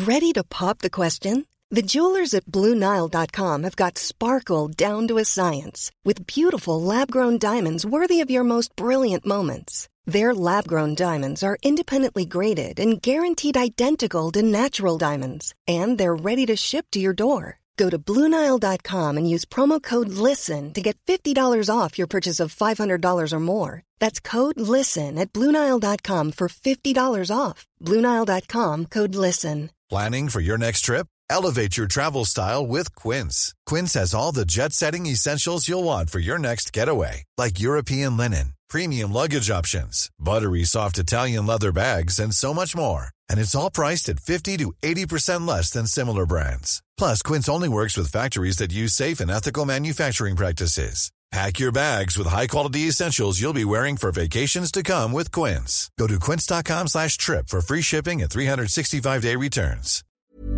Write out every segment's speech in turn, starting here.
Ready to pop the question? The jewelers at BlueNile.com have got sparkle down to a science with beautiful lab-grown diamonds worthy of your most brilliant moments. Their lab-grown diamonds are independently graded and guaranteed identical to natural diamonds, and they're ready to ship to your door. Go to BlueNile.com and use promo code LISTEN to get $50 off your purchase of $500 or more. That's code LISTEN at BlueNile.com for $50 off. BlueNile.com, code LISTEN. Planning for your next trip? Elevate your travel style with Quince. Quince has all the jet-setting essentials you'll want for your next getaway, like European linen, premium luggage options, buttery soft Italian leather bags, and so much more. And it's all priced at 50 to 80% less than similar brands. Plus, Quince only works with factories that use safe and ethical manufacturing practices. Pack your bags with high-quality essentials you'll be wearing for vacations to come with Quince. Go to quince.com/trip for free shipping and 365-day returns.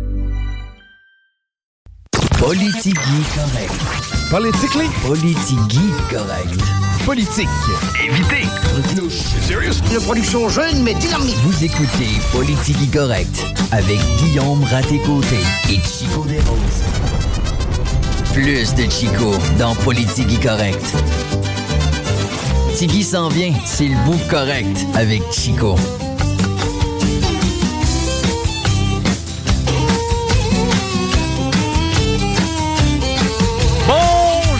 Politigui correct. Politically? Politigui correct. Politique. Évitez. Serious? Une production jeune mais dynamique. Vous écoutez Politigui correct avec Guillaume Raté-Côté et Chico Desroses. Plus de Chico dans Politigui correct. Tigui s'en vient, c'est le bout correct avec Chico. Bon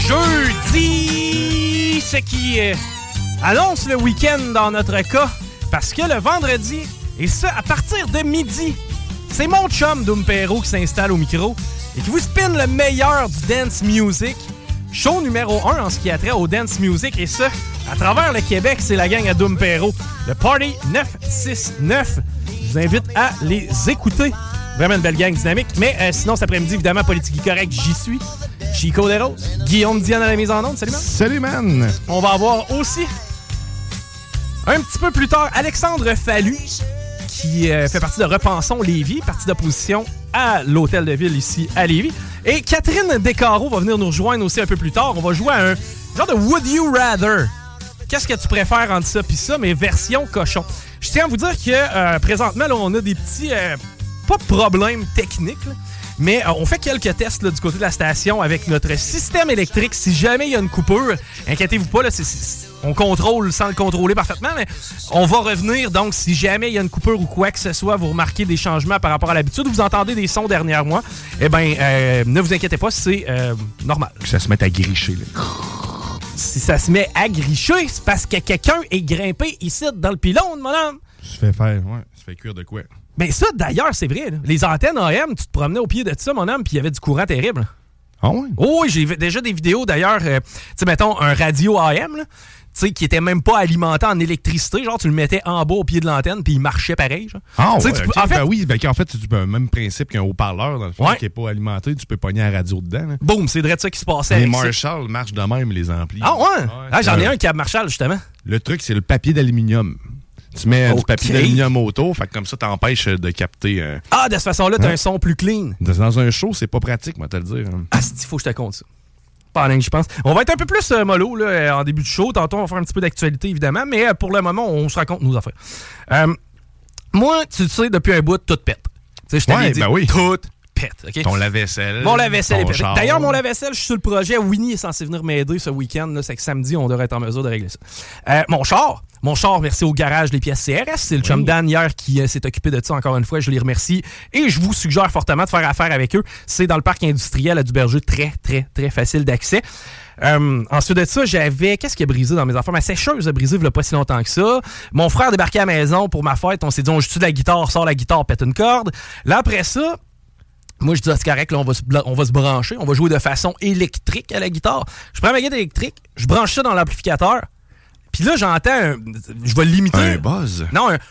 jeudi! Ce qui annonce le week-end dans notre cas, parce que le vendredi, et ça à partir de midi, c'est mon chum Dumpero qui s'installe au micro et qui vous spin le meilleur du dance music. Show numéro 1 en ce qui a trait au dance music, et ça, à travers le Québec, c'est la gang à Dumpero. Le Party 969. Je vous invite à les écouter. Vraiment une belle gang dynamique. Mais sinon, cet après-midi, évidemment, Politique Correct, j'y suis. Chico Desroses, Guillaume Diane à la mise en onde. Salut, man. Salut, man. On va avoir aussi, un petit peu plus tard, Alexandre Fallu, qui fait partie de Repensons Lévis, parti d'opposition à l'Hôtel de Ville ici à Lévis. Et Catherine Descarreaux va venir nous rejoindre aussi un peu plus tard. On va jouer à un genre de Would You Rather. Qu'est-ce que tu préfères entre ça pis ça, mais version cochon. Je tiens à vous dire que présentement, là, on a des petits, pas de problèmes techniques, là, mais on fait quelques tests là, du côté de la station avec notre système électrique. Si jamais il y a une coupure, inquiétez-vous pas, là, on contrôle sans le contrôler parfaitement, mais on va revenir. Donc, si jamais il y a une coupure ou quoi que ce soit, vous remarquez des changements par rapport à l'habitude, vous entendez des sons derrière moi, eh bien, ne vous inquiétez pas, c'est normal. Que ça se mette à gricher, là. Si ça se met à gricher, c'est parce que quelqu'un est grimpé ici dans le pylône, mon homme. Se fait faire, ouais. Se fait cuire de quoi? Ben ça, d'ailleurs, c'est vrai. Là. Les antennes AM, tu te promenais au pied de ça, mon homme, puis il y avait du courant terrible. Ah ouais? Oh oui, j'ai déjà des vidéos, d'ailleurs. Tu sais, mettons, un radio AM, là, tu sais, qui était même pas alimenté en électricité. Genre, tu le mettais en bas au pied de l'antenne, puis il marchait pareil. Genre. Ah ouais, okay. En fait, oui, ben, en fait, c'est le même principe qu'un haut-parleur, dans le fond, qui n'est pas alimenté, tu peux pogner la radio dedans. Là. Boum, c'est vrai de ça qui se passait. Les Marshall marchent de même, les amplis. Ah ouais? Ah, j'en ai un qui a Marshall, justement. Le truc, c'est le papier d'aluminium. Tu mets du papier d'aluminium autour, fait que comme ça, t'empêches de capter... Ah, de cette façon-là, t'as un son plus clean. Dans un show, c'est pas pratique, moi, te le dire. Ah, il faut que je te compte ça. Pendant que j'y pense. On va être un peu plus mollo là, en début de show. Tantôt, on va faire un petit peu d'actualité, évidemment, mais pour le moment, on se raconte nos affaires. Moi, tu sais, depuis un bout, tout pète. Tu sais, je t'avais dit, oui. Tout pète. Okay? Ton lave-vaisselle. Mon lave-vaisselle est pété. Char. D'ailleurs, mon lave-vaisselle, je suis sur le projet. Winnie est censé venir m'aider ce week-end. Là, c'est que samedi, on devrait être en mesure de régler ça. Mon char, merci au garage des pièces CRS. C'est le chum Dan hier qui s'est occupé de ça encore une fois. Je les remercie. Et je vous suggère fortement de faire affaire avec eux. C'est dans le parc industriel à Duberger. Très, très, très facile d'accès. Ensuite de ça, j'avais... Qu'est-ce qui a brisé dans mes affaires? Ma sécheuse a brisé il n'y a pas si longtemps que ça. Mon frère débarquait à la maison pour ma fête. On s'est dit, on joue de la guitare, sort la guitare, pète une corde. Là, après ça... Moi, je dis, c'est correct, là, on va se brancher. On va jouer de façon électrique à la guitare. Je prends ma guitare électrique, je branche ça dans l'amplificateur. Puis là, j'entends je vais limiter. Un buzz? Non, un...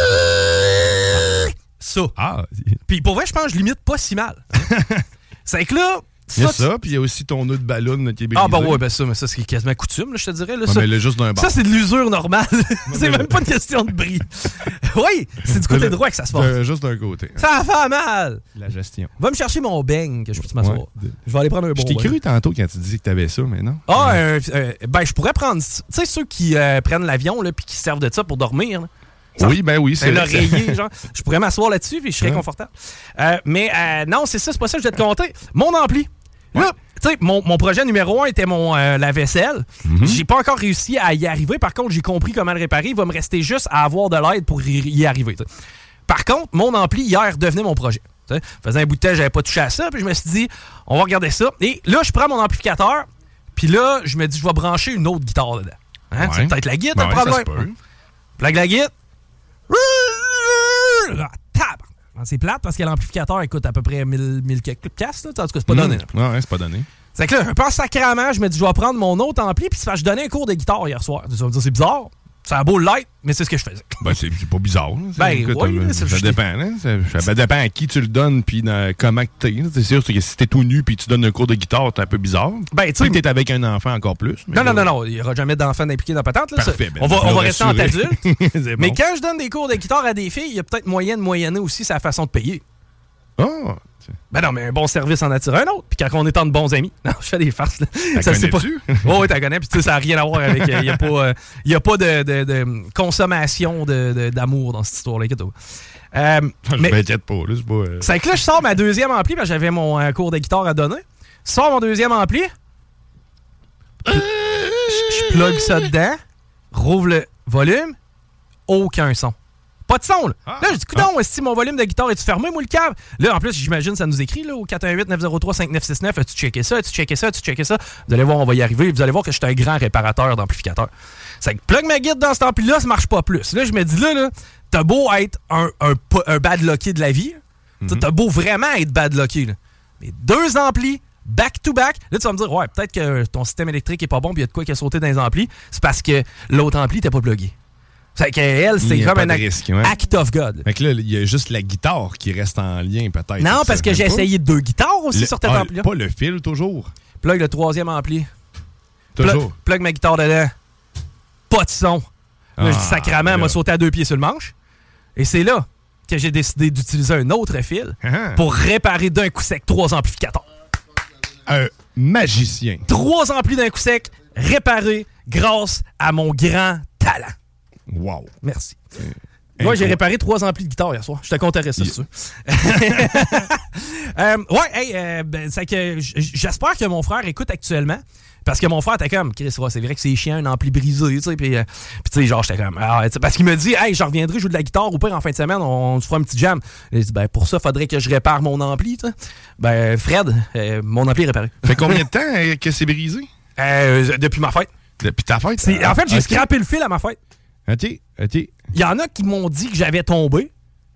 Ça. Ah. Puis pour vrai, je pense que je limite pas si mal. C'est que là... Il y a ça, puis il y a aussi ton nœud de ballon qui est brisé. Ah, bah ouais, ben ça, mais ça, c'est quasiment coutume, là, je te dirais. Là, ouais, ça, mais juste d'un bar. Ça, c'est de l'usure normale. C'est même pas une question de bris. Oui, c'est du côté droit que ça se passe. Juste d'un côté. Ça fait mal. La gestion. Va me chercher mon beigne, que je puisse m'asseoir. Ouais. Je vais aller prendre un bon bain. Je t'ai cru tantôt quand tu disais que t'avais ça, mais non. Ah, ben, je pourrais prendre... Tu sais, ceux qui prennent l'avion, là, puis qui servent de ça pour dormir, là. Oui, ben oui, c'est l'oreiller, genre. Je pourrais m'asseoir là-dessus puis je serais confortable. Mais non, c'est ça, c'est pas ça que je vais te compter. Mon ampli. Là, tu sais, mon projet numéro 1 était mon lave-vaisselle. J'ai pas encore réussi à y arriver. Par contre, j'ai compris comment le réparer. Il va me rester juste à avoir de l'aide pour y arriver. T'sais. Par contre, mon ampli, hier, devenait mon projet. Ça faisait un bout de temps, j'avais pas touché à ça. Puis je me suis dit, on va regarder ça. Et là, je prends mon amplificateur. Puis là, je me dis, je vais brancher une autre guitare dedans. Hein? C'est peut-être la guitare, le problème. Plaque la guitare. C'est plate parce que l'amplificateur coûte à peu près 1000 quelques piastres. En tout cas, c'est pas donné. Ouais, c'est pas donné. C'est que là, un peu sacrément, je me dis, je vais prendre mon autre ampli, puis je donnais un cours de guitare hier soir. Tu vas me dire, c'est bizarre. Ça a beau le light, mais c'est ce que je faisais. Ben, c'est pas bizarre. Ben, oui, ça dépend. Hein? Ça dépend à qui tu le donnes puis comment tu es. C'est sûr que si t'es tout nu puis tu donnes un cours de guitare, c'est un peu bizarre. Ben, tu sais. T'es avec un enfant encore plus. Non. Il n'y aura jamais d'enfant impliqué dans la patente. Là, parfait, on va rester en adulte. Bon. Mais quand je donne des cours de guitare à des filles, il y a peut-être moyen de moyenner aussi sa façon de payer. Oh! Ben non, mais un bon service en attire un autre. Puis quand on est entre bons amis. Non, je fais des farces. Là. Ça c'est pas. Oui, t'as connais. Puis tu sais, ça n'a rien à voir avec. Il n'y a pas de consommation d'amour dans cette histoire-là. Je m'inquiète pas. Là, c'est que là, je sors ma deuxième ampli parce que j'avais mon cours de guitare à donner. Je sors mon deuxième ampli. Je plug ça dedans. Rouvre le volume. Aucun son. Pas de son, là. Là, je dis, coudonc, si mon volume de guitare est-tu fermé, moi, le câble? Là, en plus, j'imagine, ça nous écrit, là, au 418-903-5969. As-tu checké ça? As-tu checké ça? As-tu checké ça? Vous allez voir, on va y arriver. Vous allez voir que je suis un grand réparateur d'amplificateurs. C'est que plug ma guide dans cet ampli-là, ça marche pas plus. Là, je me dis, là, t'as beau être un bad lucky de la vie. T'as beau vraiment être bad lucky, là. Mais 2 amplis, back-to-back. Là, tu vas me dire, ouais, peut-être que ton système électrique est pas bon puis il y a de quoi qui a sauté dans les amplis. C'est parce que l'autre ampli t'es pas plugué. Fait qu'elle, c'est comme un act of God. Fait que là, il y a juste la guitare qui reste en lien, peut-être. Non, parce que j'ai essayé 2 guitares aussi sur cet ampli-là. Pas le fil, toujours. Plug le 3e ampli. Toujours. Plug ma guitare dedans. Pas de son. Là, je dis sacrément, elle m'a sauté à 2 pieds sur le manche. Et c'est là que j'ai décidé d'utiliser un autre fil pour réparer d'un coup sec 3 amplificateurs. Un magicien. 3 amplis d'un coup sec réparés grâce à mon grand talent. Wow. Merci. Moi, j'ai réparé 3 amplis de guitare hier soir. Je te compterai ça, c'est sûr. C'est que j'espère que mon frère écoute actuellement. Parce que mon frère était comme, Chris, c'est vrai que c'est chiant, un ampli brisé, tu sais. Puis tu sais, genre, j'étais comme, parce qu'il me dit, hey, je reviendrai jouer de la guitare, ou pire en fin de semaine, on se fera un petit jam. Et dit, ben, pour ça, faudrait que je répare mon ampli, tu sais. Ben, Fred, mon ampli est réparé. Fait combien de temps que c'est brisé? Depuis ma fête. Depuis ta fête? En fait, j'ai scrappé le fil à ma fête. OK. Il y en a qui m'ont dit que j'avais tombé.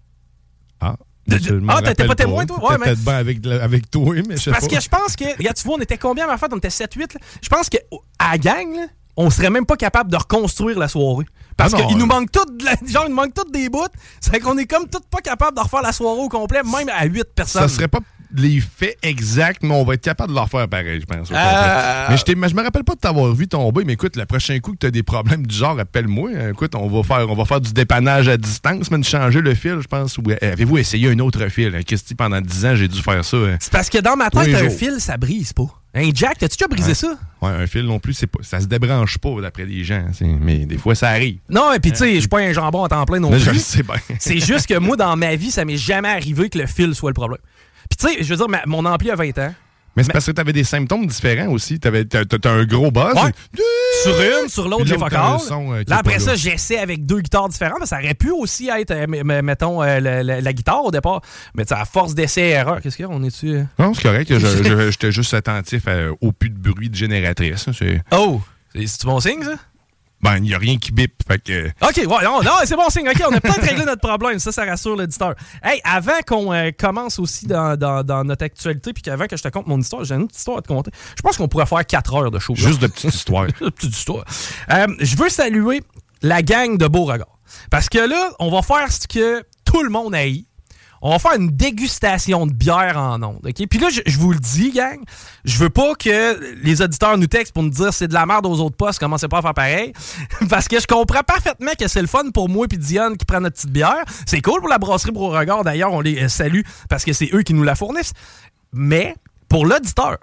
T'étais pas témoin, toi? Ouais, peut-être bien avec toi, mais je sais pas. Parce que je pense que... Regarde, tu vois, on était combien à ma fête? On était 7-8. Je pense qu'à la gang, là, on serait même pas capable de reconstruire la soirée. Parce qu'il nous manque tout il nous manque toutes des bouts. C'est qu'on est comme tout pas capable de refaire la soirée au complet, même à 8 personnes. Ça serait pas les faits exacts, mais on va être capable de leur faire pareil, je pense. Mais je me rappelle pas de t'avoir vu tomber, mais écoute, le prochain coup que tu as des problèmes du genre, appelle-moi. Écoute, on va faire du dépannage à distance, mais de changer le fil, je pense. Avez-vous essayé un autre fil? Christy, pendant 10 ans, j'ai dû faire ça. C'est parce que dans ma tête, un fil, ça brise pas. Un jack, t'as-tu déjà brisé ça? Ouais, un fil non plus, ça se débranche pas d'après les gens. Mais des fois, ça arrive. Non, et puis tu sais, je suis pas un jambon à temps plein non plus. Je sais bien. C'est juste que moi, dans ma vie, ça m'est jamais arrivé que le fil soit le problème. Puis tu sais, je veux dire, mon ampli a 20 ans. Mais c'est parce que t'avais des symptômes différents aussi. T'as un gros buzz. Ouais. Sur une, sur l'autre, j'ai focal. Là, après ça, j'essaie avec 2 guitares différentes. Ça aurait pu aussi être, mettons, la guitare au départ. Mais à force d'essai-erreur, qu'est-ce qu'il y a? On est-tu... Non, c'est correct. J'étais juste attentif au plus de bruit de génératrice. Oh! C'est-tu bon signe, ça? Ben, il n'y a rien qui bip. Fait que... OK, ouais, non, c'est bon signe. OK, on a peut-être réglé notre problème. Ça rassure l'éditeur. Hey, avant qu'on commence aussi dans notre actualité, puis qu'avant que je te conte mon histoire, j'ai une petite histoire à te conter. Je pense qu'on pourrait faire 4 heures de show. Juste de petites histoires. De petites histoires. Je veux saluer la gang de Beauregard. Parce que là, on va faire ce que tout le monde haït. On va faire une dégustation de bière en ondes. Okay? Puis là, je vous le dis, gang, je veux pas que les auditeurs nous textent pour nous dire c'est de la merde aux autres postes, commencez pas à faire pareil. Parce que je comprends parfaitement que c'est le fun pour moi et Diane qui prend notre petite bière. C'est cool pour la brasserie Beauregard. D'ailleurs, on les salue parce que c'est eux qui nous la fournissent. Mais pour l'auditeur...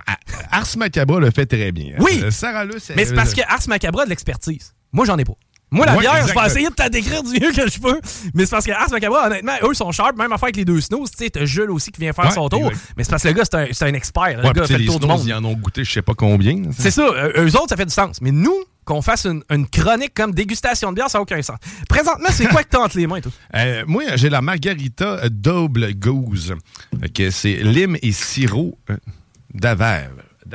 Ars Macabra le fait très bien. Oui! Sarah, là, mais c'est parce que Ars Macabra a de l'expertise. Moi, j'en ai pas. Moi, la bière, je vais essayer de te la décrire du mieux que je peux. Mais c'est parce que Ars Macabra, honnêtement, eux sont sharp, même affaire avec les deux snows. Tu sais, t'as Jules aussi qui vient faire son tour. Mais c'est parce que le gars, c'est un expert. Le gars fait le tour du monde. Ils en ont goûté, je sais pas combien. C'est ça. Eux autres, ça fait du sens. Mais nous, qu'on fasse une chronique comme dégustation de bière, ça n'a aucun sens. Présentement, c'est quoi que t'as entre les mains, toi? Moi, j'ai la Margarita Double Goose. C'est lime et sirop d'agave.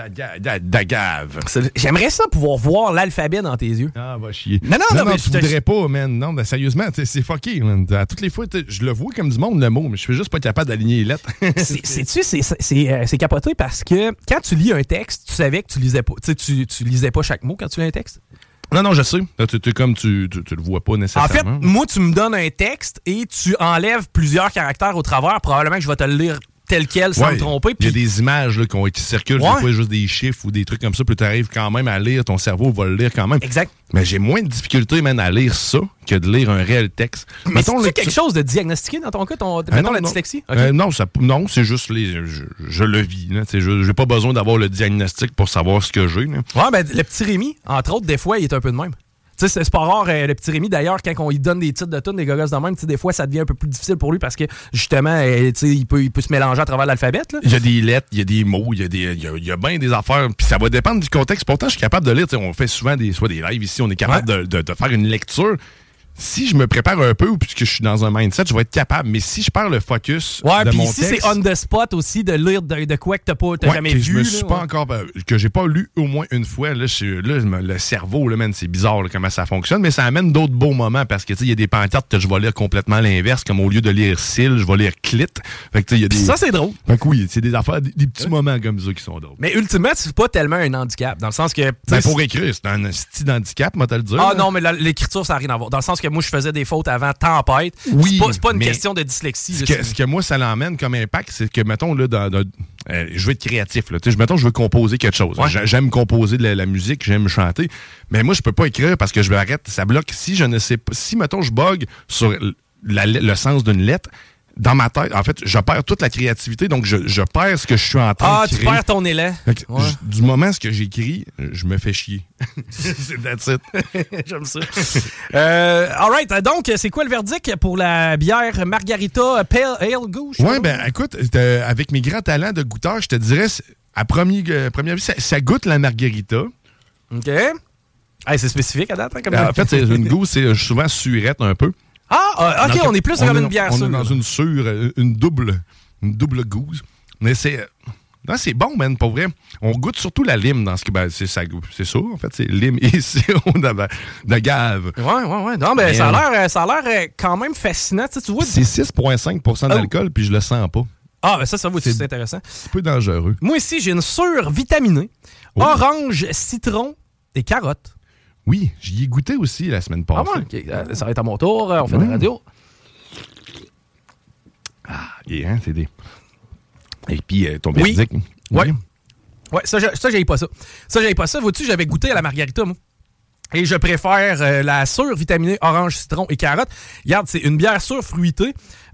J'aimerais ça pouvoir voir l'alphabet dans tes yeux. Ah, va chier. Non, mais tu voudrais pas, man. Non, mais sérieusement, c'est fucké, man. À toutes les fois, je le vois comme du monde, le mot, mais je suis juste pas capable d'aligner les lettres. C'est capoté parce que quand tu lis un texte, tu savais que tu lisais pas. Tu lisais pas chaque mot quand tu lis un texte? Non, je sais. Comme tu le vois pas nécessairement. En fait, moi, tu me donnes un texte et tu enlèves plusieurs caractères au travers. Probablement que je vais te le lire tel quel, sans me tromper. Il y a des images là, qui circulent, des fois juste des chiffres ou des trucs comme ça, puis tu arrives quand même à lire, ton cerveau va le lire quand même. Exact. Mais j'ai moins de difficulté, man, à lire ça que de lire un réel texte. Mais c'est quelque chose de diagnostiqué dans ton cas, la dyslexie? Okay. Non, c'est juste je le vis. Je n'ai pas besoin d'avoir le diagnostic pour savoir ce que j'ai. Là. Ouais, ben le petit Rémi, entre autres, des fois, il est un peu de même. Tu sais, c'est pas rare, le petit Rémi, d'ailleurs, quand on lui donne des titres de tunes, des gogos de même, des fois, ça devient un peu plus difficile pour lui parce que, justement, il peut se mélanger à travers l'alphabet. Là. Il y a des lettres, il y a des mots, il y a bien des affaires, puis ça va dépendre du contexte. Pourtant, je suis capable de lire. On fait souvent des lives ici, on est capable de faire une lecture. Si je me prépare un peu ou puisque je suis dans un mindset, je vais être capable. Mais si je perds le focus de mon texte... Ouais, puis ici, c'est on the spot aussi de lire de quoi que t'as jamais vu. Je me suis pas encore... que j'ai pas lu au moins une fois. Là, le cerveau, là, man, c'est bizarre là, comment ça fonctionne. Mais ça amène d'autres beaux moments parce que il y a des pancartes que je vais lire complètement l'inverse. Comme au lieu de lire cil, je vais lire clit. Fait que, y a des... Ça, c'est drôle. Fait que oui, c'est des affaires, des petits moments comme ça qui sont drôles. Mais ultimement, c'est pas tellement un handicap. Dans le sens que... pour écrire, c'est un style handicap, moi, te le dire. Ah non, mais l'écriture, ça n'a rien à voir. Dans le sens que moi, je faisais des fautes avant tempête. Oui, c'est pas une question de dyslexie. Ce que moi, ça l'emmène comme impact, c'est que, mettons, là, je veux être créatif. Là, mettons, je veux composer quelque chose. Ouais. J'aime composer de la musique, j'aime chanter. Mais moi, je peux pas écrire parce que je m'arrête, ça bloque. Si je ne sais pas, si, mettons, je bug sur le sens d'une lettre, dans ma tête, en fait, je perds toute la créativité, donc je perds ce que je suis en train de créer. Ah, tu perds ton élan. Du moment ce que j'écris, je me fais chier. C'est that's it. J'aime ça. All right, donc, c'est quoi le verdict pour la bière Margarita Pale Ale Goose? Oui, ben écoute, avec mes grands talents de goûteur, je te dirais, à première vue, ça goûte la Margarita. OK. Hey, c'est spécifique à date. Hein, en fait, c'est une goose, c'est souvent surette un peu. Ah, OK, on est plus comme une bière sûre. On est dans une sûre, une double goose. Mais c'est bon, man, pour vrai. On goûte surtout la lime dans ce que... Ben, c'est ça, en fait, c'est lime et sirop de gave. Ouais. Non, ben, ça a l'air quand même fascinant. Tu vois, c'est 6,5 d'alcool, puis je le sens pas. Ah, ben ça vaut c'est intéressant. C'est un peu dangereux. Moi, ici, j'ai une sûre vitaminée. Orange, citron et carotte. Oui, j'y ai goûté aussi la semaine passée. Ah bon? Okay. Ça va être à mon tour. On fait de la radio. C'est des... Et puis, ton verdict. Oui. Ouais, ça, j'aille pas ça. Vois-tu, j'avais goûté à la Margarita, moi. Et je préfère la sûre vitaminée orange, citron et carotte. Regarde, c'est une bière sûre fruitée.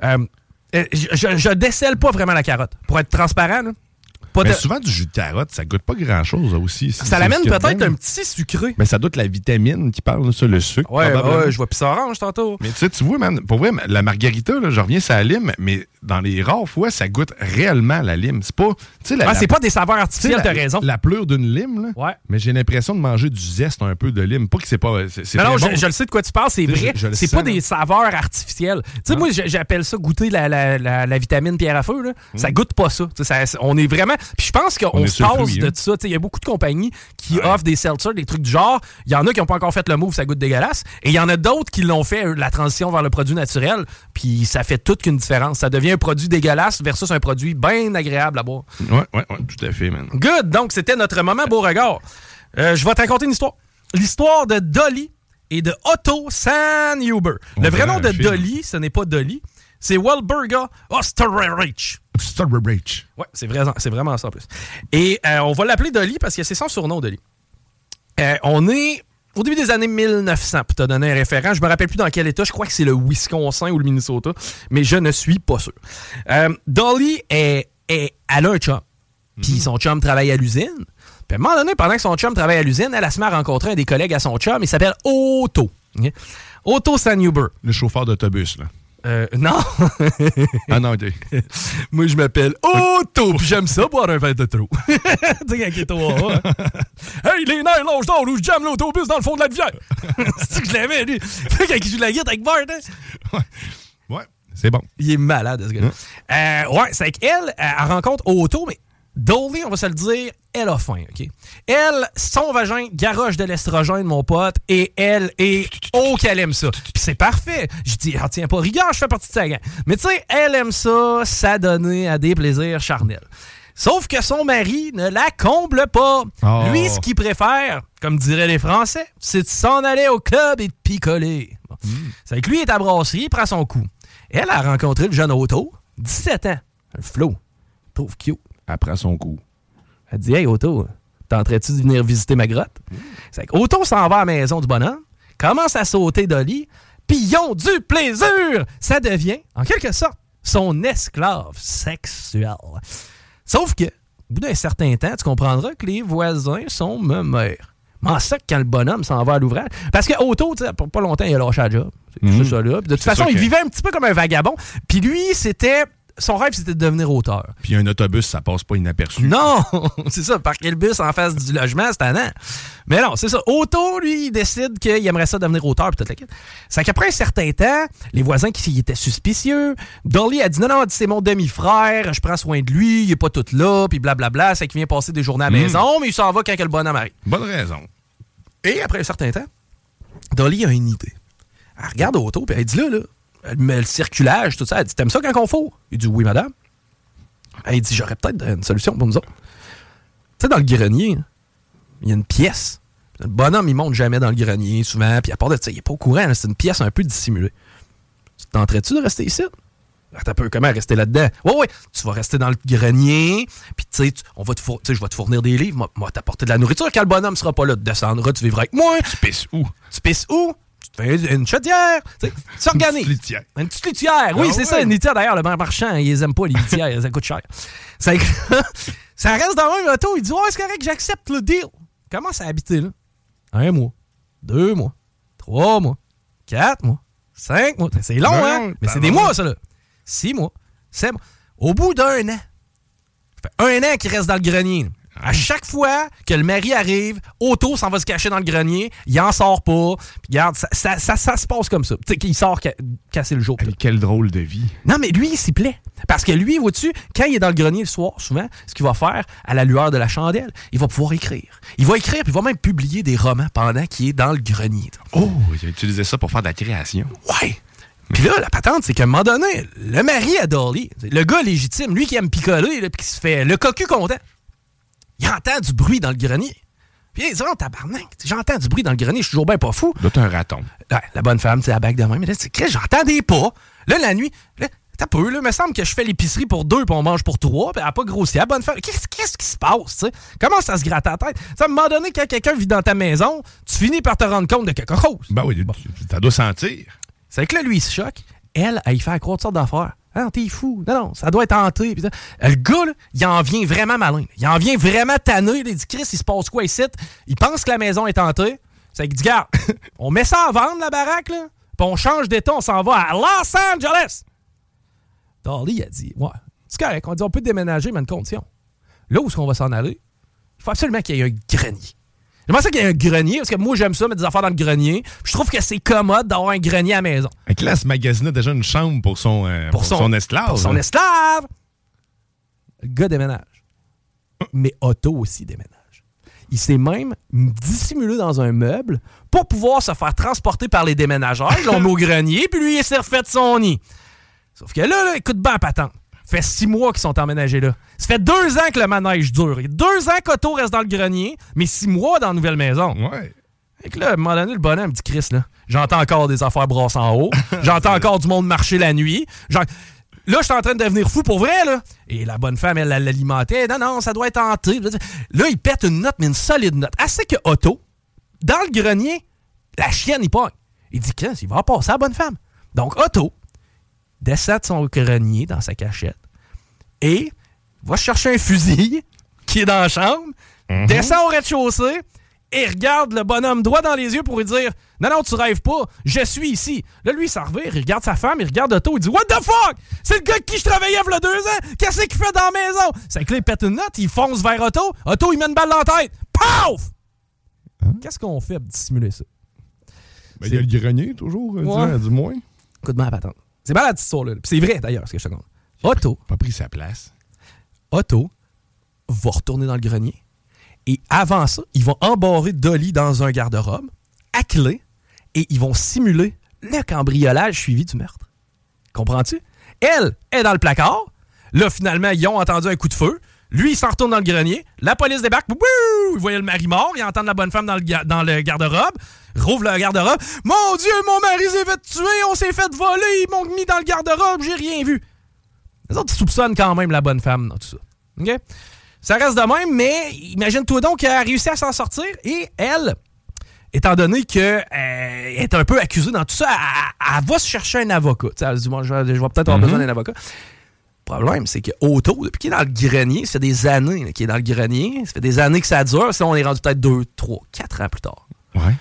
Je décèle pas vraiment la carotte. Pour être transparent, là. Mais souvent, du jus de carotte, ça goûte pas grand-chose aussi. Ça l'amène peut-être un petit sucré. Mais ça doute la vitamine qui parle, ça, le sucre. Ouais, je vois pis orange tantôt. Mais tu vois, man, pour vrai, la Margarita, là, je reviens sur la lime, mais dans les rares fois, ça goûte réellement la lime. C'est pas... c'est pas des saveurs artificielles, t'as raison. La pleure d'une lime, là. Ouais. Mais j'ai l'impression de manger du zeste un peu de lime. Pas que c'est pas... Non, je le sais de quoi tu parles, c'est vrai. C'est pas des saveurs artificielles. Tu sais, moi, j'appelle ça goûter la vitamine pierre à feu, là. Ça goûte pas ça. On est vraiment... Puis je pense qu'on se passe de ça. Il y a beaucoup de compagnies qui offrent des seltzers, des trucs du genre. Il y en a qui n'ont pas encore fait le move, ça goûte dégueulasse. Et il y en a d'autres qui l'ont fait, la transition vers le produit naturel. Puis ça fait toute qu'une différence. Ça devient un produit dégueulasse versus un produit bien agréable à boire. Ouais, tout à fait, man. Good! Donc, c'était notre moment Beauregard. Je vais te raconter une histoire. L'histoire de Dolly et de Otto Sandhuber. Le vrai nom de Dolly, ce n'est pas Dolly. C'est Walburga Osterreich. Ouais, c'est vraiment ça en plus. Et on va l'appeler Dolly parce que c'est son surnom, Dolly. On est au début des années 1900, pour te donner un référent. Je me rappelle plus dans quel état. Je crois que c'est le Wisconsin ou le Minnesota, mais je ne suis pas sûr. Dolly, elle a un chum. Puis son chum travaille à l'usine. Puis à un moment donné, pendant que son chum travaille à l'usine, elle se met à rencontrer un des collègues à son chum. Il s'appelle Otto. Okay. Otto Sennhuber. Le chauffeur d'autobus, là. Non. Ah non, OK. Moi, je m'appelle Otto, puis j'aime ça boire un verre de trop. Tu sais, quand il est au haut, hein? Hey, les nerfs, lâche d'or, où je jamme l'autobus dans le fond de la rivière. C'est que je l'aimais, lui. Tu sais, quand il joue de la guitare avec Bart, hein? Ouais, c'est bon. Il est malade, ce gars-là. Ouais, c'est qu'elle, elle rencontre Otto, mais Dolly, on va se le dire, elle a faim, OK? Elle, son vagin garoche de l'estrogène, mon pote, et elle est... Oh, qu'elle aime ça. Puis c'est parfait. Je dis, elle tient pas rigueur, je fais partie de sa gang. Mais tu sais, elle aime ça, s'adonner à des plaisirs charnels. Sauf que son mari ne la comble pas. Oh. Lui, ce qu'il préfère, comme diraient les Français, c'est de s'en aller au club et de picoler. Bon. C'est que lui, il est à la brasserie, il prend son coup. Elle a rencontré le jeune Otto, 17 ans. Un flow. Trouve cute. Elle prend son coup. Elle dit, hey Otto, tenterais-tu de venir visiter ma grotte? C'est que Otto s'en va à la maison du bonhomme, commence à sauter Dolly, puis ils ont du plaisir! Ça devient, en quelque sorte, son esclave sexuel. Sauf que, au bout d'un certain temps, tu comprendras que les voisins sont meilleurs. Mais ça que quand le bonhomme s'en va à l'ouvrage. Parce que Otto, tu sais, pas longtemps, il a lâché la job. C'est ça là. Puis de toute façon, il vivait un petit peu comme un vagabond. Puis lui, son rêve, c'était de devenir auteur. Puis un autobus, ça passe pas inaperçu. Non! C'est ça, parquer le bus en face du logement, c'est tannant. Mais non, c'est ça. Otto, lui, il décide qu'il aimerait ça devenir auteur, puis toute la quête. C'est qu'après un certain temps, les voisins qui étaient suspicieux, Dolly a dit non, c'est mon demi-frère, je prends soin de lui, il est pas tout là, puis blablabla, c'est qu'il vient passer des journées à la maison, mais il s'en va quand le bonhomme arrive. Bonne raison. Et après un certain temps, Dolly a une idée. Elle regarde Otto, puis elle dit là, elle met le circulage, tout ça. Elle dit, t'aimes ça quand on fourre? Il dit, oui, madame. Elle dit, j'aurais peut-être une solution pour nous autres. Tu sais, dans le grenier, il y a une pièce. Le bonhomme, il monte jamais dans le grenier, souvent. Puis à part de ça, il est pas au courant. C'est une pièce un peu dissimulée. Tu tenterais-tu de rester ici? T'as peu comment rester là-dedans? Oui, tu vas rester dans le grenier. Puis tu sais, je vais te fournir des livres. Moi, t'apporter de la nourriture. Quand le bonhomme sera pas là, tu descendras, tu vivras avec moi. Tu pisses où? Tu pisses où? Tu fais une chaudière. Tu s'organises. Une petite litière. Oui, c'est ça, une litière. D'ailleurs, le marchand, ils aiment pas les litières. Ça coûte cher. Ça reste dans le même auto. Il dit, c'est correct, j'accepte le deal. Commence à habiter là. 1 mois, 2 mois, 3 mois, 4 mois, 5 mois. C'est long, hein? Mais c'est des mois, ça, là. 6 mois, 7 mois. Au bout d'1 an, ça fait 1 an qu'il reste dans le grenier. À chaque fois que le mari arrive, Otto s'en va se cacher dans le grenier, il en sort pas. Puis regarde, ça se passe comme ça. Tu sais, qu'il sort casser le jour. Quelle drôle de vie. Non, mais lui, il s'y plaît. Parce que lui, vois-tu, quand il est dans le grenier le soir, souvent, ce qu'il va faire, à la lueur de la chandelle, il va pouvoir écrire. Il va écrire, puis il va même publier des romans pendant qu'il est dans le grenier. Oh, il a utilisé ça pour faire de la création. Ouais. Puis là, la patente, c'est qu'à un moment donné, le mari à Dolly, le gars légitime, lui qui aime picoler, puis qui se fait le cocu content, il entend du bruit dans le grenier. Puis il dit, oh, tabarnak, j'entends du bruit dans le grenier, je suis toujours bien pas fou. Là, t'es un raton. Ouais, la bonne femme, tu sais, la bague de même. Mais là, j'entends des pas. Là, la nuit, là, t'as peu, là, il me semble que je fais l'épicerie pour 2 puis on mange pour 3, puis elle n'a pas grossi. La bonne femme, qu'est-ce qui se passe, tu sais? Comment ça se gratte la tête? T'sais, à un moment donné, quand quelqu'un vit dans ta maison, tu finis par te rendre compte de quelque chose. Ben oui, ça doit sentir. C'est que là, lui, il se choque. Elle y fait croire toutes sortes d'affaires. Ah, t'es fou. Non, ça doit être hanté. Le gars, là, il en vient vraiment malin. Il en vient vraiment tanné. Il dit, Chris, il se passe quoi ici? Il pense que la maison est hantée. C'est qu'il dit, regarde, on met ça à vendre, la baraque, là, puis on change d'état, on s'en va à Los Angeles. Dolly a dit, ouais, c'est correct. On dit, on peut déménager, mais à une condition. Là où est-ce qu'on va s'en aller, il faut absolument qu'il y ait un grenier. J'aimerais ça qu'il y ait un grenier, parce que moi, j'aime ça, mettre des affaires dans le grenier. Je trouve que c'est commode d'avoir un grenier à la maison. Fait que là, ce magasin a déjà une chambre pour son esclave. Pour son esclave! Le gars déménage. Mais Otto aussi déménage. Il s'est même dissimulé dans un meuble pour pouvoir se faire transporter par les déménageurs. Ils l'ont mis au grenier, puis lui, il s'est refait de son nid. Sauf que là, écoute bien, patente. Ça fait 6 mois qu'ils sont emménagés là. Ça fait 2 ans que le manège dure. Il y a 2 ans qu'Otto reste dans le grenier, mais 6 mois dans la nouvelle maison. Ouais. Fait que là, à un moment donné, le bonhomme me dit, Chris, là, j'entends encore des affaires brasses en haut. J'entends encore du monde marcher la nuit. Là, je suis en train de devenir fou pour vrai, là. Et la bonne femme, elle l'alimentait. Non, ça doit être hanté. Là, il pète une note, mais une solide note. Assez que Otto, dans le grenier, la chienne, il pogne. Il dit, Chris, il va passer à la bonne femme. Donc, Otto descend de son grenier dans sa cachette et va chercher un fusil qui est dans la chambre, descend au rez-de-chaussée et regarde le bonhomme droit dans les yeux pour lui dire « Non, tu rêves pas, je suis ici. » Là, lui, il s'en revire, il regarde sa femme, il regarde Otto, il dit « What the fuck? C'est le gars avec qui je travaillais il y a 2 ans! Qu'est-ce qu'il fait dans la maison? » C'est que là, il pète une note, il fonce vers Otto. Otto, il met une balle dans la tête. Paf! Qu'est-ce qu'on fait pour dissimuler ça? Ben, il y a le grenier, toujours, du moins. Écoute-moi la patente. C'est malade, cette histoire-là. Puis c'est vrai, d'ailleurs, ce que je te compte. Otto. Pas pris sa place. Otto va retourner dans le grenier. Et avant ça, ils vont embarrer Dolly dans un garde-robe, à clé, et ils vont simuler le cambriolage suivi du meurtre. Comprends-tu? Elle est dans le placard. Là, finalement, ils ont entendu un coup de feu. Lui, il s'en retourne dans le grenier. La police débarque. Wouh! Ils voient le mari mort. Ils entendent la bonne femme dans le garde-robe. Rouvre le garde-robe. Mon Dieu, mon mari s'est fait tuer. On s'est fait voler. Ils m'ont mis dans le garde-robe. J'ai rien vu. Les autres, ils soupçonnent quand même la bonne femme dans tout ça. OK? Ça reste de même, mais imagine-toi donc qu'elle a réussi à s'en sortir. Et elle, étant donné qu'elle est un peu accusée dans tout ça, elle va se chercher un avocat. T'sais, elle se dit, moi, je vais peut-être avoir besoin d'un avocat. Le problème, c'est que Otto, depuis qu'il est dans le grenier, ça fait des années qu'il est dans le grenier, ça fait des années que ça dure, sinon on est rendu peut-être 2, 3, 4 ans plus tard. Ouais.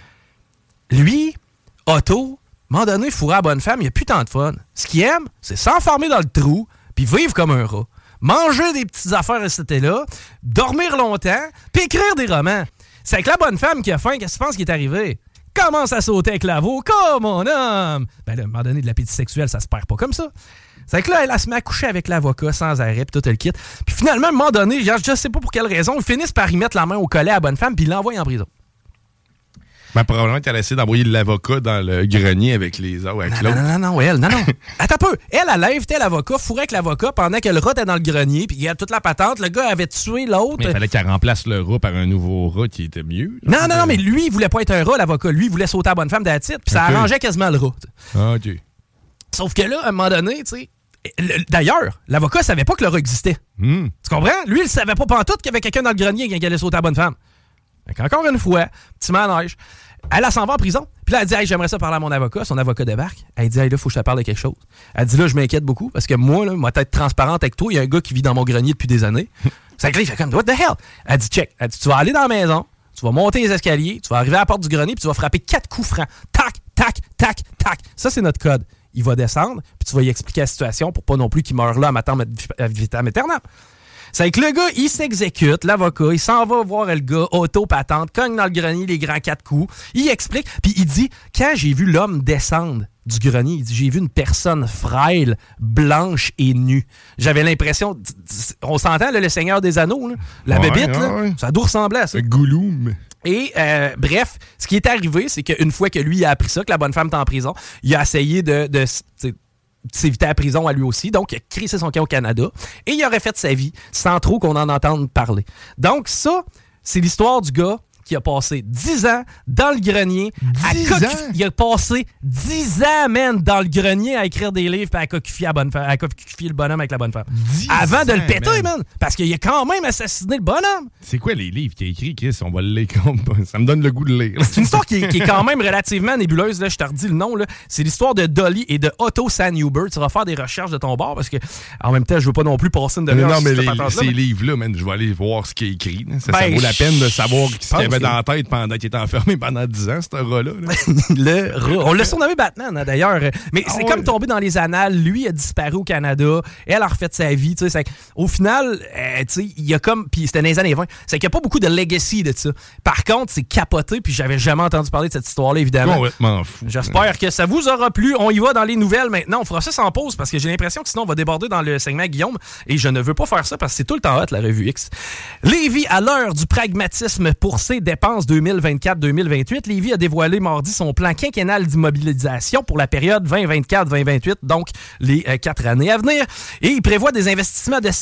Lui, Otto, à un moment donné, fourrer la bonne femme, il a plus tant de fun. Ce qu'il aime, c'est s'enfermer dans le trou, puis vivre comme un rat. Manger des petites affaires, etc. Dormir longtemps, puis écrire des romans. C'est avec la bonne femme qui a faim, qu'est-ce que tu penses qui est arrivé? Commence à sauter avec l'avocat, mon homme! Ben là, à un moment donné, de l'appétit sexuel, ça se perd pas comme ça. C'est que là, elle se met à coucher avec l'avocat sans arrêt, puis tout elle quitte. Puis finalement, à un moment donné, je sais pas pour quelle raison, ils finissent par y mettre la main au collet à la bonne femme, puis ils l'envoient en prison. Ben, probablement qu'elle a essayé d'envoyer l'avocat dans le grenier avec les autres. Non. Attends un peu. Elle a invité l'avocat, fourré avec l'avocat pendant que le rat était dans le grenier, puis il y a toute la patente. Le gars avait tué l'autre. Mais il fallait qu'elle remplace le rat par un nouveau rat qui était mieux. Non, mais lui, il voulait pas être un rat, l'avocat. Lui, il voulait sauter à la bonne femme d'attitude, puis ça arrangeait quasiment le rat. Ah, OK. Sauf que là, à un moment donné, tu sais. D'ailleurs, l'avocat savait pas que le rat existait. Tu comprends? Lui, il savait pas pantoute qu'il y avait quelqu'un dans le grenier qui allait sauter à la bonne femme. Donc, encore une fois, petit manège. Elle s'en va en prison. Puis là, elle dit, hey, j'aimerais ça parler à mon avocat. Son avocat débarque. Elle dit, hey, là, faut que je te parle de quelque chose. Elle dit, là, je m'inquiète beaucoup parce que moi, là, être transparente avec toi, il y a un gars qui vit dans mon grenier depuis des années. C'est que là, il fait comme, what the hell? Elle dit, check. Elle dit, tu vas aller dans la maison, tu vas monter les escaliers, tu vas arriver à la porte du grenier, puis tu vas frapper 4 coups francs. Tac, tac, tac, tac. Ça, c'est notre code. Il va descendre, puis tu vas y expliquer la situation pour pas non plus qu'il meure là à vitam aeternam. C'est que le gars, il s'exécute, l'avocat, il s'en va voir le gars, auto-patente, cogne dans le grenier les grands 4 coups, il explique, puis il dit, quand j'ai vu l'homme descendre du grenier, il dit, j'ai vu une personne frêle, blanche et nue. J'avais l'impression, on s'entend, là, le Seigneur des Anneaux, là, la bébite, là, ça doit ressembler à ça. Le Gollum. Et bref, ce qui est arrivé, c'est qu'une fois que lui il a appris ça, que la bonne femme est en prison, il a essayé de s'éviter la prison à lui aussi. Donc, il a crissé son camp au Canada et il aurait fait sa vie sans trop qu'on en entende parler. Donc, ça, c'est l'histoire du gars qui a passé 10 ans dans le grenier. 10 ans? Il a passé 10 ans, man, dans le grenier à écrire des livres et à coquifier le bonhomme avec la bonne femme. Avant de le péter, man. Parce qu'il a quand même assassiné le bonhomme. C'est quoi les livres qu'il a écrits, Chris? On va le lire comme... Ça me donne le goût de lire. C'est une histoire qui est quand même relativement nébuleuse. Là. Je te redis le nom. Là. C'est l'histoire de Dolly et de Otto Sanhuber. Tu vas faire des recherches de ton bord parce que, en même temps, je veux pas non plus passer une demi-heure. Non, mais ces livres-là, man, je vais aller voir ce qui est écrit. Ça vaut la peine de savoir ce qu'il y avait dans la tête pendant qu'il était enfermé pendant 10 ans, ce rat-là. Le rat. On l'a surnommé Batman, hein, d'ailleurs. Mais c'est comme tombé dans les annales. Lui a disparu au Canada. Elle a refait sa vie. Au final, il y a comme... Puis c'était dans les années 20. C'est qu'il n'y a pas beaucoup de legacy de ça. Par contre, c'est capoté. Puis j'avais jamais entendu parler de cette histoire-là, évidemment. Complètement fou. J'espère que ça vous aura plu. On y va dans les nouvelles maintenant. On fera ça sans pause parce que j'ai l'impression que sinon on va déborder dans le segment Guillaume. Et je ne veux pas faire ça parce que c'est tout le temps hot, la revue X. Lévis, à l'heure du pragmatisme pour ses dépenses 2024-2028, Lévis a dévoilé mardi son plan quinquennal d'immobilisation pour la période 2024-2028, donc les 4 années à venir. Et il prévoit des investissements de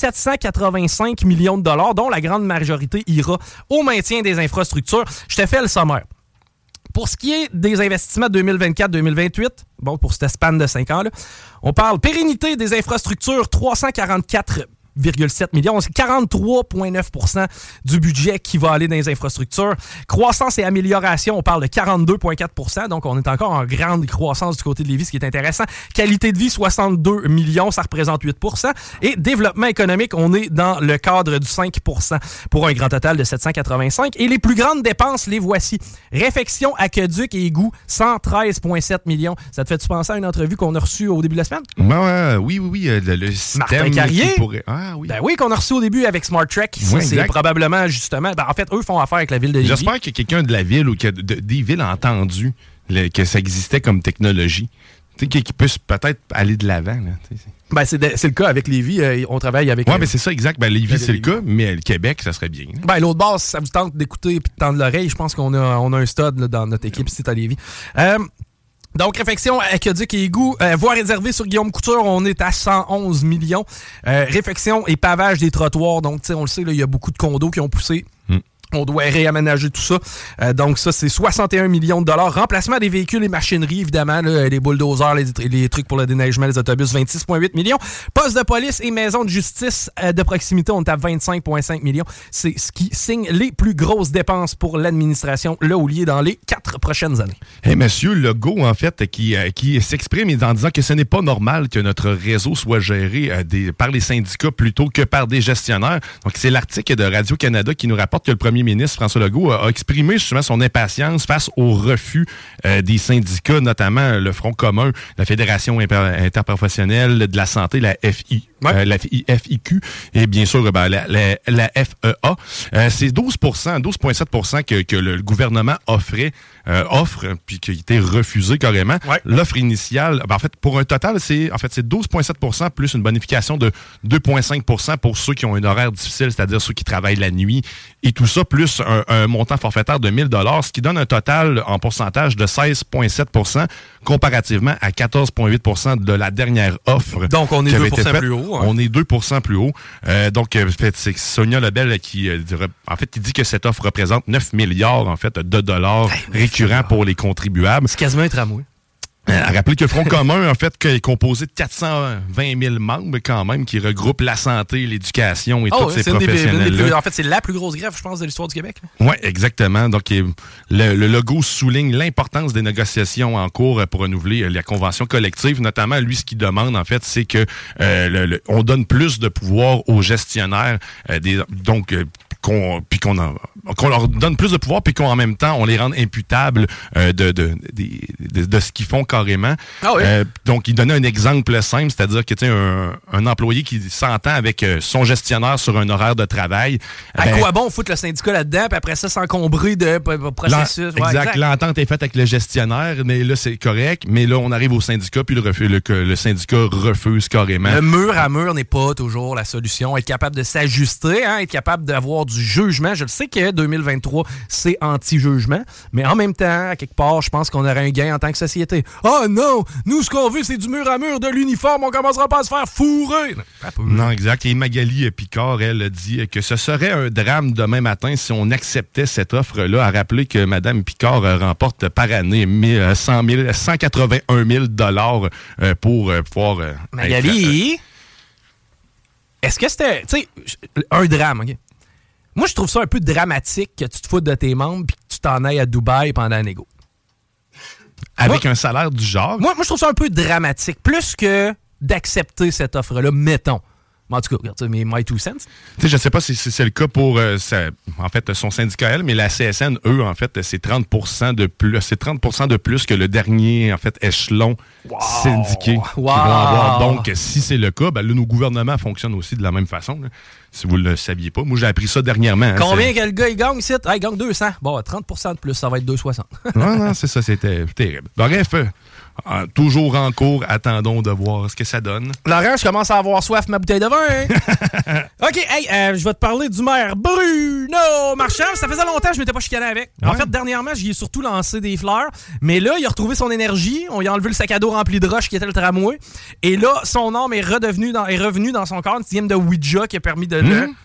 785 millions de dollars, dont la grande majorité ira au maintien des infrastructures. Je te fais le sommaire. Pour ce qui est des investissements 2024-2028, bon, pour cette span de 5 ans, là, on parle pérennité des infrastructures, 344 8,7 millions. C'est 43,9% du budget qui va aller dans les infrastructures. Croissance et amélioration, on parle de 42,4%. Donc, on est encore en grande croissance du côté de Lévis, ce qui est intéressant. Qualité de vie, 62 millions, ça représente 8%. Et développement économique, on est dans le cadre du 5% pour un grand total de 785. Et les plus grandes dépenses, les voici. Réfection, aqueduc et égout, 113,7 millions. Ça te fait-tu penser à une entrevue qu'on a reçue au début de la semaine? Oui. Le système Martin Carrier. Ah oui. Ben oui, qu'on a reçu au début avec Smart Trek. Ça, c'est probablement, justement... Ben, en fait, eux font affaire avec la ville de Lévis. J'espère qu'il y a quelqu'un de la ville ou que des villes a entendu que ça existait comme technologie. Tu sais, qui puisse peut-être aller de l'avant. Là, ben, c'est le cas avec Lévis. On travaille avec... Oui, mais c'est ça, exact. Ben, Lévis, c'est le cas, mais le Québec, ça serait bien. Ben, l'autre base, si ça vous tente d'écouter et de tendre l'oreille, je pense qu'on a un stud là, dans notre équipe ici à Lévis. Donc, réfection, aqueduc et égout. Voie réservée sur Guillaume Couture, on est à 111 millions. Réfection et pavage des trottoirs. Donc, tu sais, on le sait, il y a beaucoup de condos qui ont poussé. On doit réaménager tout ça. Donc ça, c'est 61 millions de dollars. Remplacement des véhicules et machineries, évidemment. Là, les bulldozers, les trucs pour le déneigement, les autobus, 26,8 millions. Poste de police et maison de justice de proximité, on est à 25,5 millions. C'est ce qui signe les plus grosses dépenses pour l'administration Laulier dans les 4 prochaines années. Hey, monsieur Legault, en fait, qui s'exprime en disant que ce n'est pas normal que notre réseau soit géré par les syndicats plutôt que par des gestionnaires. Donc, c'est l'article de Radio-Canada qui nous rapporte que le premier ministre François Legault a exprimé justement son impatience face au refus des syndicats, notamment le Front commun, la Fédération interprofessionnelle de la santé, la FIQ, et bien sûr la FEA. C'est 12,7% que le gouvernement offre, puis qui a été refusé carrément. Ouais. L'offre initiale, en fait, pour un total, c'est 12,7% plus une bonification de 2,5% pour ceux qui ont un horaire difficile, c'est-à-dire ceux qui travaillent la nuit, et tout ça, plus un montant forfaitaire de 1 000 $, ce qui donne un total en pourcentage de 16,7% comparativement à 14,8% de la dernière offre. Donc, on est 2% plus haut. Hein. On est 2% plus haut. Donc, c'est Sonia Lebel qui dit que cette offre représente 9 milliards en fait, de dollars récurrents pour les contribuables. C'est quasiment un tramway. À rappeler que le Front commun, en fait, est composé de 420 000 membres quand même, qui regroupent la santé, l'éducation et tous ces professionnels-là. En fait, c'est la plus grosse grève, je pense, de l'histoire du Québec. Oui, exactement. Donc, le logo souligne l'importance des négociations en cours pour renouveler la convention collective. Notamment, lui, ce qu'il demande, en fait, c'est que on donne plus de pouvoir aux gestionnaires, qu'on leur donne plus de pouvoir puis qu'en même temps on les rende imputables de ce qu'ils font carrément. Ah oui. Donc il donnait un exemple simple, c'est-à-dire que tu sais un employé qui s'entend avec son gestionnaire sur un horaire de travail. À quoi bon foutre le syndicat là-dedans puis après ça s'encombrer de processus. Exact. L'entente est faite avec le gestionnaire, mais là c'est correct, mais là on arrive au syndicat puis le syndicat refuse carrément. Le mur à mur n'est pas toujours la solution. Être capable de s'ajuster, être capable d'avoir du jugement. Je le sais que 2023, c'est anti-jugement, mais en même temps, à quelque part, je pense qu'on aurait un gain en tant que société. Oh non! Nous, ce qu'on veut, c'est du mur à mur, de l'uniforme, on commencera pas à se faire fourrer! Non, exact. Et Magali Picard, elle, dit que ce serait un drame demain matin si on acceptait cette offre-là. À rappeler que Mme Picard remporte par année 181 000 $ pour pouvoir... Magali, est-ce que c'était, tu sais, un drame, OK? Moi, je trouve ça un peu dramatique que tu te foutes de tes membres et que tu t'en ailles à Dubaï pendant un négo. Avec un salaire du genre? Moi, je trouve ça un peu dramatique. Plus que d'accepter cette offre-là, mettons. Mais en tout cas, regarde, my two cents. Tu sais, je sais pas si c'est le cas pour en fait, son syndicat, elle, mais la CSN, eux, en fait, c'est 30% de plus. C'est 30% de plus que le dernier, en fait, échelon syndiqué qu'ils vont avoir. Donc, si c'est le cas, ben là, nos gouvernements fonctionnent aussi de la même façon. Là. Si vous ne le saviez pas. Moi, j'ai appris ça dernièrement. Combien que le gars, il gagne ici? Il gagne 200. Bon, 30% de plus, ça va être 260. Non, c'est ça, c'était terrible. Bref, toujours en cours, attendons de voir ce que ça donne. Laurent, je commence à avoir soif ma bouteille de vin. OK, je vais te parler du maire Bruno Marchand. Ça faisait longtemps que je m'étais pas chicané avec. En fait, dernièrement, j'y ai surtout lancé des fleurs. Mais là, il a retrouvé son énergie. On lui a enlevé le sac à dos rempli de roches qui était le tramway. Et là, son âme est revenu dans son corps. Une dixième de Ouija qui a permis de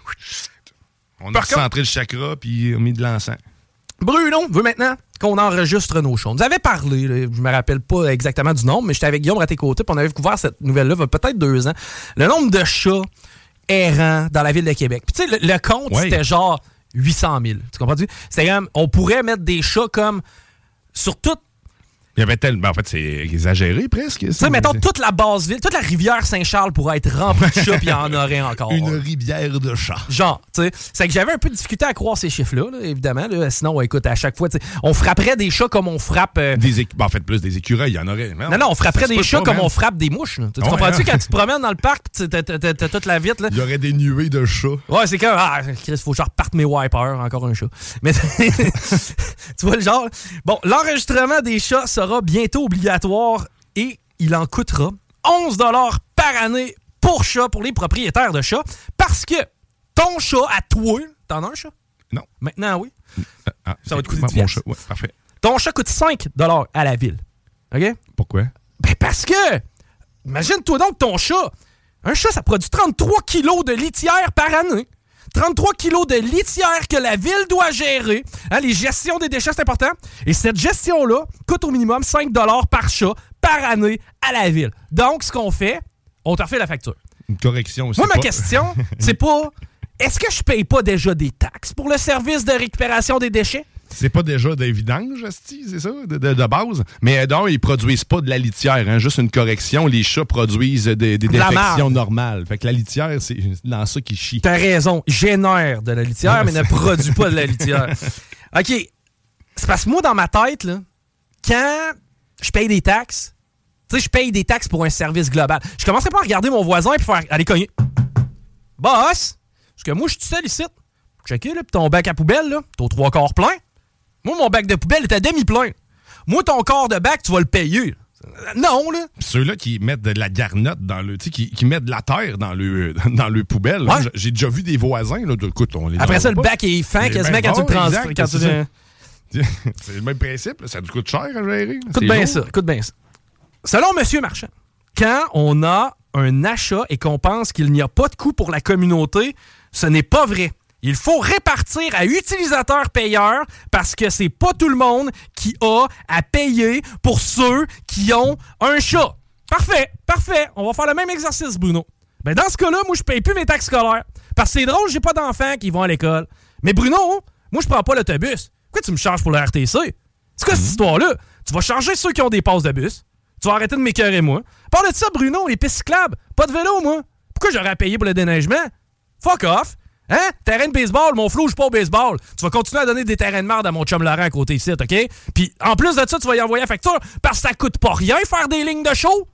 On a recentré le chakra puis mis de l'encens. Bruno veut maintenant qu'on enregistre nos shows. On nous avait parlé, là, je me rappelle pas exactement du nombre, mais j'étais avec Guillaume à tes côtés, puis on avait couvert cette nouvelle-là il y a peut-être 2 ans. Le nombre de chats errant dans la ville de Québec. Puis tu sais, le compte, c'était genre 800 000. Tu comprends-tu? C'était comme, on pourrait mettre des chats comme sur toute. Il y avait tellement. En fait, c'est exagéré presque. Tu sais, mettons, toute la Basse-Ville, toute la rivière Saint-Charles pourrait être remplie de chats, puis il y en aurait encore. Une rivière de chats. Genre, tu sais. C'est que j'avais un peu de difficulté à croire ces chiffres-là, là, évidemment. Là. Sinon, écoute, à chaque fois, on frapperait des chats comme on frappe. En fait, plus des écureuils, il y en aurait. Non, on frapperait des chats comme on frappe des mouches. Tu comprends-tu quand tu te promènes dans le parc, t'as toute la vitre, là? Il y aurait des nuées de chats. Ouais, c'est comme, Chris, faut que je reparte mes wipers, encore un chat. Mais tu vois le genre. Bon, l'enregistrement des chats sera bientôt obligatoire et il en coûtera 11 $ par année pour chat, pour les propriétaires de chats, parce que ton chat à toi, t'en as un chat? Non. Maintenant, oui. Ça va te coûter 10 mon chat, ouais, parfait. Ton chat coûte 5 $ à la ville. OK? Pourquoi? Ben parce que, imagine-toi donc ton chat. Un chat, ça produit 33 kilos de litière par année. 33 kilos de litière que la ville doit gérer. Hein, les gestions des déchets, c'est important. Et cette gestion-là coûte au minimum 5 $ par chat par année à la ville. Donc, ce qu'on fait, on te refait la facture. Une correction aussi. Moi, ma question, c'est pas, est-ce que je paye pas déjà des taxes pour le service de récupération des déchets? C'est pas déjà des vidanges, c'est ça, de base? Mais non, ils produisent pas de la litière, hein, juste une correction. Les chats produisent des défections normales. Fait que la litière, c'est dans ça qu'ils chient. T'as raison, génère de la litière, mais ne produit pas de la litière. OK, c'est parce que moi, dans ma tête, là, quand je paye des taxes, tu sais, je paye des taxes pour un service global. Je commencerai pas à regarder mon voisin et faire aller cogner. Boss, parce que moi, je suis tout seul ici. Checker, là, pis ton bac à poubelle, là, t'as 3 quarts plein. Moi, mon bac de poubelle est à demi-plein. Moi, ton quart de bac, tu vas le payer. Non, là. Ceux-là qui mettent de la garnotte dans le... Tu sais, qui mettent de la terre dans le poubelle. Ouais. Là, j'ai déjà vu des voisins. Là, écoute, on les après ça, le bac est fin quasiment quand tu le transfères. C'est le même principe. Là. Ça te coûte cher à gérer. Écoute bien ça. Selon M. Marchand, quand on a un achat et qu'on pense qu'il n'y a pas de coût pour la communauté, ce n'est pas vrai. Il faut répartir à utilisateurs-payeurs parce que c'est pas tout le monde qui a à payer pour ceux qui ont un chat. Parfait. On va faire le même exercice, Bruno. Ben dans ce cas-là, moi, je paye plus mes taxes scolaires. Parce que c'est drôle, j'ai pas d'enfants qui vont à l'école. Mais Bruno, moi, je prends pas l'autobus. Pourquoi tu me charges pour le RTC? C'est quoi cette histoire-là? Tu vas charger ceux qui ont des passes de bus. Tu vas arrêter de m'écœurer, moi. Parle de ça, Bruno, les pistes cyclables. Pas de vélo, moi. Pourquoi j'aurais à payer pour le déneigement? Fuck off. Hein? Terrain de baseball, mon flou, je joue pas au baseball. Tu vas continuer à donner des terrains de merde à mon chum Laurent à côté ici, OK? Puis en plus de ça, tu vas y envoyer la facture parce que ça coûte pas rien faire des lignes de show.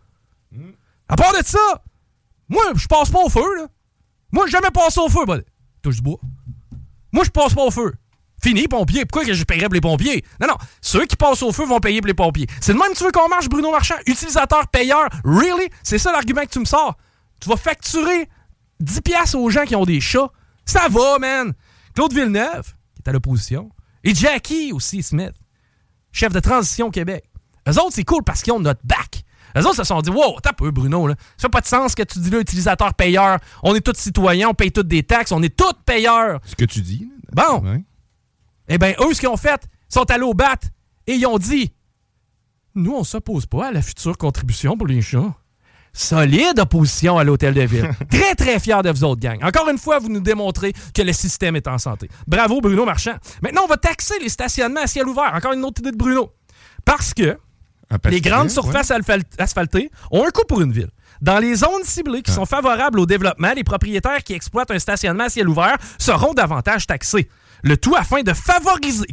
À part de ça, moi, je passe pas au feu, là. Moi, j'ai jamais passé au feu, buddy. Touche du bois. Moi, je passe pas au feu. Fini, pompiers. Pourquoi que je paierais pour les pompiers? Non. Ceux qui passent au feu vont payer pour les pompiers. C'est de même que tu veux qu'on marche, Bruno Marchand? Utilisateur, payeur. Really? C'est ça l'argument que tu me sors? Tu vas facturer 10$ aux gens qui ont des chats. Ça va, man! Claude Villeneuve, qui est à l'opposition, et Jackie aussi Smith, chef de transition au Québec. Eux autres, c'est cool parce qu'ils ont notre back. Eux autres se sont dit, wow, t'as peu, Bruno, là. Ça fait pas de sens que tu dis là, utilisateur payeur. On est tous citoyens, on paye toutes des taxes, on est tous payeurs. Ce que tu dis. Bon. Ouais. Eh bien, eux, ce qu'ils ont fait, ils sont allés au BAT et ils ont dit, nous, on s'oppose pas à la future contribution pour les chats. Solide opposition à l'hôtel de ville. Très, très fier de vous autres, gang. Encore une fois, vous nous démontrez que le système est en santé. Bravo, Bruno Marchand. Maintenant, on va taxer les stationnements à ciel ouvert. Encore une autre idée de Bruno. Parce que les grandes surfaces asphaltées ont un coût pour une ville. Dans les zones ciblées qui sont favorables au développement, les propriétaires qui exploitent un stationnement à ciel ouvert seront davantage taxés. Le tout afin de favoriser,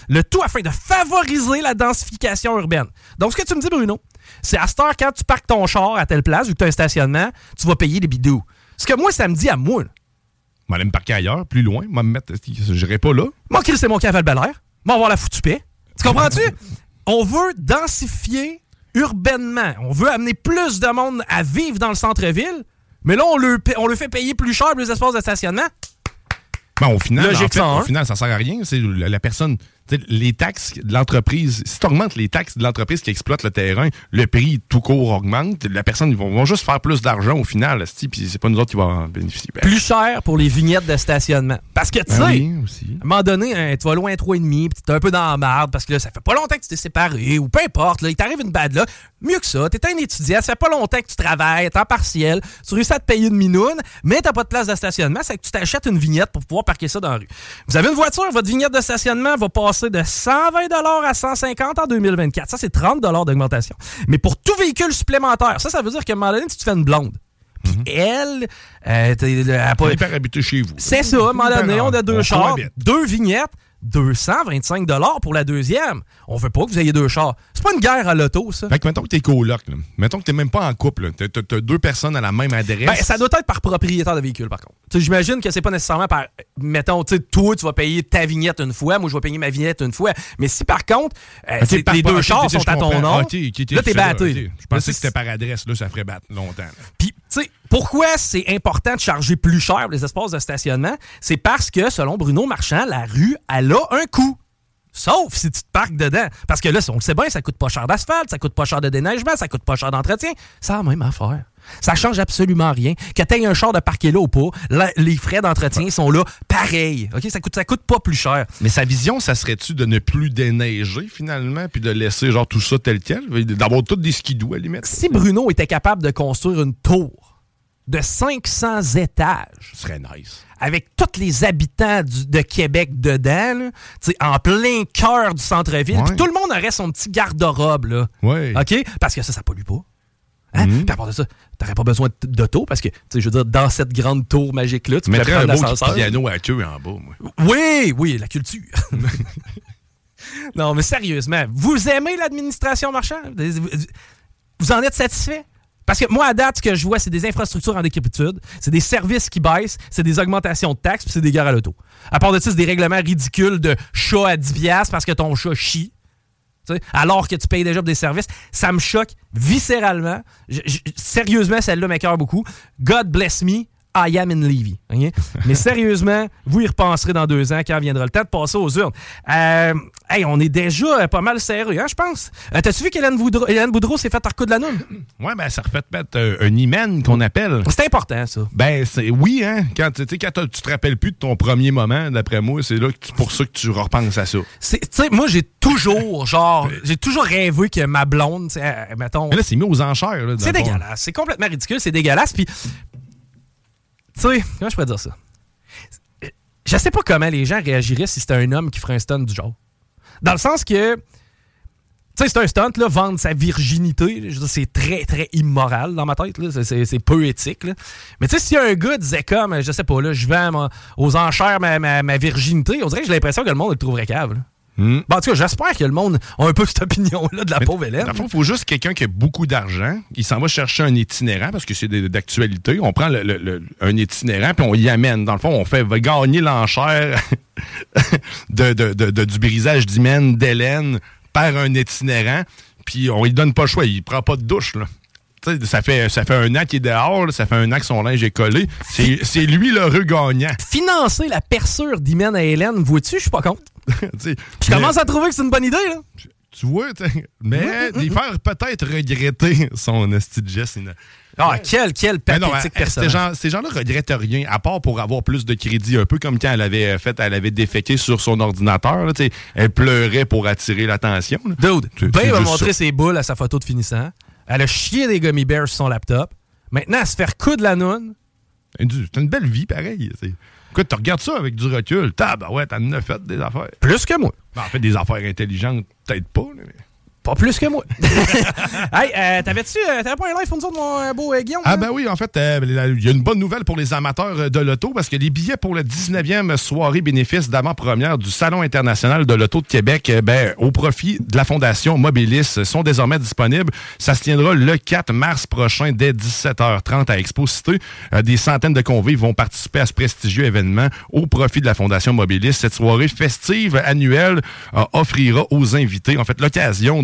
la densification urbaine. Donc, ce que tu me dis, Bruno, c'est à cette heure, quand tu parques ton char à telle place, vu que tu as un stationnement, tu vas payer des bidous. Ce que moi, ça me dit à moi. Je vais aller me parquer ailleurs, plus loin. Je n'irai pas là. Moi, Chris, c'est mon café Bel-Air. Moi, on va avoir la foutue paix. Tu comprends-tu? On veut densifier urbainement. On veut amener plus de monde à vivre dans le centre-ville, mais là, on le fait payer plus cher pour les espaces de stationnement. Bon, au final, ça sert à rien. C'est la personne. les taxes de l'entreprise, si tu augmentes les taxes de l'entreprise qui exploite le terrain, le prix tout court augmente. La personne, ils vont juste faire plus d'argent au final, puis c'est pas nous autres qui vont en bénéficier. Plus cher pour les vignettes de stationnement. Parce que, tu sais, à un moment donné, tu vas loin 3,5, puis t'es un peu dans la marde, parce que là, ça fait pas longtemps que tu t'es séparé, ou peu importe, là, il t'arrive une bad là. Mieux que ça, t'es un étudiant, ça fait pas longtemps que tu travailles, t'es en partiel, tu réussis à te payer une minoune, mais t'as pas de place de stationnement, c'est que tu t'achètes une vignette pour pouvoir parquer ça dans la rue. Vous avez une voiture, votre vignette de stationnement va passer de 120 $ à 150 en 2024. Ça, c'est 30 $ d'augmentation. Mais pour tout véhicule supplémentaire, ça veut dire qu'à un moment donné, si tu fais une blonde, puis elle pas hyper habitué chez vous. C'est ça, à un moment donné, on a deux chars, deux vignettes, 225 $ pour la deuxième. On veut pas que vous ayez deux chars. C'est pas une guerre à l'auto, ça. Fait que mettons que t'es coloc, là. Mettons que t'es même pas en couple, là. T'as deux personnes à la même adresse. Ben, ça doit être par propriétaire de véhicule, par contre. T'sais, j'imagine que c'est pas nécessairement par... Mettons, toi, tu vas payer ta vignette une fois, moi, je vais payer ma vignette une fois. Mais si, par contre, les deux chars sont à ton nom, là, t'es battu. Je pensais que c'était par adresse. Là, ça ferait battre longtemps. Puis, tu sais, pourquoi c'est important de charger plus cher les espaces de stationnement? C'est parce que, selon Bruno Marchand, la rue, elle a un coût. Sauf si tu te parques dedans. Parce que là, on le sait bien, ça coûte pas cher d'asphalte, ça coûte pas cher de déneigement, ça coûte pas cher d'entretien. C'est la même affaire. Ça change absolument rien. Que tu aies un char de parquer là ou pas, les frais d'entretien sont là pareil. Okay? Ça coûte pas plus cher. Mais sa vision, ça serait-tu de ne plus déneiger finalement, puis de laisser genre tout ça tel quel? D'avoir tous des skidoo à la limite? Si Bruno était capable de construire une tour de 500 étages. Ce serait nice. Avec tous les habitants de Québec dedans, là, en plein cœur du centre-ville. Puis tout le monde aurait son petit garde-robe. Là. Ouais. OK? Parce que ça pollue pas. Hein? Puis à part de ça, t'aurais pas besoin d'auto parce que, je veux dire, dans cette grande tour magique-là, tu mettrais prendre un beau l'ascenseur. piano à queue en bas, moi. Oui, la culture. Non, mais sérieusement, vous aimez l'administration Marchand? Vous en êtes satisfait? Parce que moi, à date, ce que je vois, c'est des infrastructures en décrépitude, c'est des services qui baissent, c'est des augmentations de taxes, puis c'est des gares à l'auto. À part de ça, c'est des règlements ridicules de chat à 10$ parce que ton chat chie. T'sais, alors que tu payes déjà pour des services. Ça me choque viscéralement. Sérieusement, celle-là m'écoeure beaucoup. God bless me, I am in Levy. Okay? Mais sérieusement, vous y repenserez dans 2 ans quand viendra le temps de passer aux urnes. On est déjà pas mal serré, hein, je pense. T'as-tu vu qu'Hélène Boudreau s'est fait recoudre la noune? Ouais, ben ça refait mettre un hymen qu'on appelle. C'est important, ça. Ben, oui, hein. Quand tu te rappelles plus de ton premier moment, d'après moi, c'est là pour ça que tu repenses à ça. Tu sais, moi, j'ai toujours rêvé que ma blonde, mettons... Mais là, c'est mis aux enchères. Là, c'est dégueulasse. C'est complètement ridicule. C'est dégueulasse. Puis, tu sais, comment je pourrais dire ça? Je sais pas comment les gens réagiraient si c'était un homme qui ferait un stunt du genre. Dans le sens que, tu sais, c'est un stunt, là, vendre sa virginité. Je veux dire, c'est très, très immoral dans ma tête. Là. C'est peu éthique. Là. Mais tu sais, si un gars disait comme, je sais pas, là, je vends aux enchères ma virginité, on dirait que j'ai l'impression que le monde le trouverait cave. Là. Bon, en tout cas, j'espère que le monde a un peu cette opinion-là de la pauvre Hélène. Il faut juste quelqu'un qui a beaucoup d'argent. Il s'en va chercher un itinérant parce que c'est d'actualité. On prend un itinérant puis on y amène. Dans le fond, on fait gagner l'enchère du brisage d'hymen d'Hélène par un itinérant. Puis on lui donne pas le choix. Il prend pas de douche, là. Ça fait 1 an qu'il est dehors, là, ça fait 1 an que son linge est collé. C'est lui l'heureux gagnant. Financer la percure d'hymen à Hélène, vois-tu, je suis pas contre. Je commence à trouver que c'est une bonne idée, là. Tu vois, mais lui faire peut-être regretter son esti de geste. Quel pathétique personnage. Ces gens-là regrettent rien, à part pour avoir plus de crédit, un peu comme quand elle avait déféqué sur son ordinateur. Là, elle pleurait pour attirer l'attention. Là. Dude, Ben va montrer ses boules à sa photo de finissant. Elle a chié des gummy bears sur son laptop. Maintenant, elle se fait recoudre la noune. C'est une belle vie, pareil. Écoute, tu regardes ça avec du recul. Ouais, t'en as fait des affaires. Plus que moi. En fait, des affaires intelligentes, peut-être pas. Mais... Pas plus que moi. Hey, t'avais pas un live pour nous autres, mon beau Guillaume? Ben oui, en fait, il y a une bonne nouvelle pour les amateurs de l'auto parce que les billets pour la 19e soirée bénéfice d'avant-première du Salon international de l'auto de Québec, au profit de la Fondation Mobilis, sont désormais disponibles. Ça se tiendra le 4 mars prochain dès 17h30 à Expo-Cité. Des centaines de convives vont participer à ce prestigieux événement au profit de la Fondation Mobilis. Cette soirée festive annuelle offrira aux invités, en fait, l'occasion de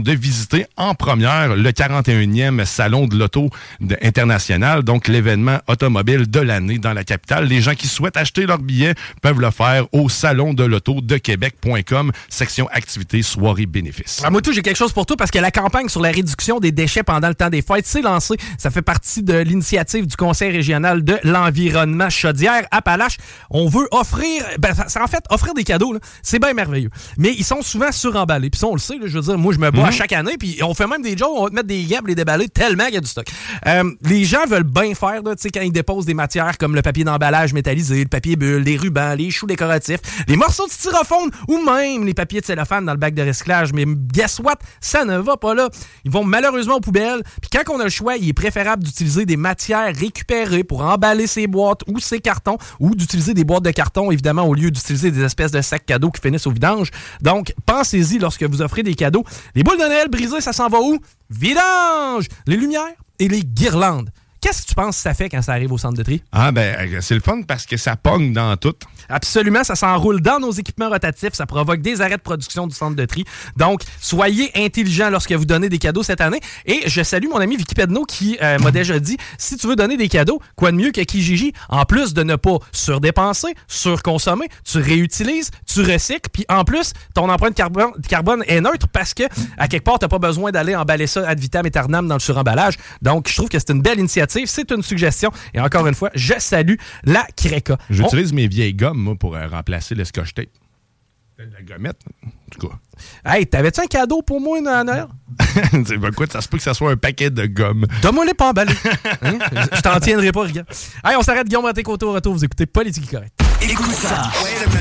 de visiter en première le 41e Salon de l'Auto international, donc l'événement automobile de l'année dans la capitale. Les gens qui souhaitent acheter leur billet peuvent le faire au salondelautodequebec.com, section activités, soirée, bénéfices. Moi, tout, j'ai quelque chose pour toi parce que la campagne sur la réduction des déchets pendant le temps des fêtes s'est lancée. Ça fait partie de l'initiative du Conseil régional de l'environnement Chaudière-Appalaches. On veut offrir, en fait, offrir des cadeaux, là, c'est bien merveilleux. Mais ils sont souvent suremballés. Puis ça, on le sait, là, je veux dire, moi, je me bats à chaque année, puis on fait même des jokes, on va te mettre des gants pour les déballer tellement qu'il y a du stock. Les gens veulent bien faire, tu sais, quand ils déposent des matières comme le papier d'emballage métallisé, le papier bulle, les rubans, les choux décoratifs, les morceaux de styrofoam ou même les papiers de cellophane dans le bac de recyclage. Mais guess what? Ça ne va pas là. Ils vont malheureusement aux poubelles. Puis quand on a le choix, il est préférable d'utiliser des matières récupérées pour emballer ses boîtes ou ses cartons, ou d'utiliser des boîtes de carton, évidemment, au lieu d'utiliser des espèces de sacs cadeaux qui finissent au vidange. Donc, pensez-y lorsque vous offrez des cadeaux. Les boules de Noël brisées, ça s'en va où? Vidange! Les lumières et les guirlandes. Qu'est-ce que tu penses que ça fait quand ça arrive au centre de tri? Ah, c'est le fun parce que ça pogne dans tout. Absolument, ça s'enroule dans nos équipements rotatifs, ça provoque des arrêts de production du centre de tri. Donc, soyez intelligents lorsque vous donnez des cadeaux cette année. Et je salue mon ami Vicky Pedneau qui m'a déjà dit, si tu veux donner des cadeaux, quoi de mieux que Kijiji? En plus de ne pas surdépenser, surconsommer, tu réutilises, tu recycles, puis en plus, ton empreinte carbone est neutre parce que, à quelque part, tu n'as pas besoin d'aller emballer ça ad vitam aeternam dans le suremballage. Donc, je trouve que c'est une belle initiative. C'est une suggestion. Et encore une fois, je salue la Creka. J'utilise mes vieilles gommes, moi, pour remplacer le scotch tape. La gommette, en tout cas. Hey, t'avais-tu un cadeau pour moi à Noël? Écoute, ça se peut que ça soit un paquet de gomme. Donne-moi les pas emballés. Hein? Je t'en tiendrai pas, regarde. Hey, on s'arrête, Guillaume Raté-Côté au retour. Vous écoutez Politique Correct. Écoute ça.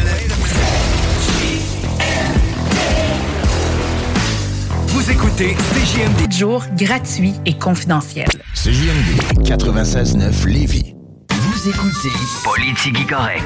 Vous écoutez CJMD. Jour gratuit et confidentiel. CJMD 96.9 Lévis. Vous écoutez Politique Correct.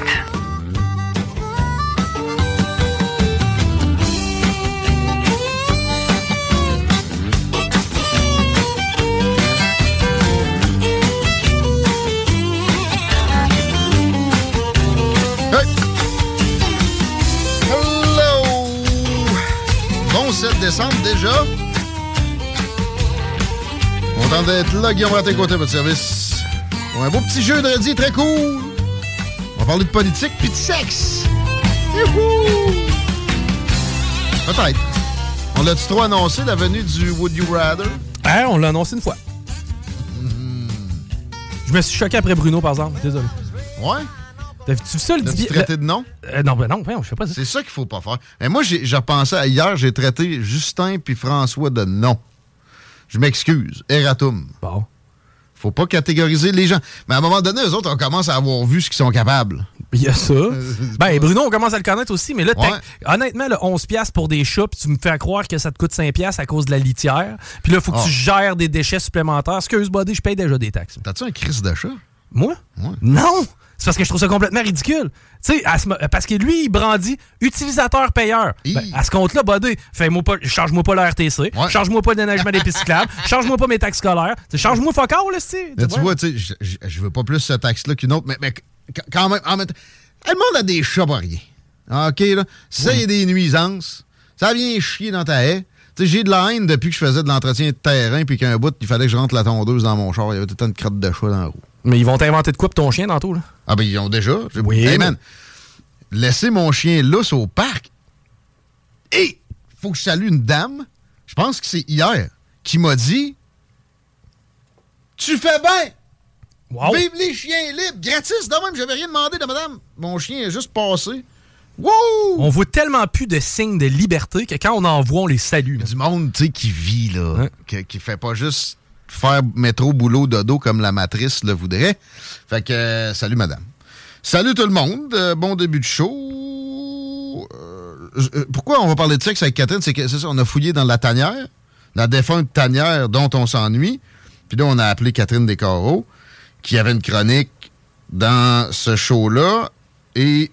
Bon 7 décembre déjà. Content d'être là, Guillaume Raté-Côté, votre service. Pour un beau petit jeu de redis très cool. On va parler de politique puis de sexe. Youhou! Peut-être. On l'a-tu trop annoncé, la venue du Would You Rather? Ah, on l'a annoncé une fois. Je me suis choqué après Bruno, par exemple. Désolé. Ouais? T'as-tu vu ça, le T'as-tu traité de nom? Non, je sais pas. C'est ça qu'il faut pas faire. Et moi, j'ai repensé à hier, j'ai traité Justin puis François de nom. Je m'excuse. Erratum. Bon. Faut pas catégoriser les gens. Mais à un moment donné, eux autres, on commence à avoir vu ce qu'ils sont capables. Il y a ça. Bruno, on commence à le connaître aussi, mais là, honnêtement, le 11$ pour des chats, puis tu me fais croire que ça te coûte 5$ à cause de la litière. Puis là, il faut que tu gères des déchets supplémentaires. Excuse, buddy, je paye déjà des taxes. T'as-tu un crise d'achat? Moi? Ouais. Non! C'est parce que je trouve ça complètement ridicule. Tu sais, parce que lui, il brandit utilisateur-payeur. À ce compte-là, buddy, charge-moi pas le RTC, charge-moi pas le déneigement des pistes cyclables, charge-moi pas mes taxes scolaires, charge-moi fuck all, là, tu vois, tu sais, je veux pas plus ce taxe-là qu'une autre, mais quand même, en même temps, le monde a des chats pour rien. OK, là? Si ça, il y a des nuisances, ça vient chier dans ta haie. Tu sais, j'ai de la haine depuis que je faisais de l'entretien de terrain, puis qu'un bout, il fallait que je rentre la tondeuse dans mon char. Il y avait tout le temps une crotte de chat dans la roue. Mais ils vont t'inventer de quoi pour ton chien tantôt, là? Ah, ben, ils ont déjà. Oui. Hey, man, laisser mon chien lousse au parc. Et faut que je salue une dame, je pense que c'est hier, qui m'a dit tu fais bien! Wow. Vive les chiens libres! Gratis, de même, j'avais rien demandé de madame. Mon chien est juste passé. Wow! On voit tellement plus de signes de liberté que quand on en voit, on les salue. Il y a du monde, tu sais, qui vit, là, qui fait pas juste faire métro, boulot, dodo comme la matrice le voudrait. Fait que, salut madame. Salut tout le monde. Bon début de show. Pourquoi on va parler de sexe avec Catherine? C'est que, c'est ça, on a fouillé dans la tanière, la défunte tanière dont on s'ennuie. Puis là, on a appelé Catherine Descarreaux, qui avait une chronique dans ce show-là. Et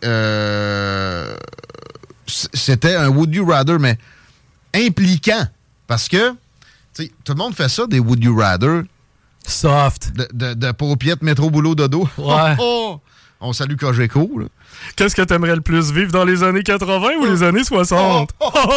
c'était un Would You Rather, mais impliquant. Parce que, tu sais, tout le monde fait ça, des Would You Rather. Soft. De paupiètes, métro, boulot, dodo. Ouais. On salue Cogeco. Là. Qu'est-ce que t'aimerais le plus, vivre dans les années 80 ou les années 60?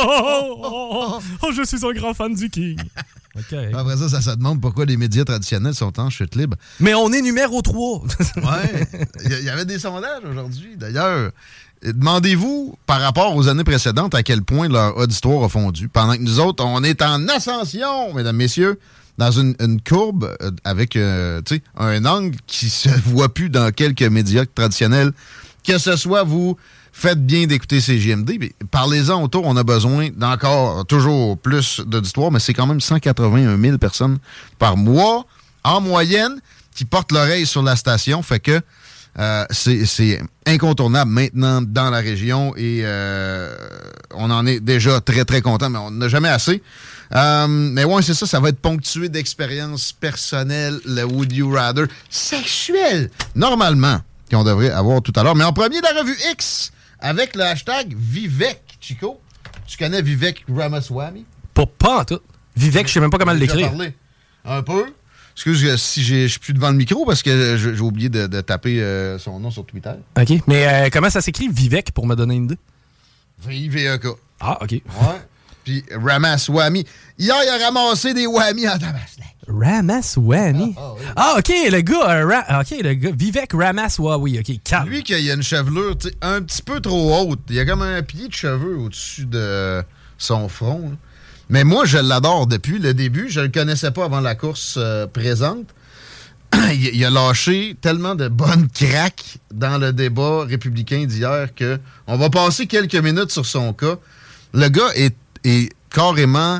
Je suis un grand fan du King. Okay. Après ça se demande pourquoi les médias traditionnels sont en chute libre. Mais on est numéro 3. Ouais. Il y avait des sondages aujourd'hui. D'ailleurs, demandez-vous, par rapport aux années précédentes, à quel point leur auditoire a fondu. Pendant que nous autres, on est en ascension, mesdames, messieurs, dans une courbe avec un angle qui se voit plus dans quelques médias traditionnels. Que ce soit, vous faites bien d'écouter CJMD, mais parlez-en autour, on a besoin d'encore toujours plus d'auditoire, mais c'est quand même 181 000 personnes par mois, en moyenne, qui portent l'oreille sur la station, fait que c'est incontournable maintenant dans la région et on en est déjà très, très content, mais on n'a jamais assez. Mais ouais, c'est ça va être ponctué d'expériences personnelles, le Would You Rather sexuel, normalement, qu'on devrait avoir tout à l'heure. Mais en premier, la revue X, avec le hashtag Vivek. Chico, tu connais Vivek Ramaswamy? Pas en tout. Vivek, je sais même pas comment l'écrire. Un peu. Excuse si je suis plus devant le micro parce que j'ai oublié de taper son nom sur Twitter. OK. Mais comment ça s'écrit, Vivek, pour me donner une idée? V-I-V-E-K. Ah, OK. Ouais. Puis Ramaswamy. Hier, il a ramassé des whammies en tabaslac. Ramaswamy? Oui. Ah, OK, le gars, Vivek Ramaswamy. OK, calme. Lui, qui a une chevelure un petit peu trop haute. Il a comme un pied de cheveux au-dessus de son front. Là. Mais moi, je l'adore depuis le début. Je le connaissais pas avant la course présente. Il a lâché tellement de bonnes craques dans le débat républicain d'hier qu'on va passer quelques minutes sur son cas. Le gars est carrément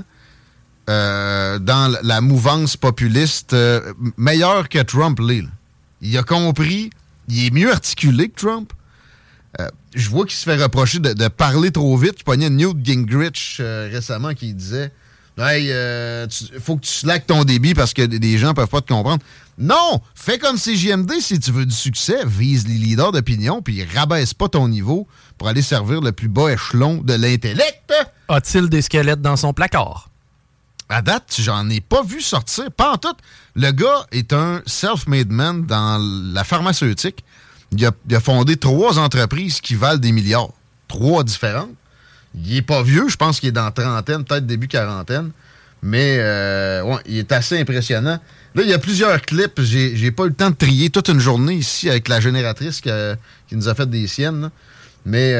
dans la mouvance populiste meilleur que Trump l'est. Il a compris, il est mieux articulé que Trump. Je vois qu'il se fait reprocher de parler trop vite. Je pognais Newt Gingrich récemment qui disait « Hey, faut que tu slackes ton débit parce que les gens peuvent pas te comprendre. » Non! Fais comme CJMD si tu veux du succès. Vise les leaders d'opinion puis rabaisse pas ton niveau pour aller servir le plus bas échelon de l'intellect. A-t-il des squelettes dans son placard? À date, j'en ai pas vu sortir. Pas en tout. Le gars est un self-made man dans la pharmaceutique. Il a fondé 3 entreprises qui valent des milliards. 3 différentes. Il est pas vieux. Je pense qu'il est dans trentaine, peut-être début quarantaine. Mais ouais, il est assez impressionnant. Là, il y a plusieurs clips. J'ai pas eu le temps de trier toute une journée ici avec la génératrice qui nous a fait des siennes. Là. Mais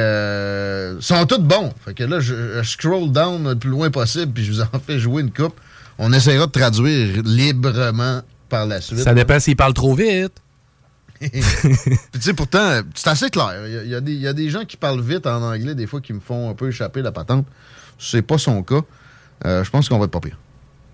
sont tous bons. Fait que là, je scroll down le plus loin possible puis je vous en fais jouer une coupe. On essaiera de traduire librement par la suite. Ça dépend s'il parle trop vite. Puis tu sais, pourtant, c'est assez clair. Il y a des gens qui parlent vite en anglais, des fois, qui me font un peu échapper la patente. C'est pas son cas. Je pense qu'on va être pas pire.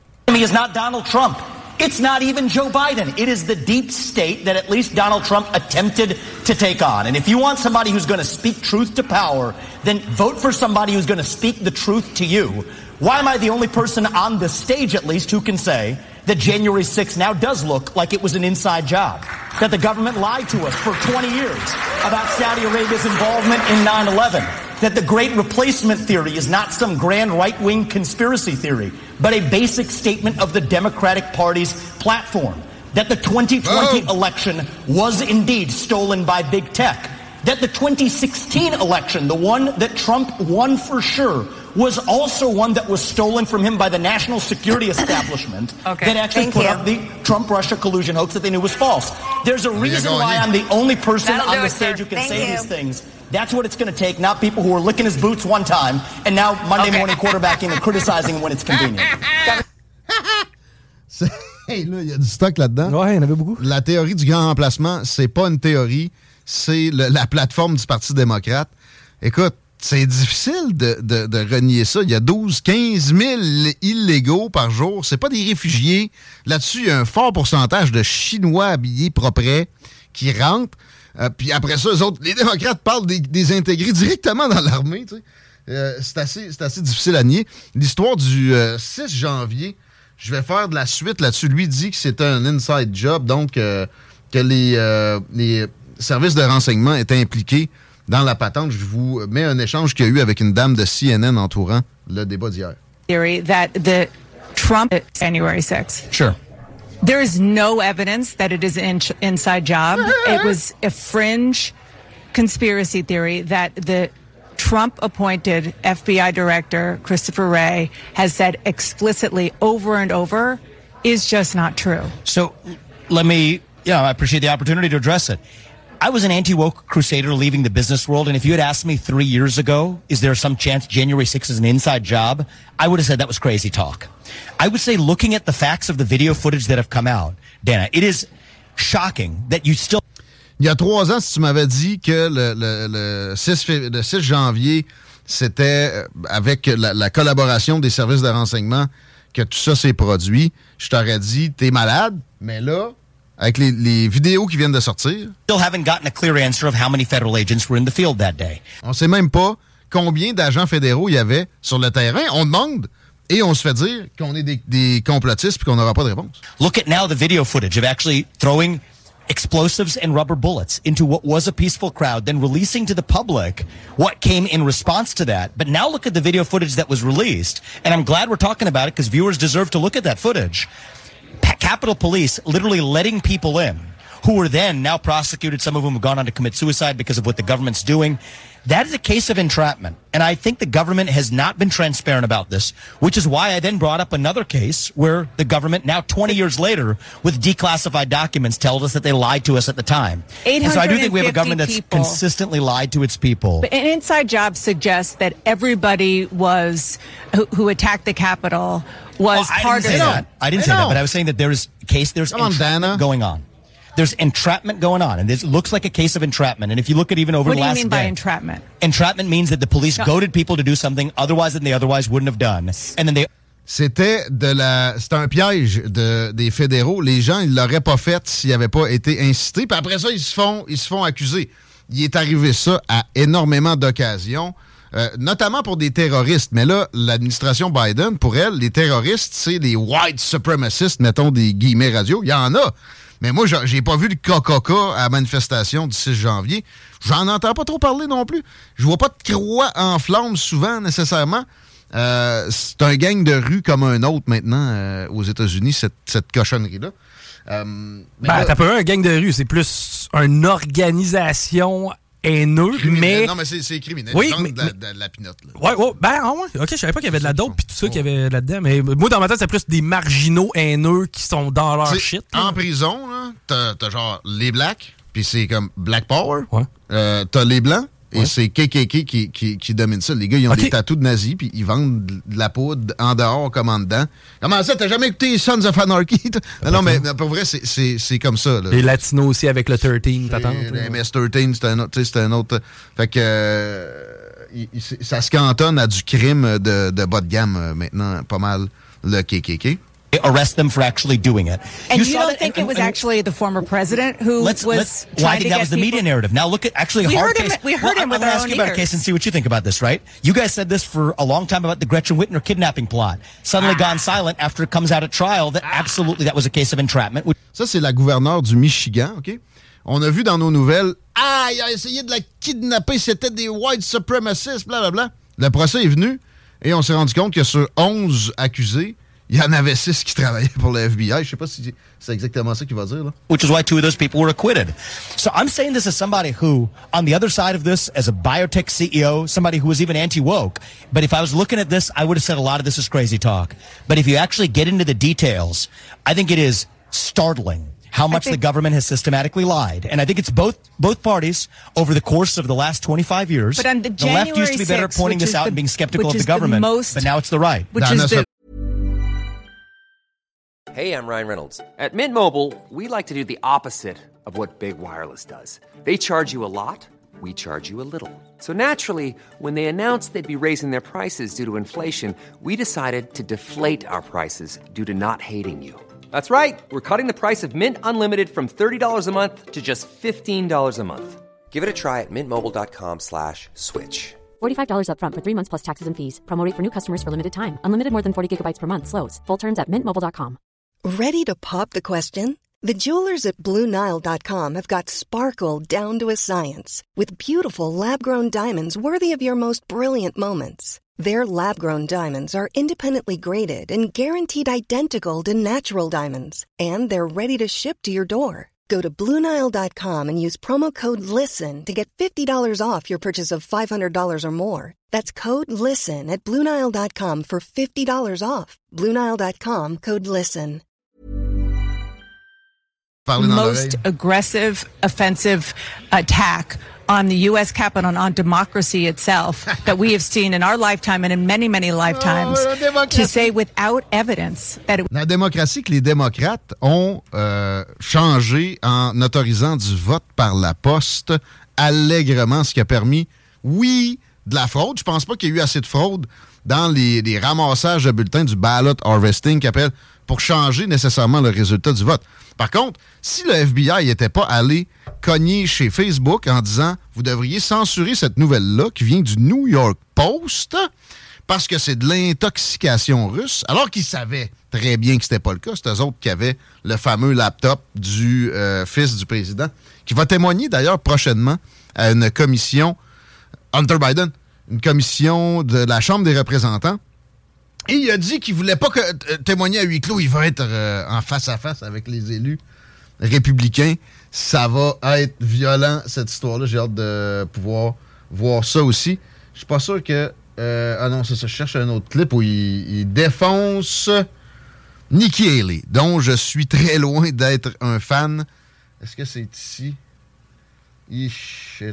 Is not Donald Trump. It's not even Joe Biden. It is the deep state that at least Donald Trump attempted to take on. And if you want somebody who's going to speak truth to power, then vote for somebody who's going to speak the truth to you. Why am I the only person on this stage, at least, who can say that January 6th now does look like it was an inside job? That the government lied to us for 20 years about Saudi Arabia's involvement in 9/11? That the Great Replacement theory is not some grand right-wing conspiracy theory, but a basic statement of the Democratic Party's platform. That the 2020 election was indeed stolen by big tech. That the 2016 election, the one that Trump won for sure, was also one that was stolen from him by the national security establishment that actually put up the Trump-Russia collusion hoax that they knew was false. There's a reason why I'm the only person on the stage who can say these things. That's what it's going to take, not people who are licking his boots one time and now Monday morning quarterbacking and criticizing when it's convenient. Hey, là, il y a du stock là-dedans. Ouais, il y en avait beaucoup. La théorie du grand remplacement, c'est pas une théorie, c'est la plateforme du Parti démocrate. Écoute, c'est difficile de renier ça. Il y a 15 000 illégaux par jour. C'est pas des réfugiés. Là-dessus, il y a un fort pourcentage de Chinois habillés propres qui rentrent. Puis après ça, eux autres, les démocrates parlent des intégrés directement dans l'armée. Tu sais. C'est assez difficile à nier. L'histoire du 6 janvier, je vais faire de la suite là-dessus. Lui dit que c'était un inside job, donc que les services de renseignement étaient impliqués dans la patente. Je vous mets un échange qu'il y a eu avec une dame de CNN entourant le débat d'hier. Theory that the Trump January 6th. Sure. There is no evidence that it is an inside job. It was a fringe conspiracy theory that the Trump-appointed FBI director, Christopher Wray, has said explicitly over and over is just not true. So I appreciate the opportunity to address it. I was an anti-woke crusader leaving the business world, and if you had asked me 3 years ago, is there some chance January 6th is an inside job, I would have said that was crazy talk. I would say, looking at the facts of the video footage that have come out, Dana, it is shocking that you still... Il y a 3 ans, si tu m'avais dit que le 6 janvier, c'était avec la collaboration des services de renseignement que tout ça s'est produit, je t'aurais dit, t'es malade, mais là, avec les vidéos qui viennent de sortir... Still haven't gotten a clear answer of how many federal agents were in the field that day. On sait même pas combien d'agents fédéraux il y avait sur le terrain. On demande et on se fait dire qu'on est des complotistes puis qu'on n'aura pas de réponse. Look at now the video footage of actually throwing explosives and rubber bullets into what was a peaceful crowd, then releasing to the public what came in response to that. But now look at the video footage that was released, and I'm glad we're talking about it because viewers deserve to look at that footage. Capitol Police literally letting people in who were then now prosecuted. Some of them have gone on to commit suicide because of what the government's doing. That is a case of entrapment. And I think the government has not been transparent about this, which is why I then brought up another case where the government, now 20 years later, with declassified documents, tells us that they lied to us at the time. And so I do think we have a government that's consistently lied to its people. But an inside job suggests that everybody who attacked the Capitol was part of that. I didn't say that, but I was saying that there's entrapment going on. There's entrapment going on, and this looks like a case of entrapment. And if you look at even over the last day... What do you mean by entrapment? Entrapment means that the police goaded people to do something than they otherwise wouldn't have done. And then they... C'était un piège des fédéraux. Les gens, ils l'auraient pas fait s'ils n'avaient pas été incités. Puis après ça, ils se font accuser. Il est arrivé ça à énormément d'occasions, notamment pour des terroristes. Mais là, l'administration Biden, pour elle, les terroristes, c'est les white supremacists, mettons des guillemets radio. Il y en a. Mais moi, j'ai pas vu le KKK à la manifestation du 6 janvier. J'en entends pas trop parler non plus. Je vois pas de croix en flammes souvent, nécessairement. C'est un gang de rue comme un autre maintenant aux États-Unis, cette cochonnerie-là. T'as pas un gang de rue, c'est plus une organisation haineuse, mais... Non, mais c'est criminel. Oui, de la pinotte. Ouais. OK, je savais pas qu'il y avait de la dope puis tout ça qu'il y avait là-dedans, mais moi, dans ma tête, c'est plus des marginaux haineux qui sont dans leur shit. En prison, là, t'as genre les blacks, puis c'est comme Black Power. Ouais. T'as les blancs, et c'est KKK qui domine ça. Les gars, ils ont des tatous de nazis, puis ils vendent de la poudre en dehors comme en dedans. Comment ça, t'as jamais écouté Sons of Anarchy? Non, mais pour vrai, c'est comme ça. Là. Les latinos aussi avec le 13, t'attends? Les MS-13, c'est un autre... Fait que ça se cantonne à du crime de bas de gamme maintenant, pas mal, le KKK. Arrest them for actually doing it. And you don't think it was actually the former president who was trying to get people? I think that was the media narrative. Now look at actually a hard case. We heard him with our own ears. I'm going to ask you about a case and see what you think about this, right? You guys said this for a long time about the Gretchen Whitmer kidnapping plot. Suddenly gone silent after it comes out at trial that absolutely that was a case of entrapment. Ça, c'est la gouverneure du Michigan, OK? On a vu dans nos nouvelles, il a essayé de la kidnapper, c'était des white supremacists, blablabla. Le procès est venu et on s'est rendu compte que sur 11 accusés, il y en avait 6 qui travaillaient pour le FBI. Je sais pas si c'est exactement ça qu'il va dire, là. Which is why 2 of those people were acquitted. So I'm saying this as somebody who, on the other side of this, as a biotech CEO, somebody who was even anti-woke, but if I was looking at this, I would have said a lot of this is crazy talk. But if you actually get into the details, I think it is startling how much the government has systematically lied. And I think it's both parties over the course of the last 25 years. But on the left used to be better at pointing this out and being skeptical of the government, but now it's the right. Hey, I'm Ryan Reynolds. At Mint Mobile, we like to do the opposite of what Big Wireless does. They charge you a lot, we charge you a little. So naturally, when they announced they'd be raising their prices due to inflation, we decided to deflate our prices due to not hating you. That's right. We're cutting the price of Mint Unlimited from $30 a month to just $15 a month. Give it a try at mintmobile.com/switch. $45 up front for 3 months plus taxes and fees. Promo rate for new customers for limited time. Unlimited more than 40 gigabytes per month. Slows full terms at mintmobile.com. Ready to pop the question? The jewelers at BlueNile.com have got sparkle down to a science with beautiful lab-grown diamonds worthy of your most brilliant moments. Their lab-grown diamonds are independently graded and guaranteed identical to natural diamonds. And they're ready to ship to your door. Go to BlueNile.com and use promo code LISTEN to get $50 off your purchase of $500 or more. That's code LISTEN at BlueNile.com for $50 off. BlueNile.com, code LISTEN. Most aggressive, offensive attack on the U.S. Capitol and on democracy itself that we have seen in our lifetime and in many, many lifetimes, to say without evidence that it... La démocratie que les démocrates ont changé en autorisant du vote par la poste allègrement, ce qui a permis, oui, de la fraude. Je pense pas qu'il y a eu assez de fraude dans les ramassages de bulletins du ballot harvesting, qu'appelle, pour changer nécessairement le résultat du vote. Par contre, si le FBI n'était pas allé cogner chez Facebook en disant « Vous devriez censurer cette nouvelle-là qui vient du New York Post parce que c'est de l'intoxication russe », alors qu'ils savaient très bien que c'était pas le cas. C'est eux autres qui avaient le fameux laptop du fils du président, qui va témoigner d'ailleurs prochainement à une commission, Hunter Biden, une commission de la Chambre des représentants. Et il a dit qu'il voulait pas témoigner à huis clos. Il va être en face-à-face avec les élus républicains. Ça va être violent, cette histoire-là. J'ai hâte de pouvoir voir ça aussi. Je suis pas sûr que... ah non, c'est ça. Je cherche un autre clip où il défonce Nikki Haley, dont je suis très loin d'être un fan. Est-ce que c'est ici? Shit.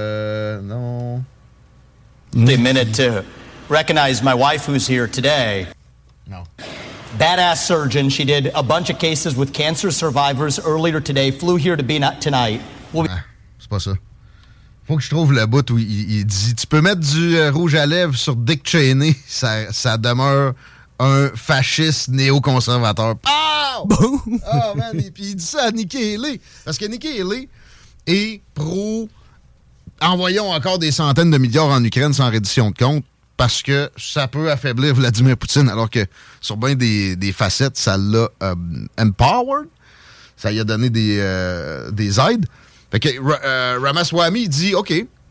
Non. A minute to recognize my wife who's here today. No. Badass surgeon. She did a bunch of cases with cancer survivors earlier today. Flew here to be tonight. C'est pas ça. Faut que je trouve le bout où il dit « Tu peux mettre du rouge à lèvres sur Dick Cheney, ça demeure un fasciste néoconservateur. » Pow! Oh man, et puis il dit ça à Nikki Haley. Parce que Nikki Haley est pro... Envoyons encore des centaines de milliards en Ukraine sans reddition de compte parce que ça peut affaiblir Vladimir Poutine, alors que sur bien des facettes, ça l'a empowered. Ça lui a donné des aides. Fait que Ramaswamy dit « OK,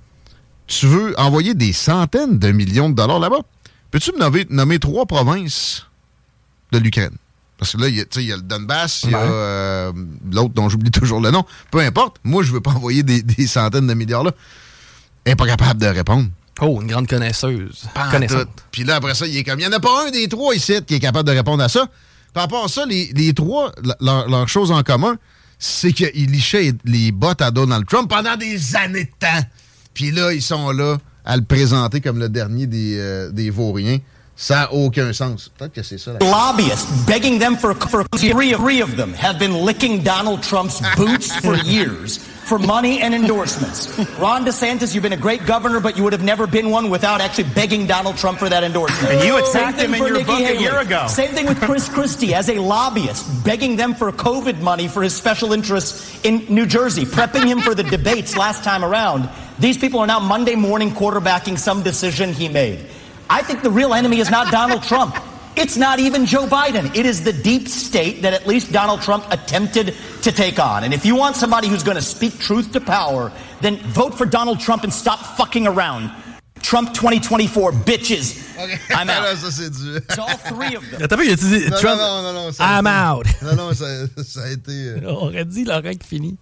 tu veux envoyer des centaines de millions de dollars là-bas? Peux-tu me nommer 3 provinces de l'Ukraine? » Parce que là, il y a le Donbass, il y a l'autre dont j'oublie toujours le nom. Peu importe, moi, je veux pas envoyer des centaines de milliards là. Elle n'est pas capable de répondre. Oh, une grande connaisseuse. Puis là, après ça, il est comme, il n'y en a pas un des 3 ici qui est capable de répondre à ça. Par rapport à ça, les 3, leur chose en commun, c'est qu'ils lichaient les bottes à Donald Trump pendant des années de temps. Puis là, ils sont là à le présenter comme le dernier des vauriens. Ça n'a aucun sens. Peut-être que c'est ça. Lobbyists begging them for three of them have been licking Donald Trump's boots for years for money and endorsements. Ron DeSantis, you've been a great governor, but you would have never been one without actually begging Donald Trump for that endorsement. And you attacked him in your book a year ago. Same thing with Chris Christie as a lobbyist, begging them for COVID money for his special interests in New Jersey, prepping him for the debates last time around. These people are now Monday morning quarterbacking some decision he made. I think the real enemy is not Donald Trump. It's not even Joe Biden. It is the deep state that at least Donald Trump attempted to take on. And if you want somebody who's going to speak truth to power, then vote for Donald Trump and stop fucking around. Trump 2024, bitches. Okay. I'm out. Ça, c'est dur. It's all 3 of them. T'as pas vu, il a dit Trump, non, I'm out. Non, ça a été... On aurait dit Laurent qui finit.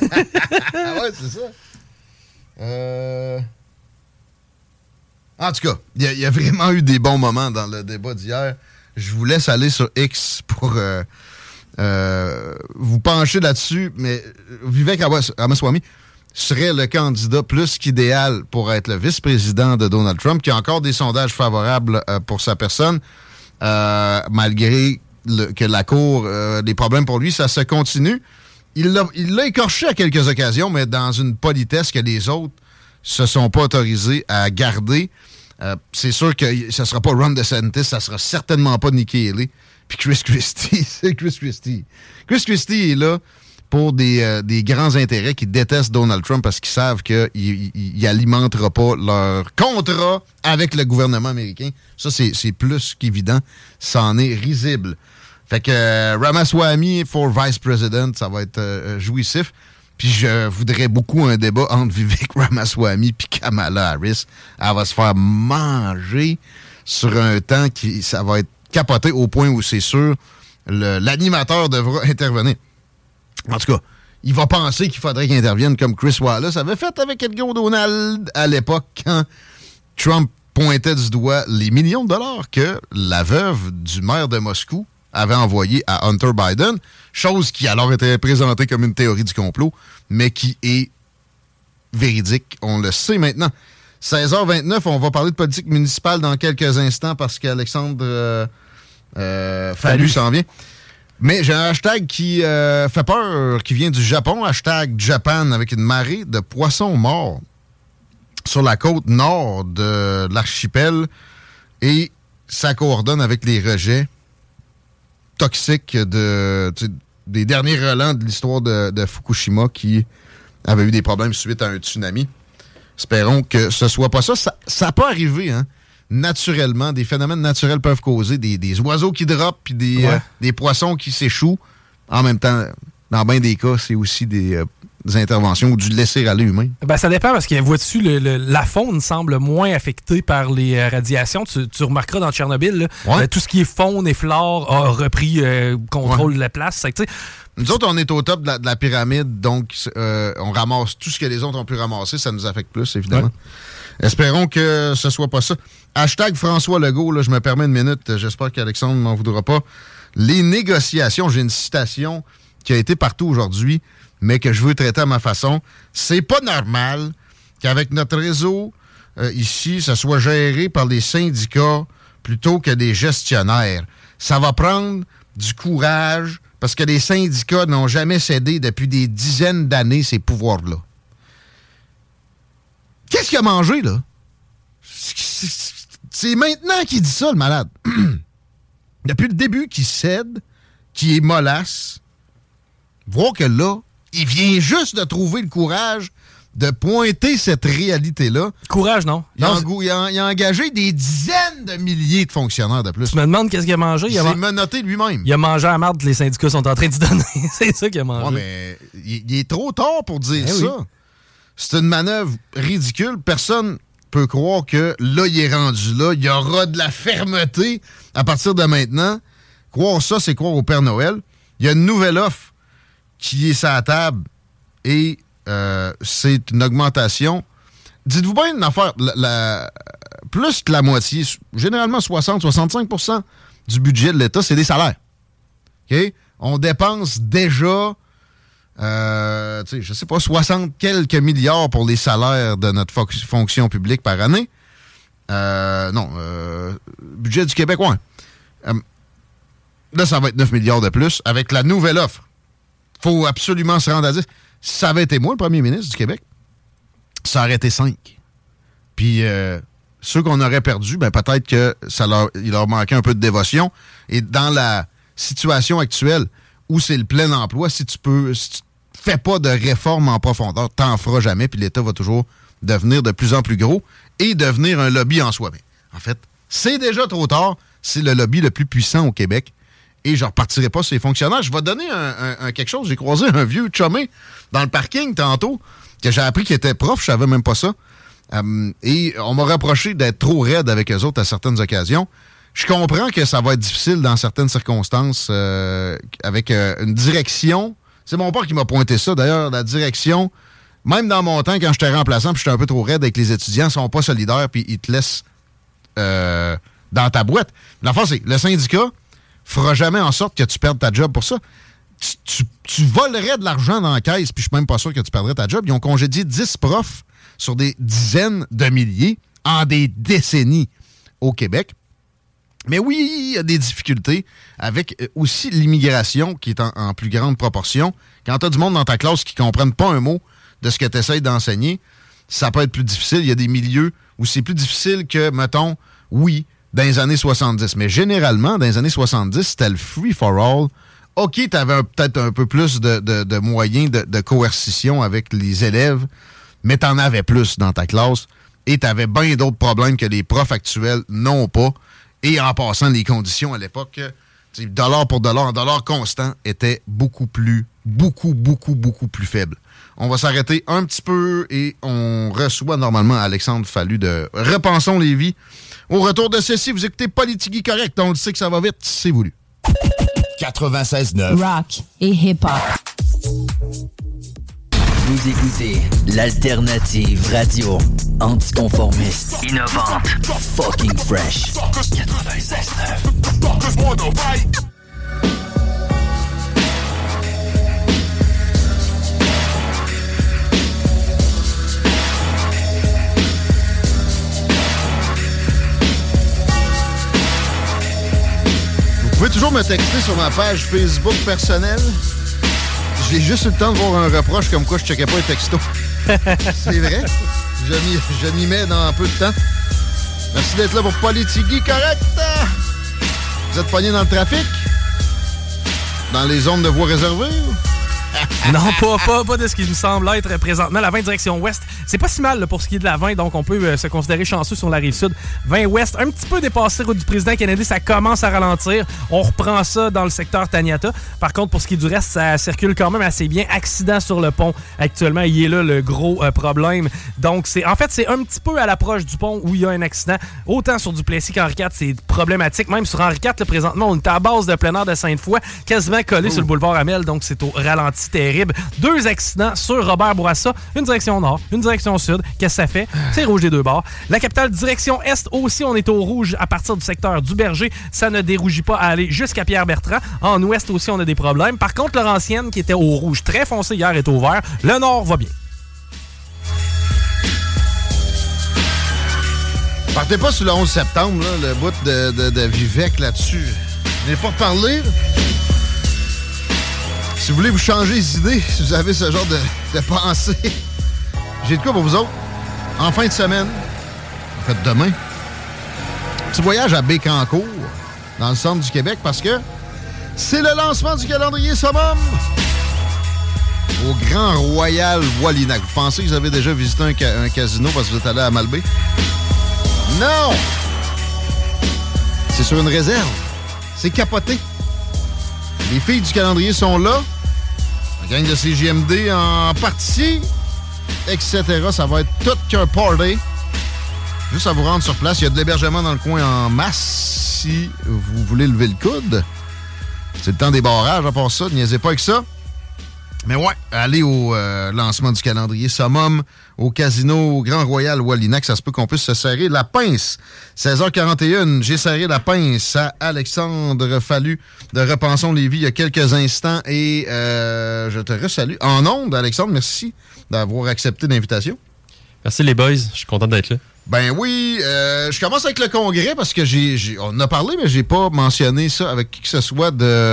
Ah ouais, c'est ça. En tout cas, il y a vraiment eu des bons moments dans le débat d'hier. Je vous laisse aller sur X pour vous pencher là-dessus, mais Vivek Ramaswamy serait le candidat plus qu'idéal pour être le vice-président de Donald Trump, qui a encore des sondages favorables pour sa personne, malgré que la Cour, les problèmes pour lui, ça se continue. Il l'a écorché à quelques occasions, mais dans une politesse que les autres se sont pas autorisés à garder. C'est sûr que ça sera pas Ron DeSantis, ça sera certainement pas Nikki Haley. Puis Chris Christie, c'est Chris Christie. Chris Christie est là pour des grands intérêts qui détestent Donald Trump parce qu'ils savent qu'il alimentera pas leur contrat avec le gouvernement américain. Ça, c'est plus qu'évident. Ça en est risible. Fait que Ramaswamy for Vice President, ça va être jouissif. Puis je voudrais beaucoup un débat entre Vivek Ramaswamy puis Kamala Harris. Elle va se faire manger sur un temps ça va être capoté au point où c'est sûr l'animateur devra intervenir. En tout cas, il va penser qu'il faudrait qu'il intervienne comme Chris Wallace avait fait avec Edgar O'Donnell à l'époque quand Trump pointait du doigt les millions de dollars que la veuve du maire de Moscou avait envoyé à Hunter Biden, chose qui alors était présentée comme une théorie du complot, mais qui est véridique, on le sait maintenant. 16h29, on va parler de politique municipale dans quelques instants parce qu'Alexandre Fallu s'en vient. Mais j'ai un hashtag qui fait peur, qui vient du Japon, hashtag Japan, avec une marée de poissons morts sur la côte nord de l'archipel, et ça coordonne avec les rejets toxiques des derniers relents de l'histoire de Fukushima qui avait eu des problèmes suite à un tsunami. Espérons que ce soit pas ça. Ça peut arriver, hein? Naturellement. Des phénomènes naturels peuvent causer des oiseaux qui droppent puis des poissons qui s'échouent. En même temps, dans bien des cas, c'est aussi des interventions ou du laisser-aller humain. Ben, ça dépend parce que vois-tu, la faune semble moins affectée par les radiations. Tu remarqueras dans Tchernobyl, là, tout ce qui est faune et flore a repris contrôle de la place. Nous autres, on est au top de la pyramide, donc on ramasse tout ce que les autres ont pu ramasser. Ça nous affecte plus, évidemment. Ouais. Espérons que ce soit pas ça. Hashtag François Legault, là, je me permets une minute. J'espère qu'Alexandre ne m'en voudra pas. Les négociations, j'ai une citation qui a été partout aujourd'hui, mais que je veux traiter à ma façon. C'est pas normal qu'avec notre réseau ici, ça soit géré par des syndicats plutôt que des gestionnaires. Ça va prendre du courage parce que les syndicats n'ont jamais cédé depuis des dizaines d'années ces pouvoirs-là. Qu'est-ce qu'il a mangé, là? C'est maintenant qu'il dit ça, le malade. Depuis le début, qu'il cède, qu'il est mollasse. Voir que là, il vient juste de trouver le courage de pointer cette réalité-là. Courage, non? Il a engagé des dizaines de milliers de fonctionnaires de plus. Tu me demandes qu'est-ce qu'il a mangé? Il s'est menotté lui-même. Il a mangé à la marde que les syndicats sont en train d'y donner. C'est ça qu'il a mangé. Ouais, mais il est trop tard pour dire ça. Oui. C'est une manœuvre ridicule. Personne peut croire que là, il est rendu là. Il y aura de la fermeté à partir de maintenant. Croire ça, c'est croire au Père Noël. Il y a une nouvelle offre qui est sur la table et c'est une augmentation. Dites-vous bien une affaire, plus que la moitié, généralement 60-65% du budget de l'État, c'est des salaires. Okay? On dépense déjà, je sais pas, 60 quelques milliards pour les salaires de notre fonction publique par année. Budget du Québec, ouais. Là, ça va être 9 milliards de plus avec la nouvelle offre. Faut absolument se rendre à 10. Si ça avait été moi, le premier ministre du Québec, ça aurait été 5. Puis ceux qu'on aurait perdus, ben peut-être que il leur manquait un peu de dévotion. Et dans la situation actuelle où c'est le plein emploi, si tu fais pas de réforme en profondeur, t'en feras jamais, puis l'État va toujours devenir de plus en plus gros et devenir un lobby en soi. Mais en fait, c'est déjà trop tard. C'est le lobby le plus puissant au Québec. Et je ne repartirai pas sur les fonctionnaires. Je vais donner quelque chose. J'ai croisé un vieux chumé dans le parking tantôt, que j'ai appris qu'il était prof. Je savais même pas ça. Et on m'a reproché d'être trop raide avec eux autres à certaines occasions. Je comprends que ça va être difficile dans certaines circonstances avec une direction. C'est mon père qui m'a pointé ça. D'ailleurs, la direction, même dans mon temps, quand j'étais remplaçant puis j'étais un peu trop raide avec les étudiants, ils sont pas solidaires puis ils te laissent dans ta boîte. L'affaire, c'est le syndicat fera jamais en sorte que tu perdes ta job pour ça. Tu volerais de l'argent dans la caisse, puis je suis même pas sûr que tu perdrais ta job. Ils ont congédié 10 profs sur des dizaines de milliers en des décennies au Québec. Mais oui, il y a des difficultés avec aussi l'immigration qui est en plus grande proportion. Quand tu as du monde dans ta classe qui ne comprennent pas un mot de ce que tu essaies d'enseigner, ça peut être plus difficile. Il y a des milieux où c'est plus difficile que, mettons, oui, dans les années 70. Mais généralement, dans les années 70, c'était le free-for-all. OK, tu avais peut-être un peu plus de moyens de coercition avec les élèves, mais tu en avais plus dans ta classe et tu avais bien d'autres problèmes que les profs actuels n'ont pas. Et en passant, les conditions à l'époque, dollar pour dollar, en dollar constant, étaient beaucoup plus beaucoup, beaucoup, beaucoup plus faible. On va s'arrêter un petit peu et on reçoit normalement Alexandre Fallu de Repensons Lévis. Au retour de ceci, vous écoutez Politique Correct. On le sait que ça va vite, c'est voulu. 96.9 Rock et hip-hop. Vous écoutez l'alternative radio anticonformiste, innovante, fucking fresh. 96.9. Vous pouvez toujours me texter sur ma page Facebook personnelle. J'ai juste eu le temps de voir un reproche comme quoi je checkais pas les textos. C'est vrai. Je m'y mets dans un peu de temps. Merci d'être là pour Politique Correct. Vous êtes pogné dans le trafic? Dans les zones de voies réservées? Non, pas de ce qui nous semble être présentement. La 20 direction ouest, c'est pas si mal là, pour ce qui est de la 20, donc on peut se considérer chanceux sur la Rive-Sud. 20 ouest, un petit peu dépassé route du président Kennedy, ça commence à ralentir. On reprend ça dans le secteur Taniata. Par contre, pour ce qui est du reste, ça circule quand même assez bien. Accident sur le pont actuellement, il est là le gros problème. Donc, c'est un petit peu à l'approche du pont où il y a un accident. Autant sur Duplessis qu'Henri IV, c'est problématique. Même sur Henri IV, là, présentement, on est à base de plein air de Sainte-Foy, quasiment collé sur le boulevard Amel, donc c'est au ralenti terrible. 2 accidents sur Robert Bourassa, une direction nord, une direction sud. Qu'est-ce que ça fait? C'est rouge des deux bords. La capitale, direction est aussi, on est au rouge à partir du secteur du Berger. Ça ne dérougit pas à aller jusqu'à Pierre-Bertrand. En ouest aussi, on a des problèmes. Par contre, Laurentienne, qui était au rouge très foncé hier, est au vert. Le nord va bien. Partez pas sur le 11 septembre, là, le bout de Vivek là-dessus. Je n'ai pas reparlé. Si vous voulez vous changer les idées, si vous avez ce genre de pensée, j'ai de quoi pour vous autres. En fin de semaine, en fait demain, petit voyage à Bécancour, dans le centre du Québec, parce que c'est le lancement du calendrier Summum au Grand Royal Wallinac. Vous pensez que vous avez déjà visité un casino parce que vous êtes allé à Malbaie? Non! C'est sur une réserve. C'est capoté. Les filles du calendrier sont là. La gang de CJMD en partie, etc. Ça va être tout qu'un party. Juste à vous rendre sur place. Il y a de l'hébergement dans le coin en masse si vous voulez lever le coude. C'est le temps des barrages, à part ça. Niaisez pas avec ça. Mais ouais, allez au lancement du calendrier Summum au casino Grand Royal Wallinac. Ça se peut qu'on puisse se serrer la pince. 16h41, j'ai serré la pince à Alexandre Fallu de Repensons Lévis il y a quelques instants et je te resalue. En ondes, Alexandre, merci d'avoir accepté l'invitation. Merci les boys, je suis content d'être là. Ben oui, je commence avec le congrès parce que on en a parlé, mais j'ai pas mentionné ça avec qui que ce soit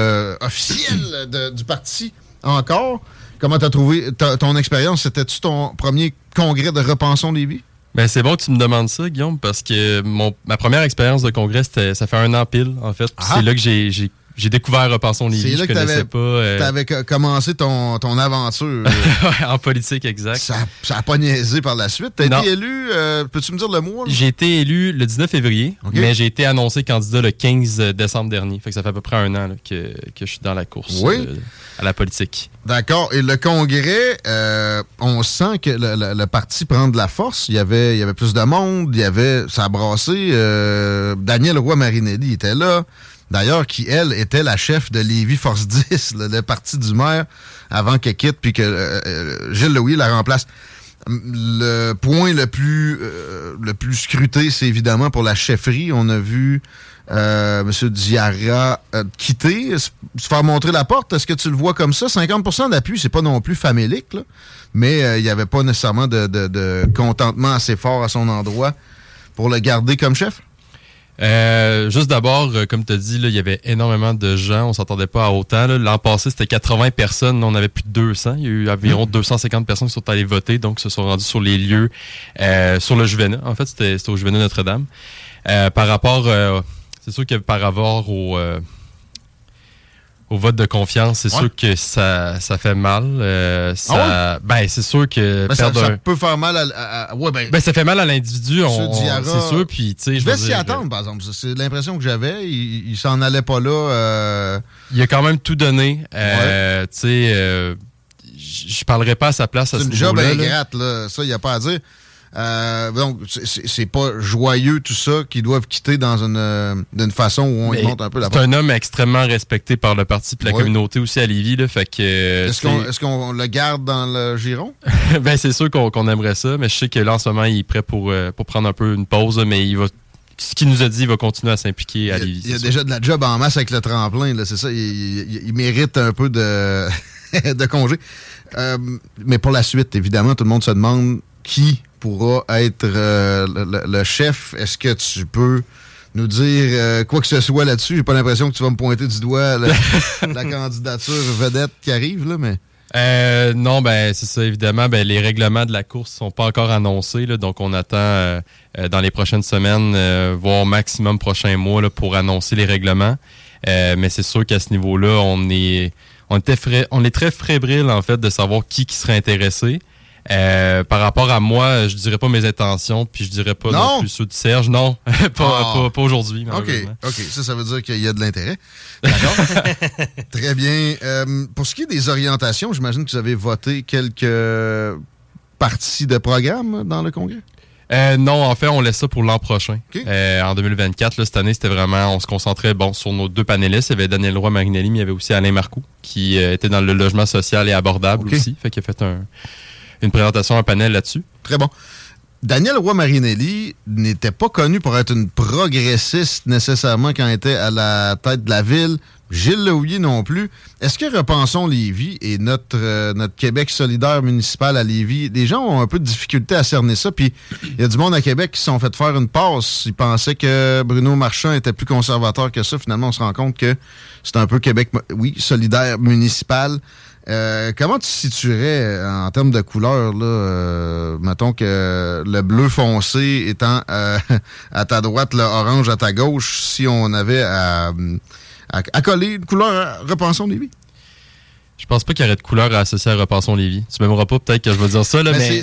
officiel du parti encore. Comment t'as trouvé ton expérience? C'était-tu ton premier congrès de Repensons Lévis? Ben c'est bon que tu me demandes ça, Guillaume, parce que ma première expérience de congrès, ça fait 1 an pile, en fait. C'est là que j'ai découvert Repensons Lévis. C'est là je connaissais pas. T'avais commencé ton aventure. En politique, exact. Ça a pas niaisé par la suite. T'as été élu, peux-tu me dire le mois? J'ai été élu le 19 février, mais j'ai été annoncé candidat le 15 décembre dernier. Fait que ça fait à peu près 1 an là, que je suis dans la course à la politique. D'accord. Et le congrès, on sent que le parti prend de la force. Il y avait plus de monde. Ça a brassé. Daniel Roy-Marinelli était là. D'ailleurs, qui, elle, était la chef de Lévis Force 10, le parti du maire, avant qu'elle quitte, puis que Gilles Louis la remplace. Le point le plus scruté, c'est évidemment pour la chefferie. On a vu M. Diarra quitter, se faire montrer la porte. Est-ce que tu le vois comme ça? 50% d'appui, c'est pas non plus famélique, là, mais il n'y avait pas nécessairement de contentement assez fort à son endroit pour le garder comme chef? Juste d'abord, comme tu as dit, il y avait énormément de gens. On s'attendait pas à autant. Là. L'an passé, c'était 80 personnes. On avait plus de 200. Il y a eu environ 250 personnes qui sont allées voter, donc se sont rendues sur les lieux, sur le Juvénat. En fait, c'était au Juvénat Notre-Dame. Par rapport, c'est sûr que par rapport au vote de confiance, c'est sûr que ça fait mal. C'est sûr que ça peut faire mal à ça fait mal à l'individu, c'est sûr. Puis, je vais s'y attendre, par exemple. C'est l'impression que j'avais. Il s'en allait pas là. Il a quand même tout donné. Je parlerai pas à sa place à ce niveau-là. C'est une job ingrate, là. Ça, il n'y a pas à dire. Donc, c'est pas joyeux tout ça qu'ils doivent quitter d'une façon où on monte un peu la porte. C'est un homme extrêmement respecté par le parti et la communauté aussi à Lévis. Là, fait que, est-ce qu'on le garde dans le giron? C'est sûr qu'on aimerait ça, mais je sais que là, en ce moment, il est prêt pour prendre un peu une pause, mais il va. Ce qu'il nous a dit, il va continuer à s'impliquer à Lévis. Il y a déjà de la job en masse avec le tremplin, là, c'est ça. Il mérite un peu de congé. Mais pour la suite, évidemment, tout le monde se demande qui pourra être le chef. Est-ce que tu peux nous dire quoi que ce soit là-dessus? J'ai pas l'impression que tu vas me pointer du doigt la candidature vedette qui arrive, là, mais... Non, c'est ça, évidemment. Les règlements de la course sont pas encore annoncés, là, donc on attend dans les prochaines semaines, voire maximum prochains mois, là, pour annoncer les règlements. Mais c'est sûr qu'à ce niveau-là, on est très fébrile, en fait, de savoir qui serait intéressé. Par rapport à moi, je dirais pas mes intentions, puis je dirais pas non plus ceux de Serge. Non, pas aujourd'hui. OK. Ça veut dire qu'il y a de l'intérêt. D'accord. Très bien. Pour ce qui est des orientations, j'imagine que vous avez voté quelques parties de programme dans le Congrès? Non, en fait, on laisse ça pour l'an prochain. Okay. En 2024, là, cette année, c'était vraiment... On se concentrait sur nos deux panélistes. Il y avait Daniel Roy-Marinelli, mais il y avait aussi Alain Marcoux, qui était dans le logement social et abordable aussi. Fait qu'il a fait une présentation, un panel là-dessus. Très bon. Daniel Roy-Marinelli n'était pas connu pour être une progressiste nécessairement quand il était à la tête de la ville. Gilles Lehouillier non plus. Est-ce que Repensons Lévis et notre Québec solidaire municipal à Lévis, les gens ont un peu de difficulté à cerner ça, puis il y a du monde à Québec qui se sont fait faire une passe. Ils pensaient que Bruno Marchand était plus conservateur que ça. Finalement, on se rend compte que c'est un peu Québec, solidaire municipal. Comment tu situerais en termes de couleur, là, mettons que le bleu foncé étant à ta droite, le orange à ta gauche, si on avait à coller une couleur à Repensons Lévis? Je pense pas qu'il y aurait de couleur à associer à Repensons Lévis. Tu m'aimeras pas peut-être que je vais dire ça, là, mais...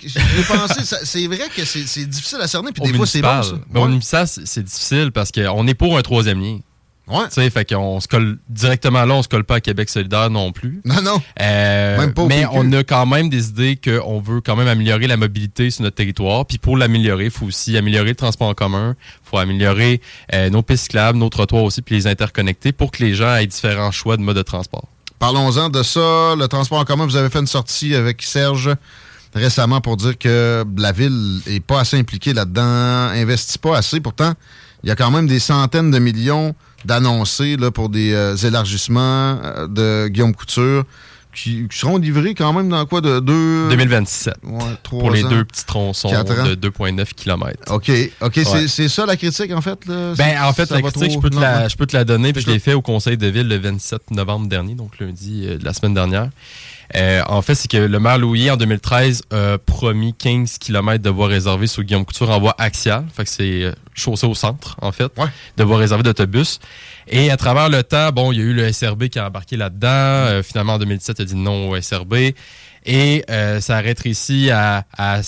C'est vrai que c'est difficile à cerner, puis des fois c'est bon, ça. Au municipal, c'est difficile parce qu'on est pour un troisième lien. Ouais. Tu sais, fait qu'on se colle directement là, on se colle pas à Québec solidaire non plus. Non. Même pas mais on a quand même des idées qu'on veut quand même améliorer la mobilité sur notre territoire. Puis pour l'améliorer, il faut aussi améliorer le transport en commun. Il faut améliorer nos pistes cyclables, nos trottoirs aussi, puis les interconnecter pour que les gens aient différents choix de mode de transport. Parlons-en de ça. Le transport en commun, vous avez fait une sortie avec Serge récemment pour dire que la ville est pas assez impliquée là-dedans, investit pas assez. Pourtant, il y a quand même des centaines de millions d'annoncer là, pour des élargissements de Guillaume Couture qui seront livrés quand même dans quoi de 2027. Ouais, 3 pour les ans, deux petits tronçons de 2,9 km. OK. Ouais. C'est ça la critique, en fait? Là? En fait, la critique, je peux te la donner, puis je l'ai fait au Conseil de ville le 27 novembre dernier, donc lundi de la semaine dernière. En fait, c'est que le maire Lehouillier, en 2013, a promis 15 km de voies réservées sur Guillaume Couture en voie axiale. Fait que c'est chaussée au centre, en fait, de voies réservées d'autobus. Et à travers le temps, il y a eu le SRB qui a embarqué là-dedans. Finalement, en 2017, il a dit non au SRB. Et ça a rétréci à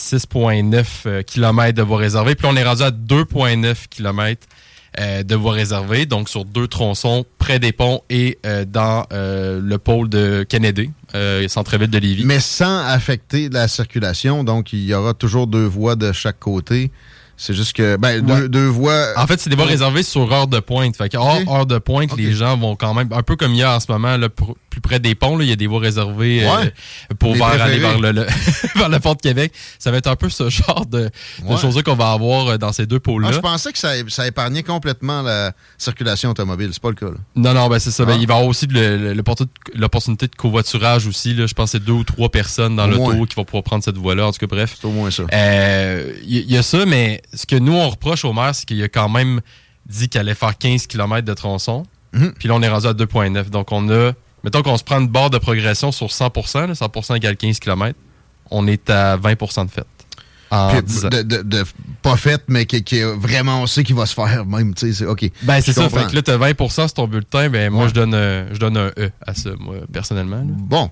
6,9 km de voies réservées. Puis on est rendu à 2,9 km de voies réservées, donc sur 2 tronçons près des ponts et dans le pôle de Kennedy, centre-ville de Lévis. Mais sans affecter la circulation, donc il y aura toujours 2 voies de chaque côté. C'est juste que, deux voies... En fait, c'est des voies réservées sur heure de pointe. Fait que heure de pointe, les gens vont quand même, un peu comme il y a en ce moment, là, plus près des ponts, là, il y a des voies réservées pour aller vers vers le pont de Québec. Ça va être un peu ce genre de choses qu'on va avoir dans ces 2 pôles-là. Je pensais que ça épargnait complètement la circulation automobile. C'est pas le cas, là. Non, c'est ça. Il va y avoir aussi l'opportunité de covoiturage aussi. Là. Je pense que c'est 2 ou 3 personnes dans l'auto qui vont pouvoir prendre cette voie-là. En tout cas, bref. C'est au moins ça. Il y a ça, mais ce que nous, on reproche au maire, c'est qu'il a quand même dit qu'il allait faire 15 km de tronçon. Puis là, on est rendu à 2,9. Donc, mettons qu'on se prend une barre de progression sur 100%, là, 100% égale 15 km, on est à 20% de fait. pas fait, mais qui vraiment on sait qu'il va se faire même. C'est OK. Ben, c'est ça. Fait que là, tu as 20% sur ton bulletin. Ben, moi, je donne un E à ça, moi, personnellement. Là. Bon.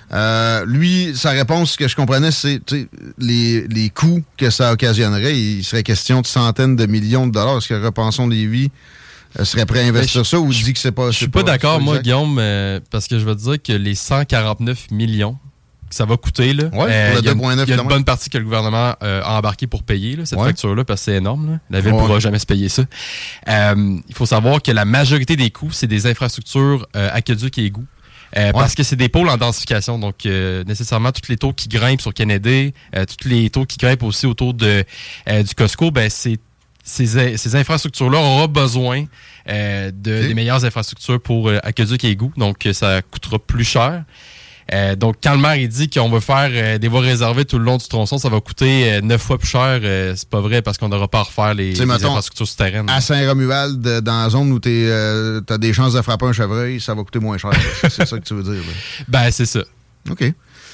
Lui, sa réponse, ce que je comprenais, c'est les coûts que ça occasionnerait. Il serait question de centaines de millions de dollars. Est-ce que Repensons Lévis serait prêt à investir ça ou dit que c'est pas... Je suis pas d'accord, moi, Guillaume, parce que je veux te dire que les 149 millions que ça va coûter, là, pour le 2,9 il y a une bonne partie que le gouvernement a embarqué pour payer là, cette facture-là, parce que c'est énorme. Là. La Ville ne pourra jamais se payer ça. Il faut savoir que la majorité des coûts, c'est des infrastructures aqueducs et égouts. Parce que c'est des pôles en densification. Donc, nécessairement, tous les taux qui grimpent sur Kennedy, tous les taux qui grimpent aussi autour du Costco, ben, ces infrastructures-là auront besoin des meilleures infrastructures pour aqueducs et égouts. Donc, ça coûtera plus cher. Donc, quand le maire il dit qu'on va faire des voies réservées tout le long du tronçon, ça va coûter 9 fois plus cher. C'est pas vrai parce qu'on n'aura pas à refaire les infrastructures souterraines. À Saint-Romuald, dans la zone où t'as des chances de frapper un chevreuil, ça va coûter moins cher. C'est ça que tu veux dire. Là. Ben, c'est ça. OK.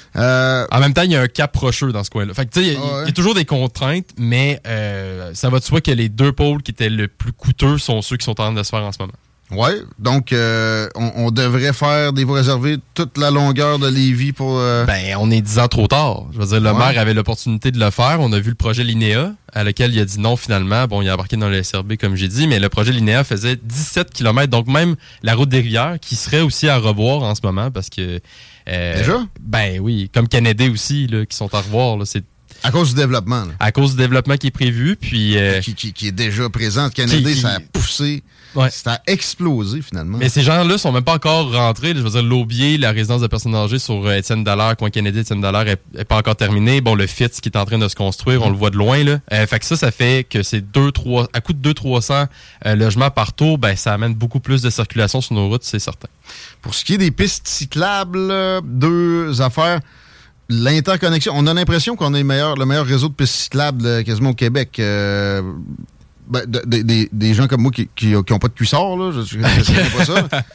En même temps, il y a un cap rocheux dans ce coin-là. Fait que, tu sais, il y a toujours des contraintes, mais ça va de soi que les deux pôles qui étaient le plus coûteux sont ceux qui sont en train de se faire en ce moment. Oui, donc on devrait faire des voies réservées toute la longueur de Lévis pour... Ben, on est 10 ans trop tard. Je veux dire, le maire avait l'opportunité de le faire. On a vu le projet Linéa, à lequel il a dit non finalement. Bon, il a embarqué dans le SRB, comme j'ai dit, mais le projet Linéa faisait 17 km. Donc même la route des Rivières, qui serait aussi à revoir en ce moment, parce que... Déjà? Ben oui, comme Kennedy aussi, là, qui sont à revoir. Là, c'est... À cause du développement. Là. À cause du développement qui est prévu, puis... Qui est déjà présent. Kennedy, ça a poussé... Ouais. Ça a explosé, finalement. Mais ces gens-là sont même pas encore rentrés. Je veux dire, l'Aubier, la résidence de personnes âgées sur Étienne Dallaire, coin Kennedy, Étienne Dallaire, est pas encore terminée. Bon, le FITS qui est en train de se construire, on le voit de loin, là. Fait que ça fait que c'est à coût de 200-300 logements par tour, ben, ça amène beaucoup plus de circulation sur nos routes, c'est certain. Pour ce qui est des pistes cyclables, deux affaires. L'interconnexion. On a l'impression qu'on a le meilleur réseau de pistes cyclables quasiment au Québec. Ben, des gens comme moi qui ont pas de cuissard, là, je ne pas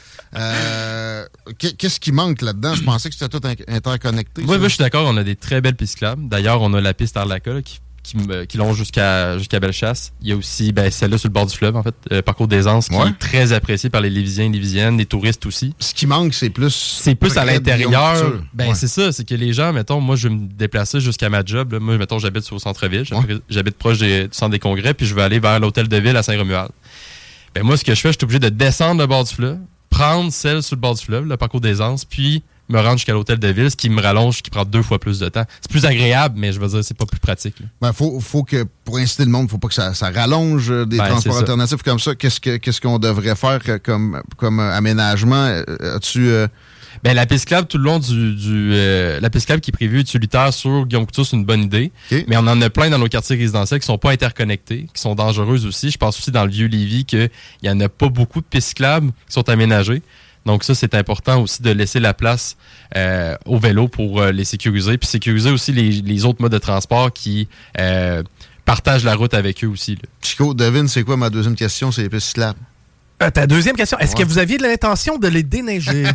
ça. Qu'est-ce qui manque là-dedans? Je pensais que c'était tout interconnecté. Oui, je suis d'accord, on a des très belles pistes cyclables. D'ailleurs, on a la piste Arlaca qui longe jusqu'à Bellechasse. Il y a aussi celle-là sur le bord du fleuve, en fait, Parcours des Anses, qui est très apprécié par les Lévisiens et Lévisiennes, les touristes aussi. Ce qui manque, c'est plus à l'intérieur. C'est ça, c'est que les gens, mettons, moi, je vais me déplacer jusqu'à ma job. Là. Moi, mettons, j'habite au centre-ville, j'habite proche du centre des congrès, puis je vais aller vers l'hôtel de ville à Saint-Romuald. Ben, moi, ce que je fais, je suis obligé de descendre le bord du fleuve, prendre celle sur le bord du fleuve, le Parcours des Anses, puis me rendre jusqu'à l'hôtel de ville, ce qui me rallonge, qui prend 2 fois plus de temps. C'est plus agréable, mais je veux dire, c'est pas plus pratique. Faut que, pour inciter le monde, faut pas que ça rallonge des transports alternatifs comme ça. Qu'est-ce qu'on devrait faire comme aménagement? As-tu... Ben, la piste cyclable tout le long la piste cyclable qui est prévue utilitaire sur Guillaume Couture, c'est une bonne idée. Okay. Mais on en a plein dans nos quartiers résidentiels qui sont pas interconnectés, qui sont dangereuses aussi. Je pense aussi dans le vieux Lévis qu'il y en a pas beaucoup de pistes cyclables qui sont aménagées. Donc ça, c'est important aussi de laisser la place au vélo pour les sécuriser. Puis sécuriser aussi les autres modes de transport qui partagent la route avec eux aussi. Là. Chico, devine, c'est quoi ma deuxième question? C'est les pistes cyclables. Ta deuxième question, est-ce que vous aviez de l'intention de les déneiger?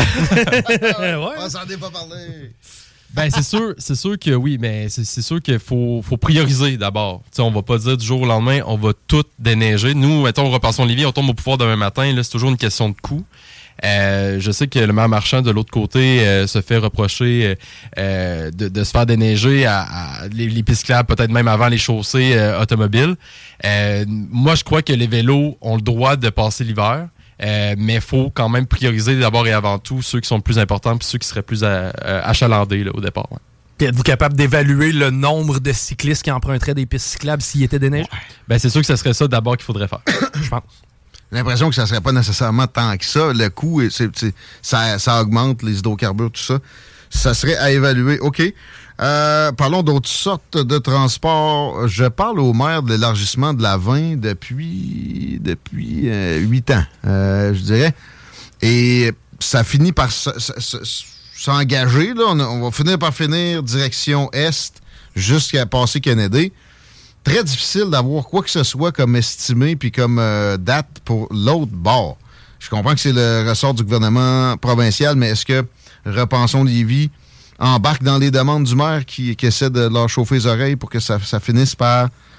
On s'en est pas parlé. Ben, c'est sûr que oui, mais c'est sûr qu'il faut prioriser d'abord. T'sais, on va pas dire du jour au lendemain, on va tout déneiger. Nous, mettons, Repensons Lévis, on tombe au pouvoir demain matin, là, c'est toujours une question de coût. Je sais que le maire Marchand, de l'autre côté, se fait reprocher de se faire déneiger à les pistes cyclables, peut-être même avant les chaussées automobiles. Moi, je crois que les vélos ont le droit de passer l'hiver. Mais il faut quand même prioriser d'abord et avant tout ceux qui sont le plus importants puis ceux qui seraient plus achalandés là, au départ. Ouais. Puis êtes-vous capable d'évaluer le nombre de cyclistes qui emprunteraient des pistes cyclables s'ils étaient déneigés? Ben, c'est sûr que ce serait ça d'abord qu'il faudrait faire. Je pense. J'ai l'impression que ça serait pas nécessairement tant que ça. Le coût, ça augmente, les hydrocarbures, tout ça. Ça serait à évaluer. OK. Parlons d'autres sortes de transports. Je parle au maire de l'élargissement de la 20 depuis 8 ans, je dirais. Et ça finit par s'engager. Là. On va finir par direction Est jusqu'à passer Kennedy. Très difficile d'avoir quoi que ce soit comme estimé puis comme date pour l'autre bord. Je comprends que c'est le ressort du gouvernement provincial, mais est-ce que Repensons Lévis embarque dans les demandes du maire qui essaie de leur chauffer les oreilles pour que ça finisse par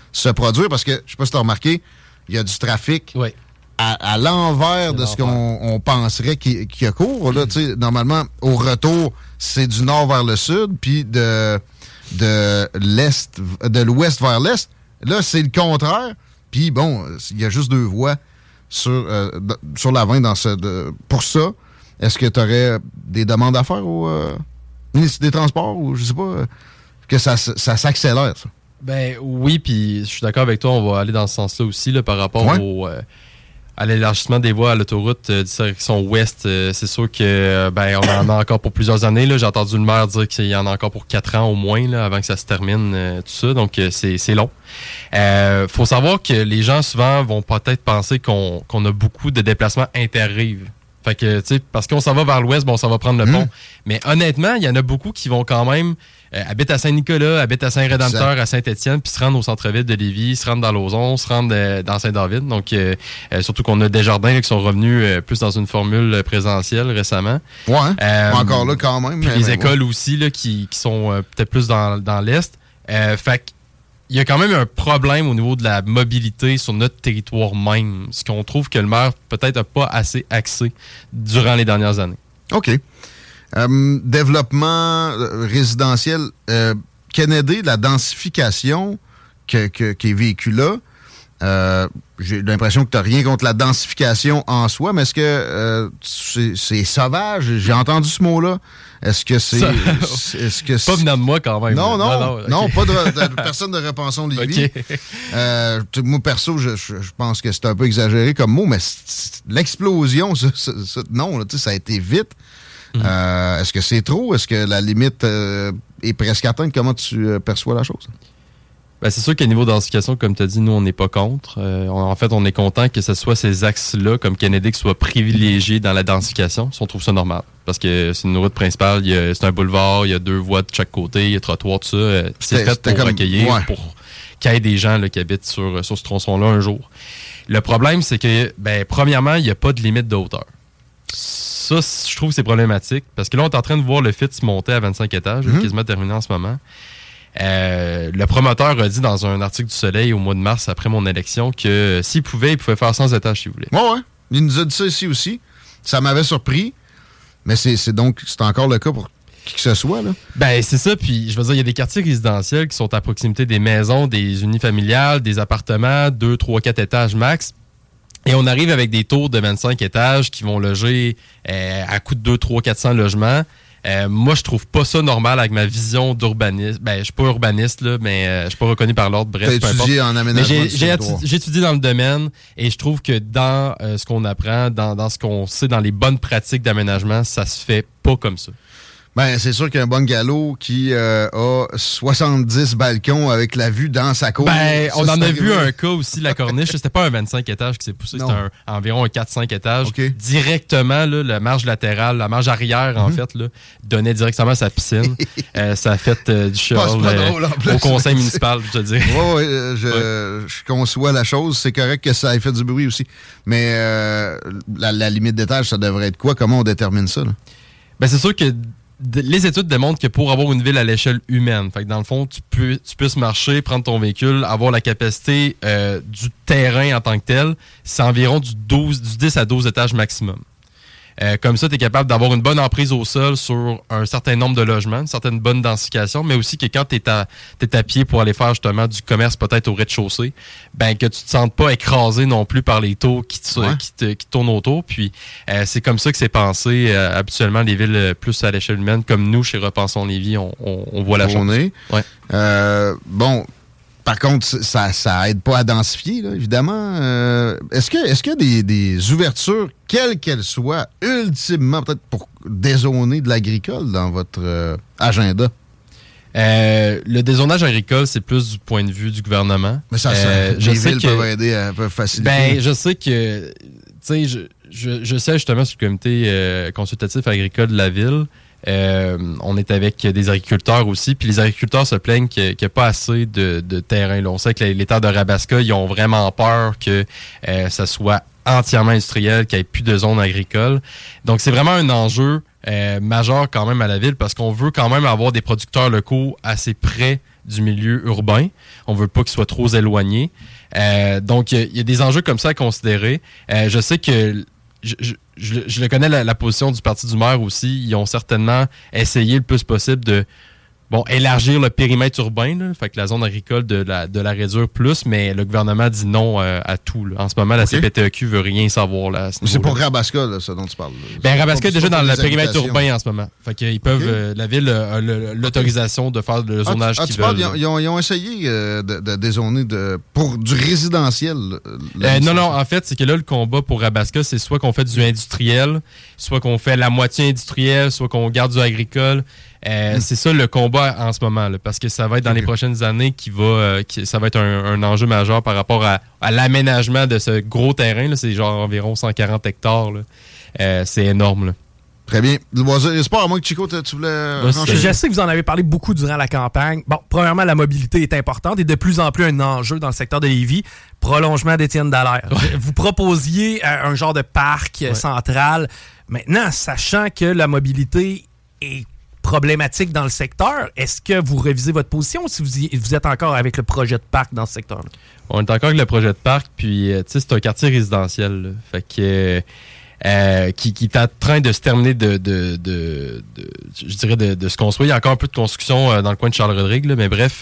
se produire parce que, je sais pas si tu as remarqué, il y a du trafic à l'envers de ce qu'on penserait qu'il y a cours. Là, normalement, au retour, c'est du nord vers le sud, puis de l'ouest vers l'est. Là, c'est le contraire. Puis bon, il y a juste 2 voies sur la 20 pour ça. Est-ce que tu aurais des demandes à faire au ministre des Transports ou je sais pas, que ça s'accélère, ça? Ben oui, puis je suis d'accord avec toi, on va aller dans ce sens-là aussi là, par rapport à l'élargissement des voies à l'autoroute direction ouest. C'est sûr que on en a encore pour plusieurs années. Là. J'ai entendu le maire dire qu'il y en a encore pour 4 ans au moins là, avant que ça se termine, tout ça. Donc c'est long. Faut savoir que les gens souvent vont peut-être penser qu'on a beaucoup de déplacements inter-rives. Fait que, tu sais, parce qu'on s'en va vers l'ouest, ça va prendre le pont. Mais honnêtement, il y en a beaucoup qui vont quand même habitent à Saint-Nicolas, habitent à Saint-Rédempteur, à Saint-Étienne, puis se rendent au centre-ville de Lévis, se rendent dans Lauson, se rendent dans Saint-David. Donc, surtout qu'on a Desjardins là, qui sont revenus plus dans une formule présentielle récemment. Encore là quand même. Puis les écoles aussi là, qui sont peut-être plus dans l'Est. Fait que, il y a quand même un problème au niveau de la mobilité sur notre territoire même, ce qu'on trouve que le maire peut-être n'a pas assez axé durant les dernières années. OK. Développement résidentiel. Kennedy, la densification qui est vécue là, j'ai l'impression que tu n'as rien contre la densification en soi, mais est-ce que c'est sauvage? J'ai entendu ce mot-là. Est-ce que c'est... Pas venant de moi, quand même. Non, pas de personne de Repensons Lévis. Okay. Moi, perso, je pense que c'est un peu exagéré comme mot, mais l'explosion, non, ça a été vite. Est-ce que c'est trop? Est-ce que la limite est presque atteinte? Comment tu perçois la chose? Ben, c'est sûr qu'à niveau densification, comme tu as dit, nous, on n'est pas contre. En fait, on est content que ce soit ces axes-là, comme Kennedy, qui soient privilégiés dans la densification. Si on trouve ça normal. Parce que c'est une route principale, c'est un boulevard, il y a 2 voies de chaque côté, il y a trottoir, tout ça. C'est fait pour accueillir, pour qu'il y ait des gens là, qui habitent sur ce tronçon-là un jour. Le problème, c'est que, premièrement, il n'y a pas de limite de hauteur. Ça, je trouve que c'est problématique. Parce que là, on est en train de voir le FITS monter à 25 étages, quasiment terminé en ce moment. Le promoteur a dit dans un article du Soleil au mois de mars, après mon élection, que s'il pouvait, il pouvait faire 100 étages s'il voulait. Ouais. Il nous a dit ça ici aussi. Ça m'avait surpris. Mais c'est encore le cas pour qui que ce soit, là. Ben, c'est ça. Puis, je veux dire, il y a des quartiers résidentiels qui sont à proximité des maisons, des unifamiliales, des appartements, 2, 3, 4 étages max. Et on arrive avec des tours de 25 étages qui vont loger à coût de 2, 3, 400 logements. Moi, je trouve pas ça normal avec ma vision d'urbaniste. Ben, je suis pas urbaniste, là, mais je suis pas reconnu par l'ordre. Bref, t'as étudié en aménagement du territoire. J'ai étudié dans le domaine et je trouve que dans ce qu'on apprend, dans ce qu'on sait, dans les bonnes pratiques d'aménagement, ça se fait pas comme ça. Ben, c'est sûr qu'un bungalow qui a 70 balcons avec la vue dans sa cour. Ben, on en a vu un cas aussi, la Corniche. C'était pas un 25 étages qui s'est poussé, c'était environ un 4-5 étages. Okay. Directement, là, la marge latérale, la marge arrière, en fait, là, donnait directement à sa piscine. Ça a fait du chiol au conseil municipal, je te dis. Oui, je conçois la chose. C'est correct que ça ait fait du bruit aussi. Mais la limite d'étage, ça devrait être quoi? Comment on détermine ça, là? Ben, c'est sûr que les études démontrent que pour avoir une ville à l'échelle humaine, fait que dans le fond, tu puisses marcher, prendre ton véhicule, avoir la capacité du terrain en tant que tel, c'est environ du 10 à 12 étages maximum. Comme ça, tu es capable d'avoir une bonne emprise au sol sur un certain nombre de logements, une certaine bonne densification, mais aussi que quand tu es à pied pour aller faire justement du commerce peut-être au rez-de-chaussée, ben que tu te sentes pas écrasé non plus par les taux qui tournent autour. Puis c'est comme ça que c'est pensé habituellement les villes plus à l'échelle humaine, comme nous chez Repensons Lévis, on voit la chose. Ouais. Bon. Par contre, ça aide pas à densifier, là, évidemment. Est-ce qu'il y a des ouvertures, quelles qu'elles soient, ultimement, peut-être pour dézoner de l'agricole dans votre agenda? Le dézonage agricole, c'est plus du point de vue du gouvernement. Mais les villes peuvent aider, peuvent faciliter. Ben, je sais que, tu sais, je sais justement sur le comité consultatif agricole de la ville. On est avec des agriculteurs aussi, puis les agriculteurs se plaignent qu'il n'y a pas assez de terrain. Là, on sait que les terres de Rabasca, ils ont vraiment peur que ça soit entièrement industriel, qu'il n'y ait plus de zones agricoles. Donc, c'est vraiment un enjeu majeur quand même à la ville parce qu'on veut quand même avoir des producteurs locaux assez près du milieu urbain. On veut pas qu'il soit trop éloigné. Donc, il y a des enjeux comme ça à considérer. Je sais que je le connais la position du Parti du maire aussi. Ils ont certainement essayé le plus possible de élargir le périmètre urbain, là, fait que la zone agricole de la réduire plus, mais le gouvernement dit non à tout. Là. En ce moment, la CPTEQ veut rien savoir. Là, c'est pour Rabaska, là, ça dont tu parles. Rabaska est déjà dans le périmètre urbain en ce moment. Fait qu'ils peuvent, la ville a l'autorisation de faire le zonage qu'ils veulent. Ils ont essayé de dézoner pour du résidentiel. Non, en fait, c'est que là, le combat pour Rabaska, c'est soit qu'on fait du industriel, soit qu'on fait la moitié industriel, soit qu'on garde du agricole. C'est ça le combat en ce moment, là, parce que ça va être dans les prochaines années ça va être un enjeu majeur par rapport à l'aménagement de ce gros terrain. Là, c'est genre environ 140 hectares. Là. C'est énorme. Là. Très bien. Loisirs et sport, à moins que Chico, tu voulais... Je sais que vous en avez parlé beaucoup durant la campagne. Bon, premièrement, la mobilité est importante et de plus en plus un enjeu dans le secteur de Lévis. Prolongement d'Étienne Dallaire. Ouais. Vous proposiez un genre de parc central. Maintenant, sachant que la mobilité est problématique dans le secteur, est-ce que vous révisez votre position ou si vous êtes encore avec le projet de parc dans ce secteur-là? On est encore avec le projet de parc, puis c'est un quartier résidentiel. Là. Fait que qui est en train de se terminer de se construire. Il y a encore un peu de construction dans le coin de Charles-Rodrigue, là, mais bref,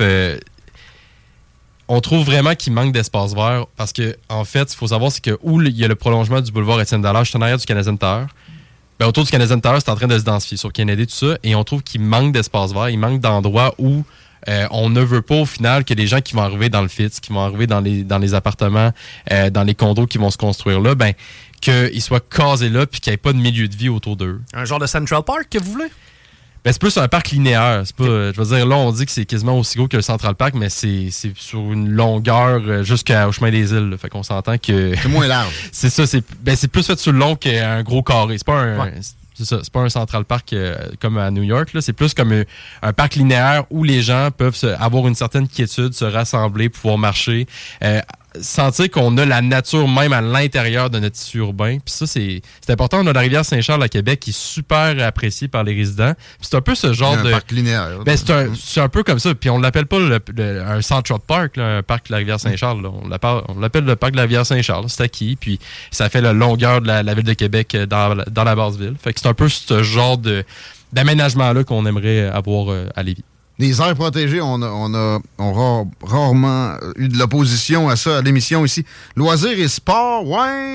on trouve vraiment qu'il manque d'espace vert parce que en fait, il faut savoir c'est que où il y a le prolongement du boulevard Étienne Dallaire, juste en arrière du Canadien Tower. Ben, autour du Canadien Tower, c'est en train de se densifier sur Kennedy, tout ça, et on trouve qu'il manque d'espace vert, il manque d'endroits où on ne veut pas au final que les gens qui vont arriver dans le FITS, qui vont arriver dans les appartements, dans les condos qui vont se construire là, ben qu'ils soient casés là puis qu'il n'y ait pas de milieu de vie autour d'eux. Un genre de Central Park que vous voulez? Ben, c'est plus un parc linéaire. C'est pas, je veux dire, là, on dit que c'est quasiment aussi gros que le Central Park, mais c'est sur une longueur jusqu'au chemin des îles. Là. Fait qu'on s'entend que... C'est moins large. C'est ça. C'est plus fait sur le long qu'un gros carré. C'est pas un... C'est ça, c'est pas un Central Park comme à New York. Là. C'est plus comme un parc linéaire où les gens peuvent avoir une certaine quiétude, se rassembler, pouvoir marcher, sentir qu'on a la nature même à l'intérieur de notre tissu urbain. Puis ça, c'est important. On a la rivière Saint-Charles à Québec qui est super appréciée par les résidents. Puis c'est un peu ce genre de... parc linéaire. Ben, c'est un peu comme ça. Puis on l'appelle pas un Central Park, là, un parc de la rivière Saint-Charles. Là. On l'appelle le parc de la rivière Saint-Charles. C'est acquis. Puis ça fait la longueur de la ville de Québec dans la basse ville. Fait que c'est un peu ce genre d'aménagement-là qu'on aimerait avoir à Lévis. Les aires protégées, on a rarement eu de l'opposition à ça à l'émission ici. Loisirs et sport,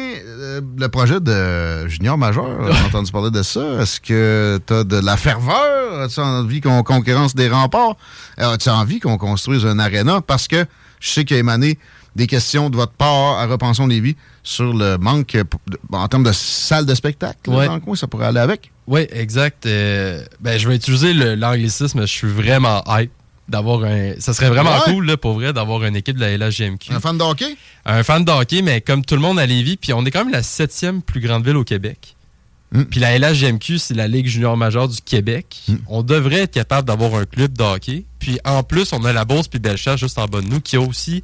le projet de junior majeur, on a entendu parler de ça. Est-ce que tu as de la ferveur? As-tu envie qu'on concurrence des remparts? As-tu envie qu'on construise un aréna? Parce que je sais qu'il y a émané des questions de votre part à Repensons Lévis sur le manque en termes de salle de spectacle dans le coin, ça pourrait aller avec. Oui, exact. Je vais utiliser l'anglicisme. Je suis vraiment hype d'avoir ça serait vraiment cool, là, pour vrai, d'avoir une équipe de la LHJMQ. Un fan de hockey? Un fan de hockey, mais comme tout le monde à Lévis, puis on est quand même la 7e plus grande ville au Québec. Puis la LHJMQ, c'est la Ligue junior majeure du Québec. On devrait être capable d'avoir un club de hockey. Puis en plus, on a la Beauce puis Bellechasse juste en bas de nous qui a aussi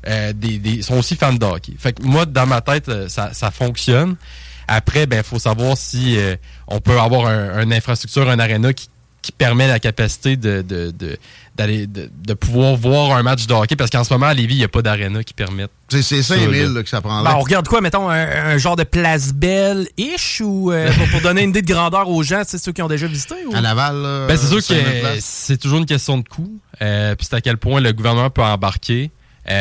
sont aussi fans de hockey. Fait que moi, dans ma tête, ça fonctionne. Après, il faut savoir si on peut avoir une infrastructure, un aréna qui permet la capacité de pouvoir voir un match de hockey. Parce qu'en ce moment, à Lévis, il n'y a pas d'aréna qui permette. C'est 5000 que ça prend là. On regarde quoi, mettons, un genre de Place Belle-ish ou pour donner une idée de grandeur aux gens, c'est ceux qui ont déjà visité? Ou? À Laval, c'est sûr que c'est toujours une question de coût. Puis c'est à quel point le gouvernement peut embarquer.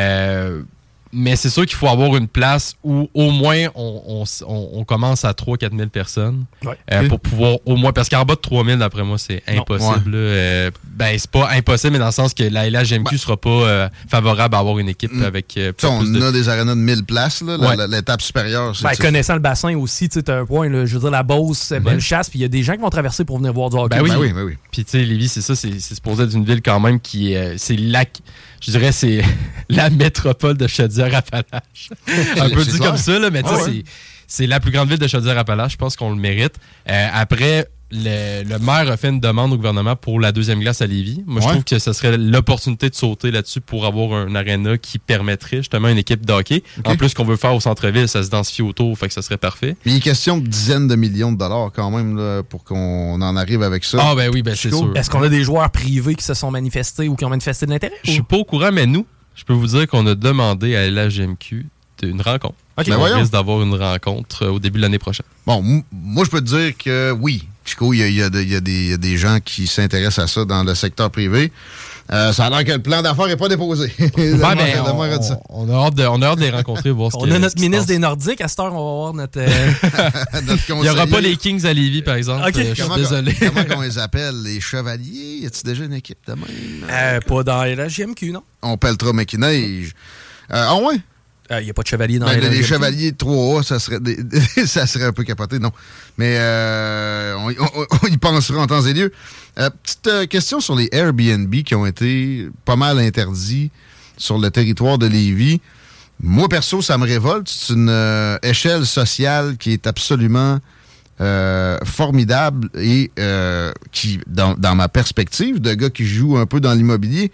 Mais c'est sûr qu'il faut avoir une place où au moins on commence à 3-4 000 personnes pour pouvoir au moins... Parce qu'en bas de 3 000, d'après moi, c'est impossible. C'est pas impossible, mais dans le sens que la LHJMQ sera pas favorable à avoir une équipe avec... on a des arénas de 1000 places. Là, l'étape supérieure. Connaissant le bassin aussi, tu as un point, là, je veux dire, la Beauce, Bellechasse, puis il y a des gens qui vont traverser pour venir voir du hockey. Oui. Puis tu sais, Lévis, c'est ça, c'est supposé être une ville quand même qui... je dirais c'est la métropole de Chaudière-Appalaches. Un peu dit comme ça, là, mais tu sais, c'est la plus grande ville de Chaudière-Appalaches. Je pense qu'on le mérite. Après, le maire a fait une demande au gouvernement pour la deuxième glace à Lévis. Moi, je trouve que ce serait l'opportunité de sauter là-dessus pour avoir un aréna qui permettrait justement une équipe de hockey. Okay. En plus, qu'on veut faire au centre-ville, ça se densifie autour, fait que ça serait parfait. Il est question de dizaines de millions de dollars quand même là, pour qu'on en arrive avec ça. Ah ben oui, ben c'est sûr. Est-ce qu'on a des joueurs privés qui se sont manifestés ou qui ont manifesté de l'intérêt? Je suis pas au courant, mais nous, je peux vous dire qu'on a demandé à LHJMQ une rencontre. Okay. On risque d'avoir une rencontre au début de l'année prochaine. Bon, moi, je peux te dire que oui, Chico, il y a des gens qui s'intéressent à ça dans le secteur privé. Ça a l'air que le plan d'affaires n'est pas déposé. On a hâte de les rencontrer, voir ce on a notre ministre des Nordiques. À cette heure, on va voir notre conseiller. Il n'y aura pas les Kings à Lévis, par exemple. Okay. Je suis désolé. Comment on les appelle? Les Chevaliers? Y a-t-il déjà une équipe de même? Pas dans la JMQ, non? On pelletera Méquineige. Ah ouais? Il n'y a pas de chevaliers dans les chevaliers de 3A, ça serait un peu capoté, non. Mais on y pensera en temps et lieu. Petite question sur les Airbnb qui ont été pas mal interdits sur le territoire de Lévis. Moi, perso, ça me révolte. C'est une échelle sociale qui est absolument formidable et qui, dans ma perspective, de gars qui jouent un peu dans l'immobilier,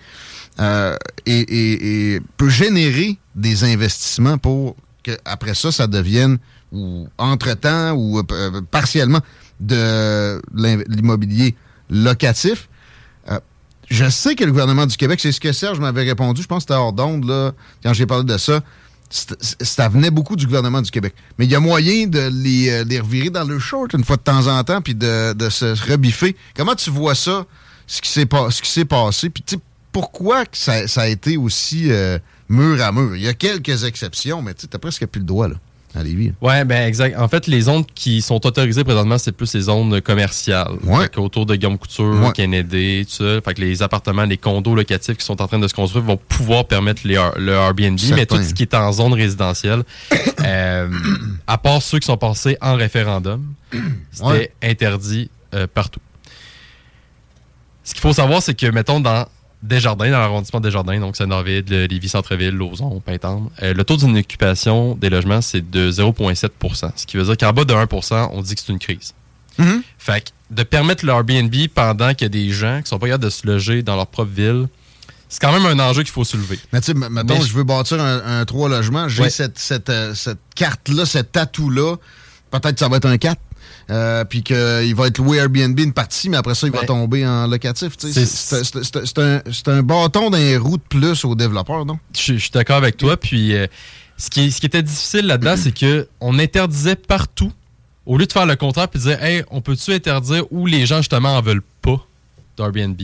et peut générer des investissements pour qu'après ça devienne, ou entre-temps, ou partiellement, de l'immobilier locatif. Je sais que le gouvernement du Québec, c'est ce que Serge m'avait répondu, je pense que c'était hors d'onde, là, quand j'ai parlé de ça, ça venait beaucoup du gouvernement du Québec. Mais il y a moyen de les revirer dans le short une fois de temps en temps, puis de se rebiffer. Comment tu vois ça, ce qui s'est passé? Puis tu sais, pourquoi que ça a été aussi mur à mur? Il y a quelques exceptions, mais tu n'as presque plus le doigt, là, à Lévis. Oui, ben exact. En fait, les zones qui sont autorisées présentement, c'est plus les zones commerciales. Ouais. Autour de Guillaume Couture, Kennedy, tout ça. Fait que les appartements, les condos locatifs qui sont en train de se construire vont pouvoir permettre le Airbnb, mais tout ce qui est en zone résidentielle, à part ceux qui sont passés en référendum, c'était interdit partout. Ce qu'il faut savoir, c'est que, mettons, dans Desjardins, dans l'arrondissement de Desjardins, donc Saint-David, Lévis-Centreville, Lauson, Pintendre, le taux d'une occupation des logements, c'est de 0,7 %. Ce qui veut dire qu'en bas de 1 % on dit que c'est une crise. Mm-hmm. Fait que de permettre le Airbnb pendant qu'il y a des gens qui sont pas capables de se loger dans leur propre ville, c'est quand même un enjeu qu'il faut soulever. Mais tu sais, mettons, je veux bâtir un 3 logements, j'ai cette carte-là, cet atout-là, peut-être que ça va être un 4. Puis qu'il va être loué Airbnb une partie, mais après ça, il va tomber en locatif. C'est un bâton dans les roues de plus aux développeurs, non? Je suis d'accord avec toi. Puis ce qui était difficile là-dedans, c'est qu'on interdisait partout, au lieu de faire le contraire puis de dire, hey, on peut-tu interdire où les gens, justement, en veulent pas d'Airbnb?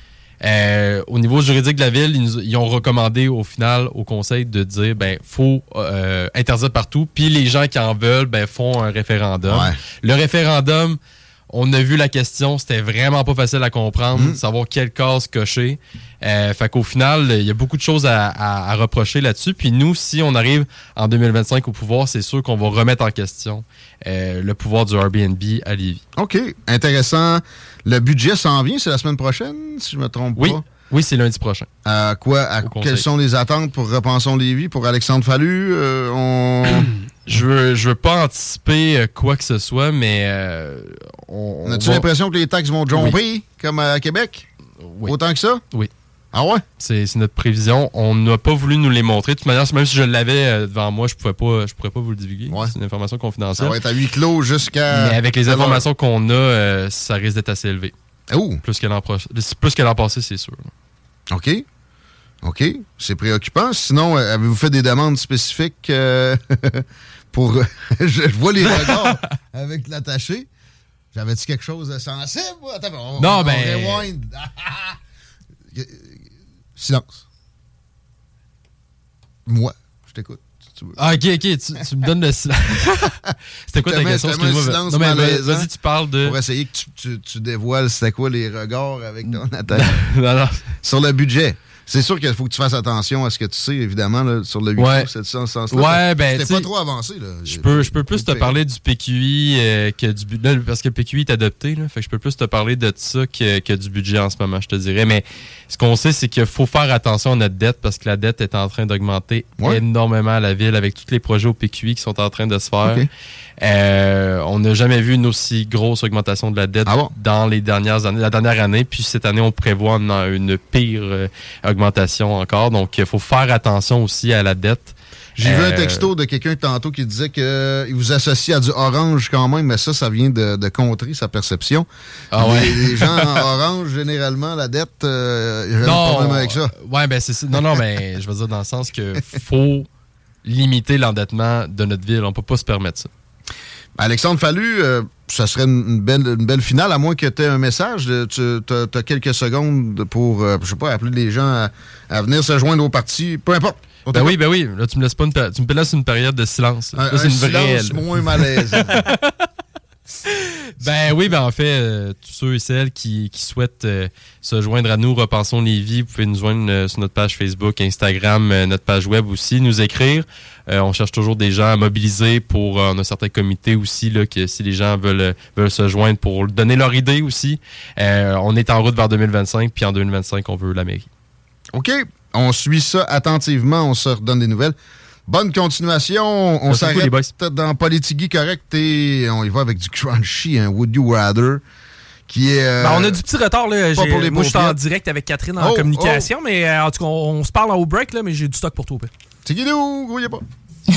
Au niveau juridique de la ville, ils ont recommandé au final au conseil de dire faut interdire partout, puis les gens qui en veulent font un référendum. Ouais. Le référendum, on a vu la question, c'était vraiment pas facile à comprendre, savoir quelle case cocher. Fait qu'au final, il y a beaucoup de choses à reprocher là-dessus. Puis nous, si on arrive en 2025 au pouvoir, c'est sûr qu'on va remettre en question le pouvoir du Airbnb à Lévis. OK, intéressant. Le budget s'en vient, c'est la semaine prochaine, si je me trompe pas? Oui, c'est lundi prochain. Quelles sont les attentes pour Repensons Lévis, pour Alexandre Fallu? Je veux pas anticiper quoi que ce soit, mais as-tu l'impression que les taxes vont jumper, comme à Québec? Oui. Autant que ça? Oui. Ah ouais? C'est notre prévision. On n'a pas voulu nous les montrer. De toute manière, même si je l'avais devant moi, je pourrais pas vous le divulguer. Ouais. C'est une information confidentielle. Ça va être à huis clos jusqu'à... Mais avec les informations qu'on a, ça risque d'être assez élevé. Oh! Plus que l'an passé, c'est sûr. OK. C'est préoccupant. Sinon, avez-vous fait des demandes spécifiques pour... je vois les regards avec l'attaché. J'avais-tu quelque chose de sensible? Attends, on rewind. Silence. Moi, je t'écoute. Si tu veux. Ah, OK. Tu me donnes le silence. C'était quoi ta question? Excuse-moi. Non, mais vas-y, tu parles de... Pour essayer que tu dévoiles c'était quoi les regards avec ton attache. non. Sur le budget. C'est sûr qu'il faut que tu fasses attention à ce que tu sais, évidemment, là, sur le 8 clos, c'est ça, en ce sens-là. Ouais, ben, t'es pas trop avancé, là. Je peux plus te parler du PQI que du budget, parce que le PQI est adopté, là, fait que je peux plus te parler de ça que du budget en ce moment, je te dirais. Mais ce qu'on sait, c'est qu'il faut faire attention à notre dette, parce que la dette est en train d'augmenter énormément à la ville, avec tous les projets au PQI qui sont en train de se faire. Okay. On n'a jamais vu une aussi grosse augmentation de la dette dans les dernières années, la dernière année, puis cette année, on prévoit une pire augmentation encore. Donc, il faut faire attention aussi à la dette. J'ai vu un texto de quelqu'un tantôt qui disait qu'il vous associe à du orange quand même, mais ça vient de contrer sa perception. Ah ouais. Les gens en orange, généralement, la dette, ils ont un problème avec ça. Ouais, ben c'est ça. Non, ben je veux dire dans le sens que faut limiter l'endettement de notre ville. On peut pas se permettre ça. Alexandre Fallu, ça serait une belle finale, à moins que tu aies un message. Tu as quelques secondes pour, je sais pas, appeler les gens à venir se joindre au parti, peu importe. Ben oui. Là, tu me laisses une période de silence. Là, c'est une vraie silence moins malaise. En fait, tous ceux et celles qui souhaitent se joindre à nous, Repensons Lévis, vous pouvez nous joindre sur notre page Facebook, Instagram, notre page web aussi, nous écrire. On cherche toujours des gens à mobiliser pour on a certains comités aussi, là, que si les gens veulent se joindre pour donner leur idée aussi. On est en route vers 2025, puis en 2025, on veut la mairie. OK. On suit ça attentivement, on se redonne des nouvelles. Bonne continuation. On s'arrête dans Politigui correct et on y va avec du crunchy, un Would You Rather, qui est... on a du petit retard. Là. Moi, je suis en direct avec Catherine en communication, mais en tout cas, on se parle en break, là, mais j'ai du stock pour toi. C'est qui nous? Grouillez pas.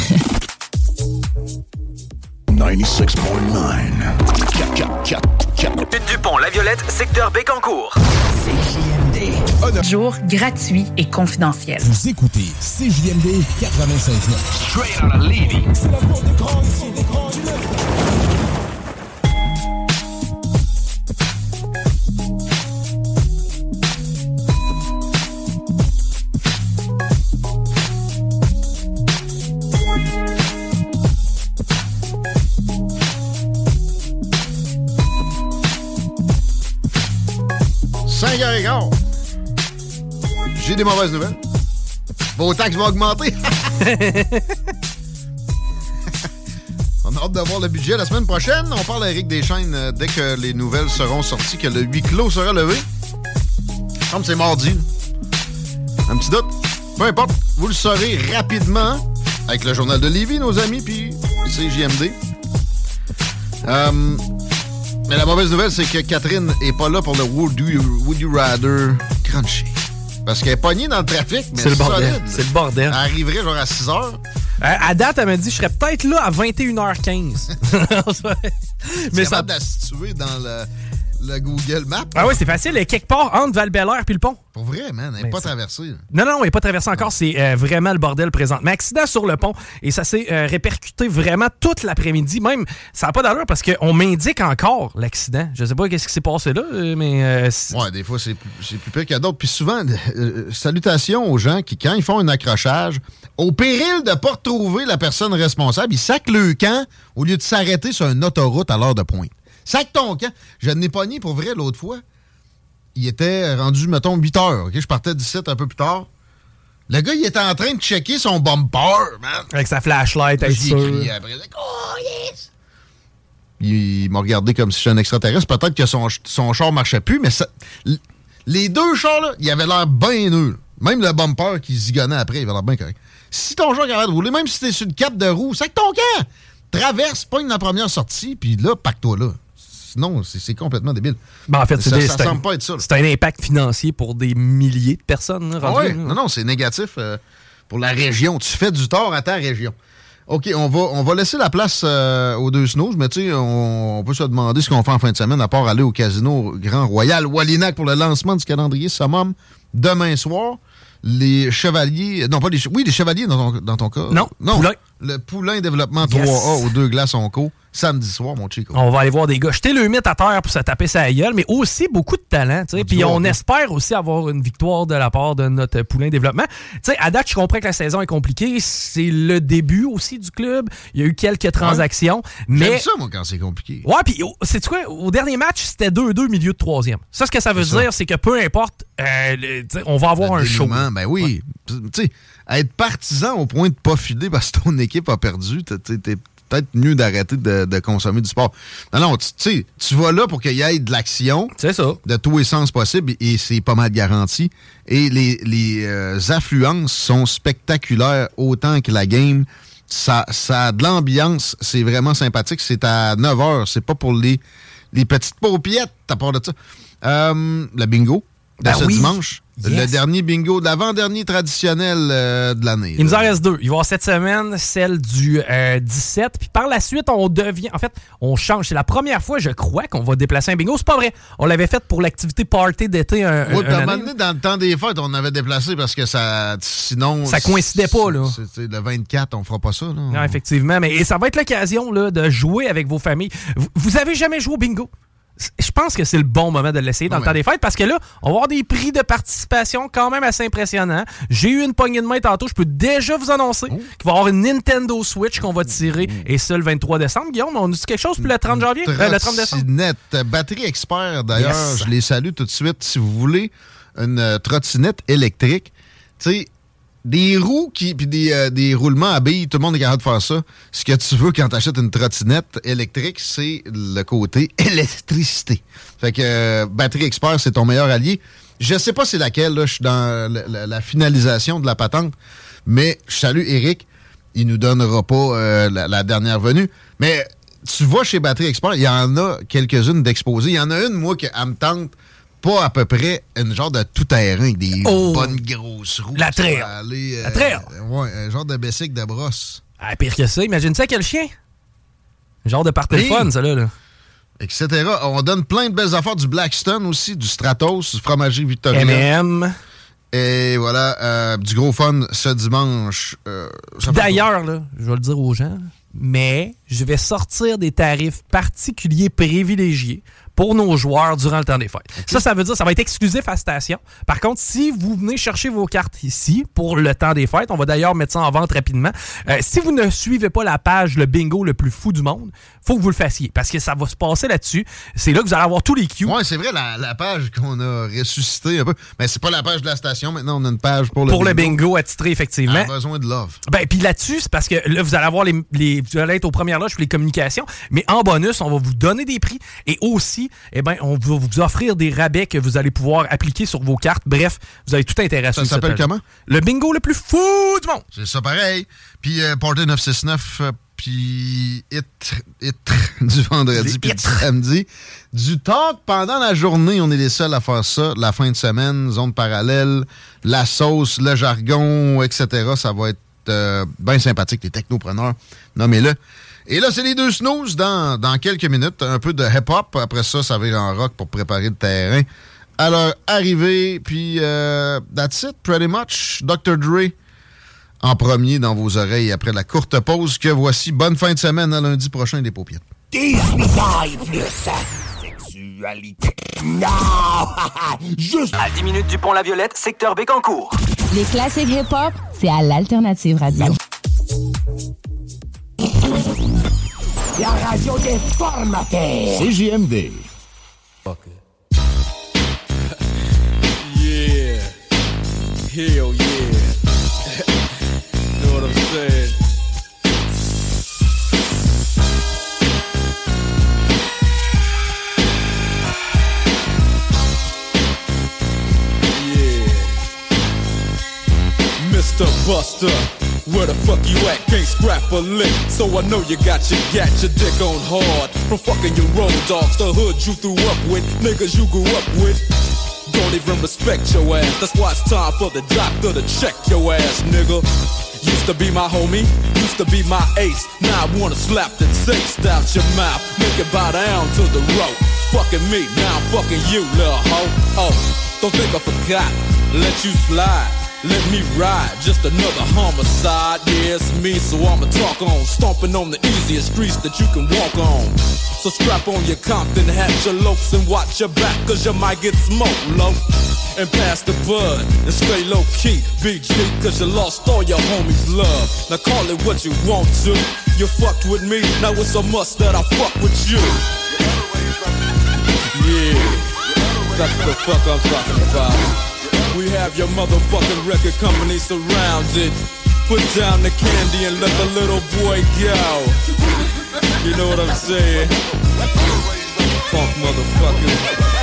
96.9. Dupont, La Violette, secteur Bécancour. CJMD. Jour gratuit et confidentiel. Vous écoutez CJMD 96.9. Straight out of Lévis. C'est la porte d'écran ici, l'écran du neuf. Saint-Grégoire. J'ai des mauvaises nouvelles. Vos taxes vont augmenter. On a hâte de voir le budget la semaine prochaine. On parle à Éric Deschaines dès que les nouvelles seront sorties, que le huis clos sera levé. Comme c'est mardi. Un petit doute. Peu importe. Vous le saurez rapidement avec le Journal de Lévis, nos amis, puis CJMD. Mais la mauvaise nouvelle, c'est que Catherine est pas là pour le Would You Rather crunchy. Parce qu'elle est pognée dans le trafic, mais c'est le bordel. Solide. C'est le bordel. Elle arriverait genre à 6 h. À date, elle m'a dit je serais peut-être là à 21h15. Mais ça de la situer dans le Google Maps. Ah oui, c'est facile. Elle est quelque part entre Val-Bélair puis le pont. Pour vrai, man. Elle n'est pas traversée. Non, elle n'est pas traversée encore. C'est vraiment le bordel présent. Mais accident sur le pont. Et ça s'est répercuté vraiment toute l'après-midi. Même, ça n'a pas d'allure parce qu'on m'indique encore l'accident. Je ne sais pas qu'est-ce qui s'est passé là, mais... Ouais, des fois, c'est plus pire que d'autres. Puis souvent, salutations aux gens qui, quand ils font un accrochage, au péril de ne pas retrouver la personne responsable, ils sacent le camp au lieu de s'arrêter sur une autoroute à l'heure de pointe. Sac ton camp. Je n'ai pogné pour vrai l'autre fois. Il était rendu, mettons, 8 heures. Okay? Je partais d'17 un peu plus tard. Le gars, il était en train de checker son bumper, man. Avec sa flashlight, avec ça. J'ai crié après. Oh, yes! Il m'a regardé comme si j'étais un extraterrestre. Peut-être que son char marchait plus, mais ça, les deux chars, là, il avait l'air bien nul. Même le bumper qui zigonnait après, il avait l'air bien correct. Si ton char est capable de rouler, même si t'es sur une cape de roue, sac ton camp! Traverse, pogne la première sortie, puis là, pack-toi là. Sinon, c'est complètement débile. Ben en fait, ça semble pas être ça. C'est un impact financier pour des milliers de personnes. Oui, non, c'est négatif pour la région. Tu fais du tort à ta région. OK, on va laisser la place aux deux snooze, mais tu sais, on peut se demander ce qu'on fait en fin de semaine, à part aller au casino Grand Royal Wallinac pour le lancement du calendrier Summum demain soir. Les chevaliers... Non, pas les... Oui, les chevaliers dans ton cas. Non. le Poulain Développement 3A aux Deux Glaces Onco, samedi soir, mon Chico. On va aller voir des gars jeter le mythe à terre pour se taper sa gueule, mais aussi beaucoup de talent. Puis on espère aussi avoir une victoire de la part de notre Poulain Développement. T'sais, à date, je comprends que la saison est compliquée. C'est le début aussi du club. Il y a eu quelques transactions. Mais... J'aime ça, moi, quand c'est compliqué. Ouais, puis sais-tu quoi? Au dernier match, c'était 2-2 milieu de troisième. Ça, ce que ça veut dire, c'est que peu importe, on va avoir un show. Ben oui. Tu sais, être partisan au point de pas filer parce que ton équipe a perdu, t'es peut-être mieux d'arrêter de consommer du sport. Non, tu sais, tu vas là pour qu'il y ait de l'action. C'est ça. De tous les sens possibles, et c'est pas mal garanti. Et les affluences sont spectaculaires autant que la game. Ça a de l'ambiance, c'est vraiment sympathique. C'est à 9h, c'est pas pour les petites paupiettes à part de ça. Le bingo de ce dimanche. Yes. Le dernier bingo, l'avant-dernier traditionnel de l'année. Il nous en reste 2. Il va y avoir cette semaine, celle du 17. Puis par la suite, on change. C'est la première fois, je crois, qu'on va déplacer un bingo. C'est pas vrai. On l'avait fait pour l'activité party d'été. Oui, puis à un moment donné, dans le temps des fêtes, on avait déplacé parce que sinon... Ça coïncidait pas, là. Le 24, on fera pas ça, là. Non, effectivement. Mais ça va être l'occasion là, de jouer avec vos familles. Vous avez jamais joué au bingo? Je pense que c'est le bon moment de l'essayer dans le temps des fêtes parce que là, on va avoir des prix de participation quand même assez impressionnants. J'ai eu une poignée de main tantôt. Je peux déjà vous annoncer qu'il va y avoir une Nintendo Switch qu'on va tirer et ça le 23 décembre. Guillaume, on a dit quelque chose pour le 30 janvier? Le 30 décembre? Trottinette. Batterie Expert, d'ailleurs. Yes. Je les salue tout de suite. Si vous voulez une trottinette électrique, tu sais, des roues puis des roulements à billes, tout le monde est capable de faire ça. Ce que tu veux quand tu achètes une trottinette électrique, c'est le côté électricité. Fait que Batterie Expert, c'est ton meilleur allié. Je sais pas c'est laquelle, là, je suis dans la finalisation de la patente, mais je salue Eric. Il nous donnera pas la dernière venue. Mais tu vas chez Batterie Expert, il y en a quelques-unes d'exposées. Il y en a une, moi, qui me tente pas à peu près une genre de tout-terrain avec des bonnes grosses roues. La trail. La trail. Ouais, un genre de bicycle de brosse. Ah, pire que ça, imagine ça quel chien. Un genre de party fun, ça là. Etc. On donne plein de belles affaires, du Blackstone aussi, du Stratos, du fromagerie Victoria. M&M. Et voilà, du gros fun ce dimanche. D'ailleurs, là, je vais le dire aux gens, mais je vais sortir des tarifs particuliers privilégiés pour nos joueurs durant le temps des fêtes. Okay. Ça veut dire que ça va être exclusif à la station. Par contre, si vous venez chercher vos cartes ici pour le temps des fêtes, on va d'ailleurs mettre ça en vente rapidement. Si vous ne suivez pas la page Le Bingo le plus fou du monde, faut que vous le fassiez parce que ça va se passer là-dessus. C'est là que vous allez avoir tous les cues. Oui, c'est vrai, la page qu'on a ressuscitée un peu. Mais c'est pas la page de la station. Maintenant, on a une page pour le bingo. Pour le bingo attitré, effectivement. On a besoin de love. Ben, puis là-dessus, c'est parce que là, vous allez avoir vous allez être aux premières loges pour les communications. Mais en bonus, on va vous donner des prix et aussi, on va vous offrir des rabais que vous allez pouvoir appliquer sur vos cartes. Bref, vous avez tout intérêt à ça. Ça s'appelle comment? Le bingo le plus fou du monde. C'est ça pareil. Puis Party 969, puis du vendredi, puis du samedi. Du talk pendant la journée, on est les seuls à faire ça. La fin de semaine, zone parallèle, la sauce, le jargon, etc. Ça va être bien sympathique, les technopreneurs. Nommez-le. Et là, c'est les deux snooze dans quelques minutes. Un peu de hip-hop. Après ça, ça va en rock pour préparer le terrain. À leur arrivée, puis that's it, pretty much. Dr. Dre en premier dans vos oreilles après la courte pause que voici. Bonne fin de semaine à lundi prochain, des paupières. 18 ans et plus. Sexualité. Non! Juste à 10 minutes du Pont-la-Violette, secteur Bécancour. Les classiques hip-hop, c'est à l'Alternative Radio. La radio des formateurs. CJMD. Yeah. Hell yeah. Know what I'm saying? Yeah. Mr. Buster. Where the fuck you at? Can't scrap a lick. So I know you got your dick on hard. From fucking your road dogs, the hood you threw up with, niggas you grew up with. Don't even respect your ass. That's why it's time for the doctor to check your ass, nigga. Used to be my homie, used to be my ace. Now I wanna slap the taste out your mouth. Make it bow down to the rope. Fucking me, now I'm fucking you, little hoe. Oh, don't think I forgot. Let you slide. Let me ride, just another homicide. Yeah, it's me, so I'ma talk on. Stomping on the easiest streets that you can walk on. So strap on your Compton hat, your loafs, and watch your back, cause you might get smoked, low. And pass the bud, and stay low-key. BG, cause you lost all your homies' love. Now call it what you want to. You fucked with me, now it's a must that I fuck with you. Yeah, that's the fuck I'm talking about. We have your motherfucking record company surrounded. Put down the candy and let the little boy go. You know what I'm saying? Funk motherfucker.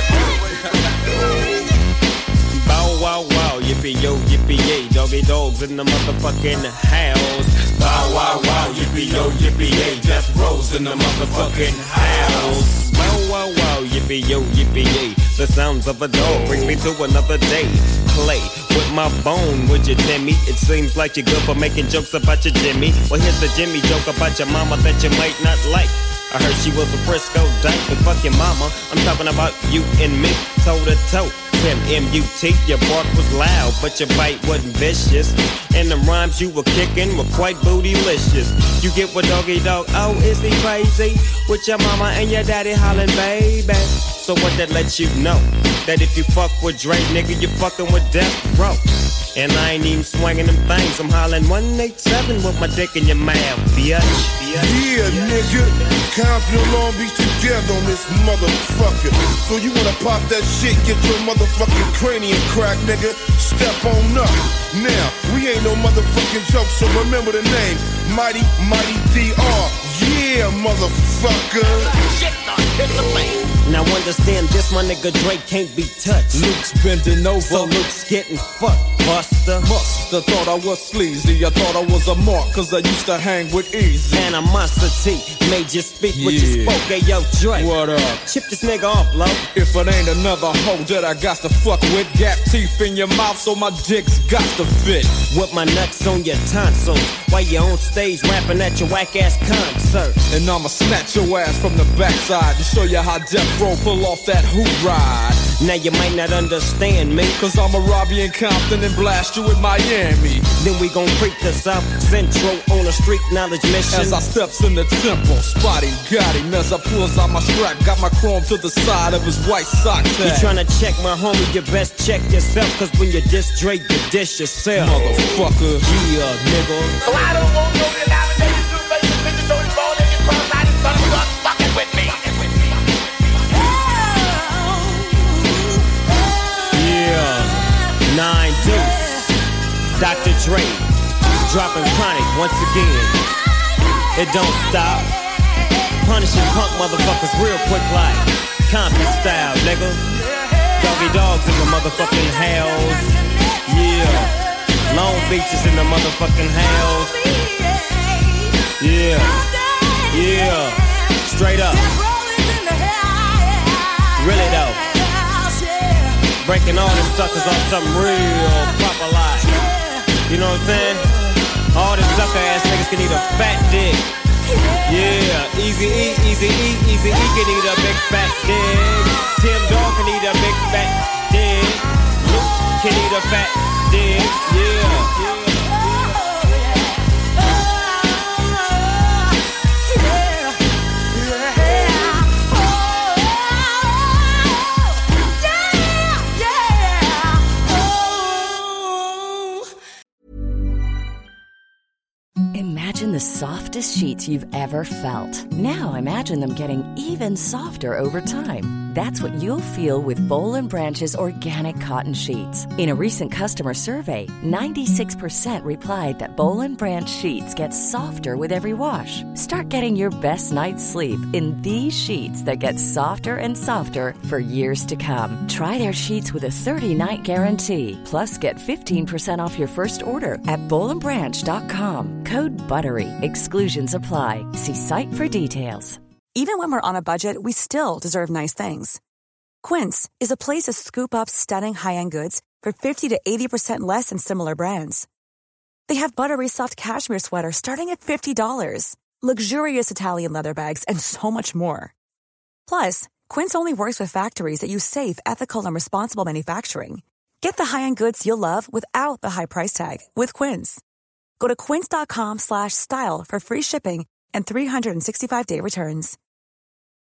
Bow wow wow, yippee yo, yippee yay, doggy dogs in the motherfucking house. Bow wow wow, yippee yo, yippee yay, death rows in the motherfucking house. Bow wow wow, yippee yo, yippee yay, the sounds of a dog brings me to another day. Play with my bone, would you, Timmy? It seems like you're good for making jokes about your Jimmy. Well, here's the Jimmy joke about your mama that you might not like. I heard she was a Frisco dyke, but fuck your mama. I'm talking about you and me, toe to toe. M-U-T, your bark was loud, but your bite wasn't vicious. And the rhymes you were kicking were quite bootylicious. You get what doggy dog, oh, is he crazy? With your mama and your daddy hollering, baby. So what that lets you know? That if you fuck with Dre, nigga, you fucking with Death Row. And I ain't even swinging them things, I'm hollering 187 with my dick in your mouth, bitch. Yeah, nigga, Compton and Long Beach together on this motherfucker. So you wanna pop that shit, get your motherfucking cranium crack, nigga. Step on up. Now, we ain't no motherfucking joke, so remember the name. Mighty, Mighty DR. Yeah, motherfucker. Shit, hit the face. Now understand this, my nigga Drake can't be touched. Luke's bending over, so Luke's getting fucked. Buster Musta thought I was sleazy. I thought I was a mark, cause I used to hang with Easy. Animosity made you speak what you spoke. Hey, yo, Drake, what up? Chip this nigga off, low. If it ain't another hoe that I got to fuck with, gap teeth in your mouth so my dick's got to fit. With my nuts on your tonsils, while you on stage rapping at your whack-ass concert. And I'ma snatch your ass from the backside to show you how Death Row pull off that hoop ride. Now you might not understand me, cause I'ma rob you in Compton and blast you in Miami. Then we gon' creep to South Central on a street knowledge mission. As I steps in the temple, spotty got him as I pulls out my strap. Got my chrome to the side of his white sock tag. You tryna check my homie, you best check yourself, cause when you diss Drake, you dish yourself. Motherfucker, yeah, nigga. So I don't want no denomination to make the bitches don't fall in your cross. I just thought you was fucking with me. Yeah, 9 Deuce, Dr. Dre, dropping chronic once again. It don't stop. Punishing punk motherfuckers real quick like Compton style, nigga. Doggy dogs in the motherfucking house. Yeah, Long Beach is in the motherfucking house. Yeah, yeah, straight up. Really though. Breaking all them suckers off something real proper like. You know what I'm saying? All them sucker ass niggas can eat a fat dick. Yeah, Easy E, Easy E, Easy E can eat a big fat dick. Tim Dog can eat a big fat dick. Luke can eat a fat dick. Yeah. Imagine the softest sheets you've ever felt. Now imagine them getting even softer over time. That's what you'll feel with Boll & Branch's organic cotton sheets. In a recent customer survey, 96% replied that Boll & Branch sheets get softer with every wash. Start getting your best night's sleep in these sheets that get softer and softer for years to come. Try their sheets with a 30-night guarantee. Plus, get 15% off your first order at bollandbranch.com. Code BUTTERY. Exclusions apply. See site for details. Even when we're on a budget, we still deserve nice things. Quince is a place to scoop up stunning high-end goods for 50 to 80% less than similar brands. They have buttery soft cashmere sweaters starting at $50, luxurious Italian leather bags, and so much more. Plus, Quince only works with factories that use safe, ethical, and responsible manufacturing. Get the high-end goods you'll love without the high price tag with Quince. Go to quince.com/style for free shipping and 365-day returns.